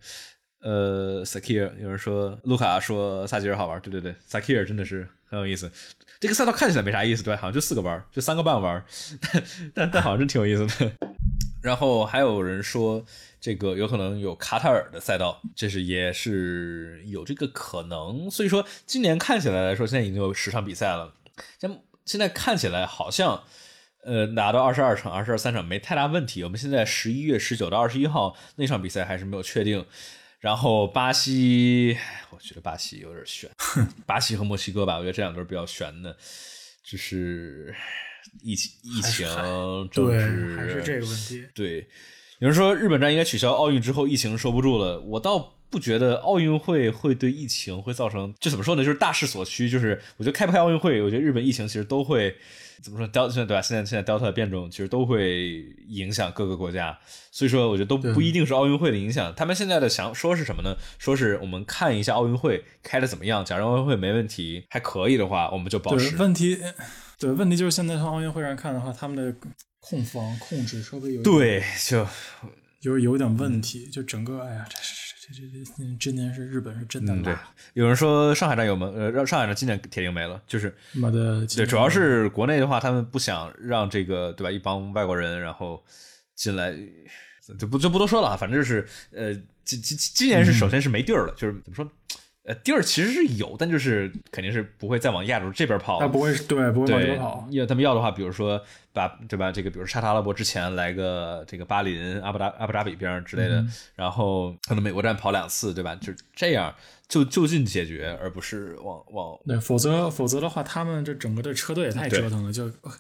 ？Sakir 有人说，卢卡说萨吉尔好玩，对 ，Sakir 真的是很有意思。这个赛道看起来没啥意思，对吧？好像就4个弯，就3个半弯，但好像真挺有意思的。然后还有人说这个有可能有卡塔尔的赛道，也是有这个可能。所以说今年看起来说，现在已经有10场比赛了，现在看起来好像拿到22场、23场没太大问题。我们现在11月19到21号那场比赛还是没有确定。然后巴西，我觉得巴西有点悬，巴西和墨西哥吧，我觉得这2队比较悬的，就是疫情政治还是这个问题。 对，有人说日本站应该取消奥运之后疫情收不住了，我倒不觉得奥运会会对疫情会造成，就怎么说呢，就是大势所趋。就是我觉得开不开奥运会，我觉得日本疫情其实都会怎么说 Delta 对吧？现在 Delta 的变种其实都会影响各个国家，所以说我觉得都不一定是奥运会的影响。他们现在的说是什么呢？说是我们看一下奥运会开的怎么样，假如奥运会没问题还可以的话，我们就保持。 问题就是现在从奥运会上看的话，他们的控制稍微有点问题，就整个哎呀，这今年是日本是真的对，有人说上海站让上海站今年铁定没了，就是对，主要是国内的话，他们不想让这个对吧，一帮外国人然后进来，就不多说了，反正就是今年是首先是没地儿了，就是怎么说？地儿其实是有，但就是肯定是不会再往亚洲这边跑， 他不会往这边跑。 要他们要的话，比如说对吧？这个比如沙特阿拉伯之前来个这个巴林、阿布扎比边之类的，然后可能美国站跑2次，对吧？就这样就近解决，而不是往对，否则的话，他们这整个的车队也太折腾了，就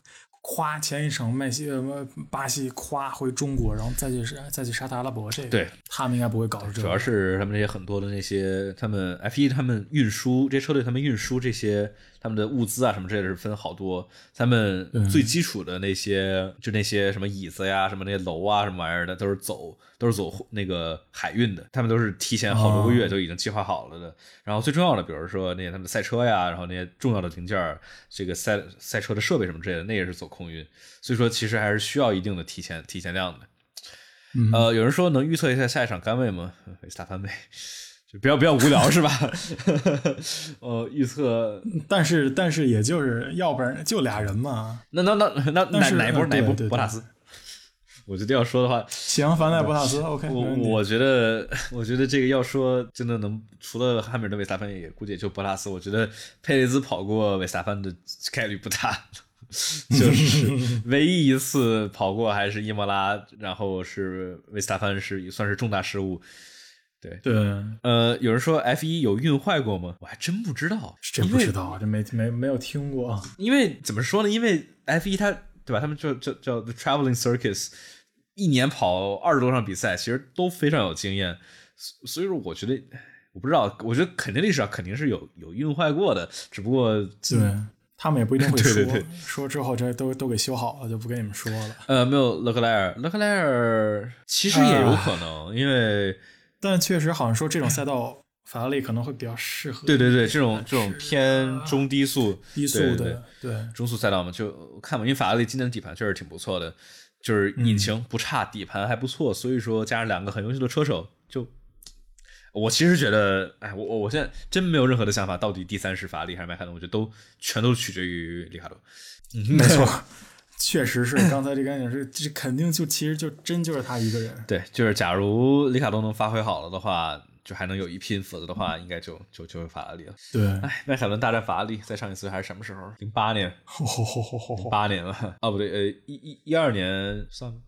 夸前一场巴西夸回中国，然后再去沙特阿拉伯，这个对他们应该不会搞出这个。 主要是他们这些很多的那些他们 F1 他们运输这些车队，他们运输这些他们的物资啊什么之类的是分好多，他们最基础的那些就那些什么椅子呀什么那些楼啊什么玩意儿的都是走那个海运的，他们都是提前好多个月就已经计划好了的。然后最重要的比如说那些他们的赛车呀，然后那些重要的零件，这个赛车的设备什么之类的，那也是走空运，所以说其实还是需要一定的提前量的。有人说能预测一下下一场杆位吗？维斯塔潘呗，就不要无聊是吧？预测， 但是也就是要不然就俩人嘛。 那哪一波博塔斯？我觉得要说的话， 行，凡奈博塔斯 OK。 我觉得这个要说真的能除了汉密尔顿、维斯塔潘，也估计也就博塔斯。我觉得佩雷兹跑过维斯塔潘的概率不大。就是唯一一次跑过还是伊莫拉，然后是维斯塔潘算是重大失误。对，有人说 F1 有运坏过吗？我还真不知道， 真不知道，这没有听过。 因为怎么说呢？因为 F1 它对吧？他们叫 The Traveling Circus， 一年跑20多场比赛，其实都非常有经验，所以说我觉得我不知道，我觉得肯定历史上肯定是有运坏过的，只不过对。他们也不一定会说， 对说之后这都给修好了，就不跟你们说了。 没有勒克莱尔其实也有可能，因为但确实好像说这种赛道法拉利可能会比较适合。 对，这种偏中低速的，对中速赛道嘛，就看嘛，因为法拉利今年的底盘确实挺不错的，就是引擎不差，底盘还不错，所以说加上两个很优秀的车手，就。我其实觉得，我现在真没有任何的想法，到底第3是法拉利还是迈凯伦？我觉得全都取决于里卡多。 没错，确实是。刚才这个是，这肯定其实真就是他一个人。 对，就是假如里卡多能发挥好了的话，就还能有一拼，否则的话，应该就是法拉利了。 对， 迈凯伦大战法拉利，再上一次还是什么时候？08年，8年了。哦，不对，12年算了。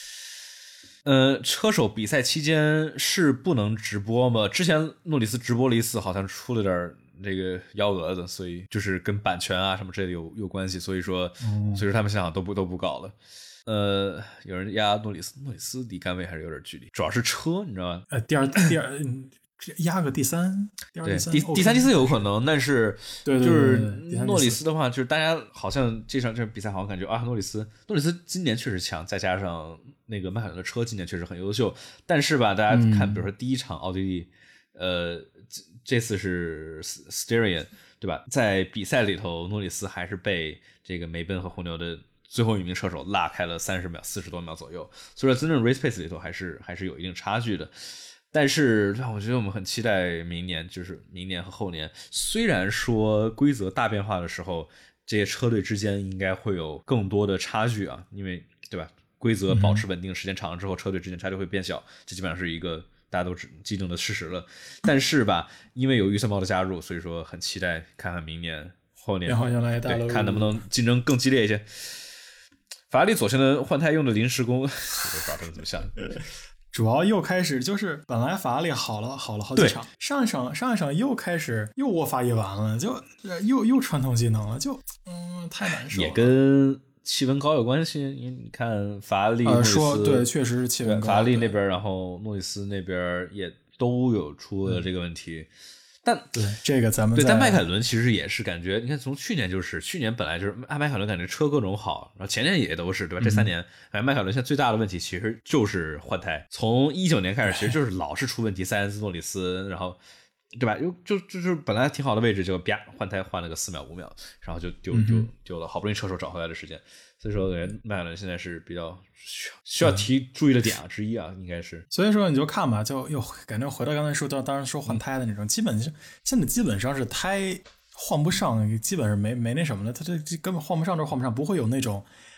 车手比赛期间是不能直播吗？之前诺里斯直播了一次，好像出了点这个幺蛾子，所以就是跟版权啊什么之类的有关系，所以说他们现在都不搞了。有人压诺里斯离杆位还是有点距离，主要是车，你知道吗？ 第二压个第三， 对，第三第四有可能，但是就是诺里斯的话，就是大家好像这场比赛好像感觉啊，诺里斯今年确实强，再加上那个迈凯伦的车今年确实很优秀，但是吧，大家看，比如说第一场奥地利，这次是 Styrian， 对吧？在比赛里头，诺里斯还是被这个梅奔和红牛的最后一名车手拉开了30秒、40多秒左右，所以说真正 race pace 里头还是有一定差距的。但是我觉得我们很期待明年，就是明年和后年，虽然说规则大变化的时候，这些车队之间应该会有更多的差距啊，因为对吧？规则保持稳定时间长了之后，车队之间差距会变小，这基本上是一个大家都既定的事实了。对，但是吧，因为有预算包的加入，所以说很期待看看明年后年，对，看能不能竞争更激烈一些。法拉利左前轮换胎用的临时工，我不知道他们怎么想。 主要又开始就是本来法拉利好了好几场，上一场又开始又握发一完了，就又传统技能了，就太难受了。 也跟气温高有关系，因为你看法拉利诺里斯， 说对，确实是气温高。 法拉利那边，然后诺里斯那边也都有出了这个问题。但对这个咱们对，但迈凯伦其实也是感觉，你看从去年本来就是迈凯伦感觉车各种好，然后前年也都是对吧？这3年，迈凯伦现在最大的问题其实就是换胎。从19年开始，其实就是老是出问题，塞恩斯、诺里斯，然后对吧？就是本来挺好的位置，就啪换胎换了个4秒5秒，然后就丢了，好不容易车手找回来的时间。所以说，迈凯伦现在是比较需要注意的点之一啊，应该是。 所以说你就看吧，就又感觉回到刚才说到当时说换胎的那种，现在基本上是胎换不上，基本上没那什么了，它这根本换不上，不会有那种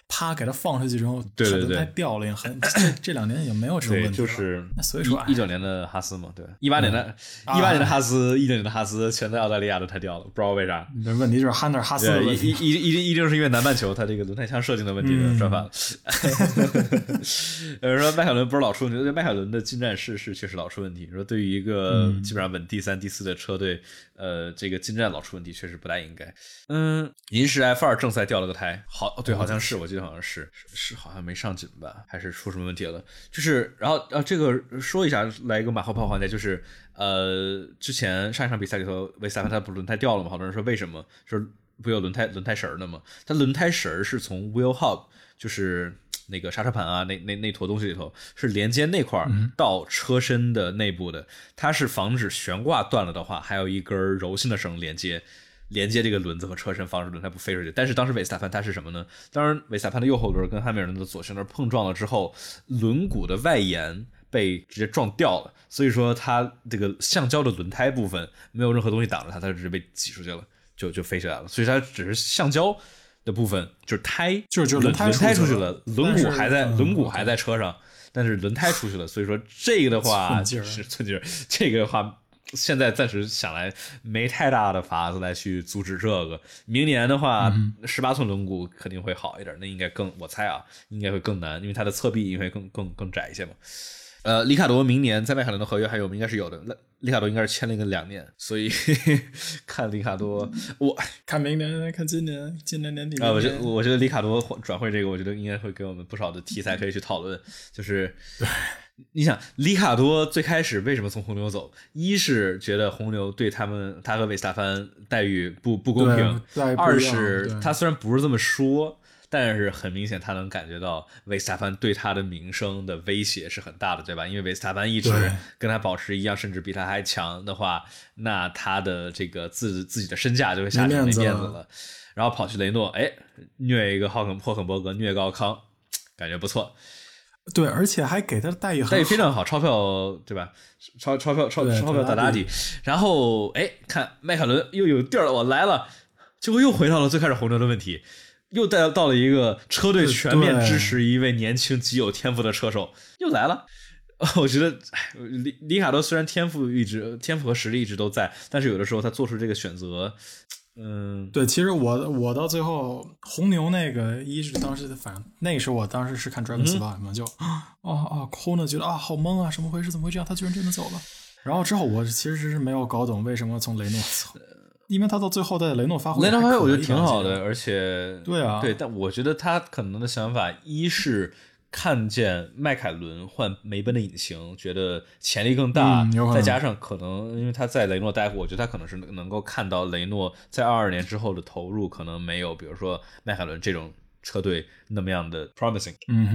啪给它放出去之后， 对轮胎掉了也很。这2年也没有这种问题了。 就是所以说 19年的哈斯嘛，对，18年的哈斯，19年的哈斯全在澳大利亚轮胎掉了，不知道为啥。 这问题就是Hunter哈斯的问题， 一定是因为南半球它这个轮胎枪设计的问题转反了。说迈凯伦不是老出问题，迈凯伦的进站是确实老出问题。说对于一个基本上稳第3、第4的车队，这个进站老出问题确实不太应该。银石 F2 正赛掉了个胎，对，好像是，我记得好像是好像没上紧吧，还是出什么问题了？就是然后这个说一下，来一个马后炮环节，就是之前上一场比赛里头，维斯塔潘他不轮胎掉了吗？好多人说为什么？说不有轮胎绳的吗？它轮胎绳是从 wheel hub， 就是那个刹车盘啊，那坨东西里头是连接那块到车身的内部的，它是防止悬挂断了的话，还有一根柔性的绳连接这个轮子和车身，防止轮胎不飞出去。但是当时维斯塔潘他是什么呢？当然维斯塔潘的右后轮跟汉密尔顿的左前轮碰撞了之后，轮毂的外沿被直接撞掉了，所以说它这个橡胶的轮胎部分没有任何东西挡着它直接被挤出去了，就飞起来了。所以它只是橡胶的部分，就是胎， 就是轮胎出去了， 轮毂还在车上，但是轮胎出去了。所以说这个的话是寸劲儿，这个的话现在暂时想来没太大的法子来去阻止这个。明年的话，18寸轮毂肯定会好一点，那应该我猜啊，应该会更难，因为它的侧壁因为更窄一些嘛。里卡多明年在迈凯伦的合约还有应该是有的，里卡多应该是签了一个2年，所以看里卡多，我看明年，看今年年底我觉得里卡多转会这个，我觉得应该会给我们不少的题材可以去讨论。就是你想里卡多最开始为什么从红牛走？一是觉得红牛对他和维斯塔潘待遇不公平，二是他虽然不是这么说，但是很明显他能感觉到维斯塔潘对他的名声的威胁是很大的，对吧？因为维斯塔潘一直跟他保持一样，甚至比他还强的话，那他的这个自己的身价就会下降，没面子了。然后跑去雷诺，虐一个霍肯伯格，虐个奥康，感觉不错。 对，而且还给他的待遇非常好，钞票对吧？钞票打打底。然后看迈凯伦又有地儿了，我来了，结果又回到了最开始红牛的问题。又带到了一个车队全面支持一位年轻极有天赋的车手，又来了。我觉得里卡多虽然天赋和实力一直都在，但是有的时候他做出这个选择， 对，其实我到最后红牛那个是当时反正那个时候我当时是看 Drive Spot 嘛，就Kona 觉得好懵啊，什么回事？怎么会这样？他居然真的走了。然后之后我其实是没有搞懂为什么从雷诺走。因为他到最后在雷诺发挥我觉得挺好的，而且对， 但我觉得他可能的想法，一是看见迈凯伦换梅奔的引擎，觉得潜力更大，再加上可能因为他在雷诺待过，我觉得他可能是能够看到雷诺在22年之后的投入可能没有比如说迈凯伦这种车队那么样的 promising。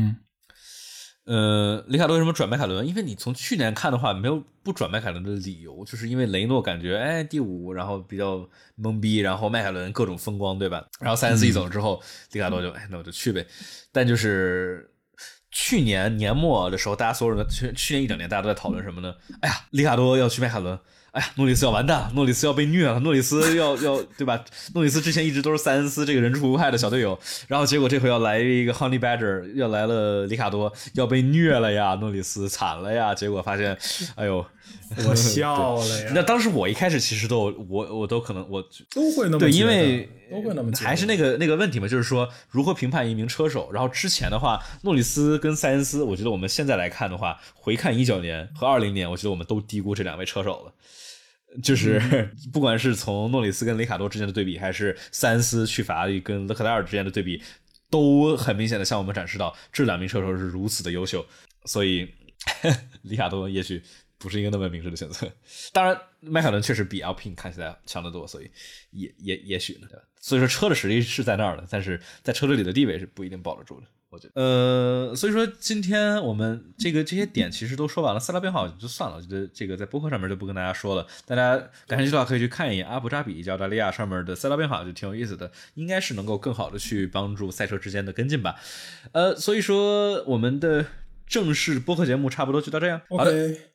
里卡多为什么转迈凯伦？因为你从去年看的话，没有不转迈凯伦的理由，就是因为雷诺感觉第5，然后比较懵逼，然后迈凯伦各种风光，对吧？然后3-4一走之后，里卡多就那我就去呗。但就是去年年末的时候，大家所有人去年1整年大家都在讨论什么呢？里卡多要去迈凯伦。诺里斯要完蛋，诺里斯要被虐了，诺里斯要对吧？诺里斯之前一直都是塞恩斯这个人畜无害的小队友，然后结果这回要来一个 Honey Badger， 要来了里卡多，要被虐了呀，诺里斯惨了呀，结果发现， 我笑了呀。 那当时我一开始其实我都可能我都会那么对，因为都会那么还是那个问题嘛，就是说如何评判一名车手。然后之前的话，诺里斯跟塞恩斯，我觉得我们现在来看的话，回看19年和20年，我觉得我们都低估这2位车手了。就是不管是从诺里斯跟雷卡多之间的对比，还是塞恩斯去法拉利跟勒克莱尔之间的对比，都很明显的向我们展示到这2名车手是如此的优秀，所以里卡多也许不是一个那么明智的选择。当然迈凯伦确实比 Alpine 看起来强得多，所以也许呢。所以说车的实力是在那儿的，但是在车队里的地位是不一定保得住的，我觉得。所以说今天我们这些点其实都说完了，赛道变化就算了，我觉得这个在播客上面就不跟大家说了，大家感兴趣的话可以去看一眼阿布扎比以及澳大利亚上面的赛道变化，就挺有意思的，应该是能够更好的去帮助赛车之间的跟进吧。所以说我们的正式播客节目差不多就到这样。 好的。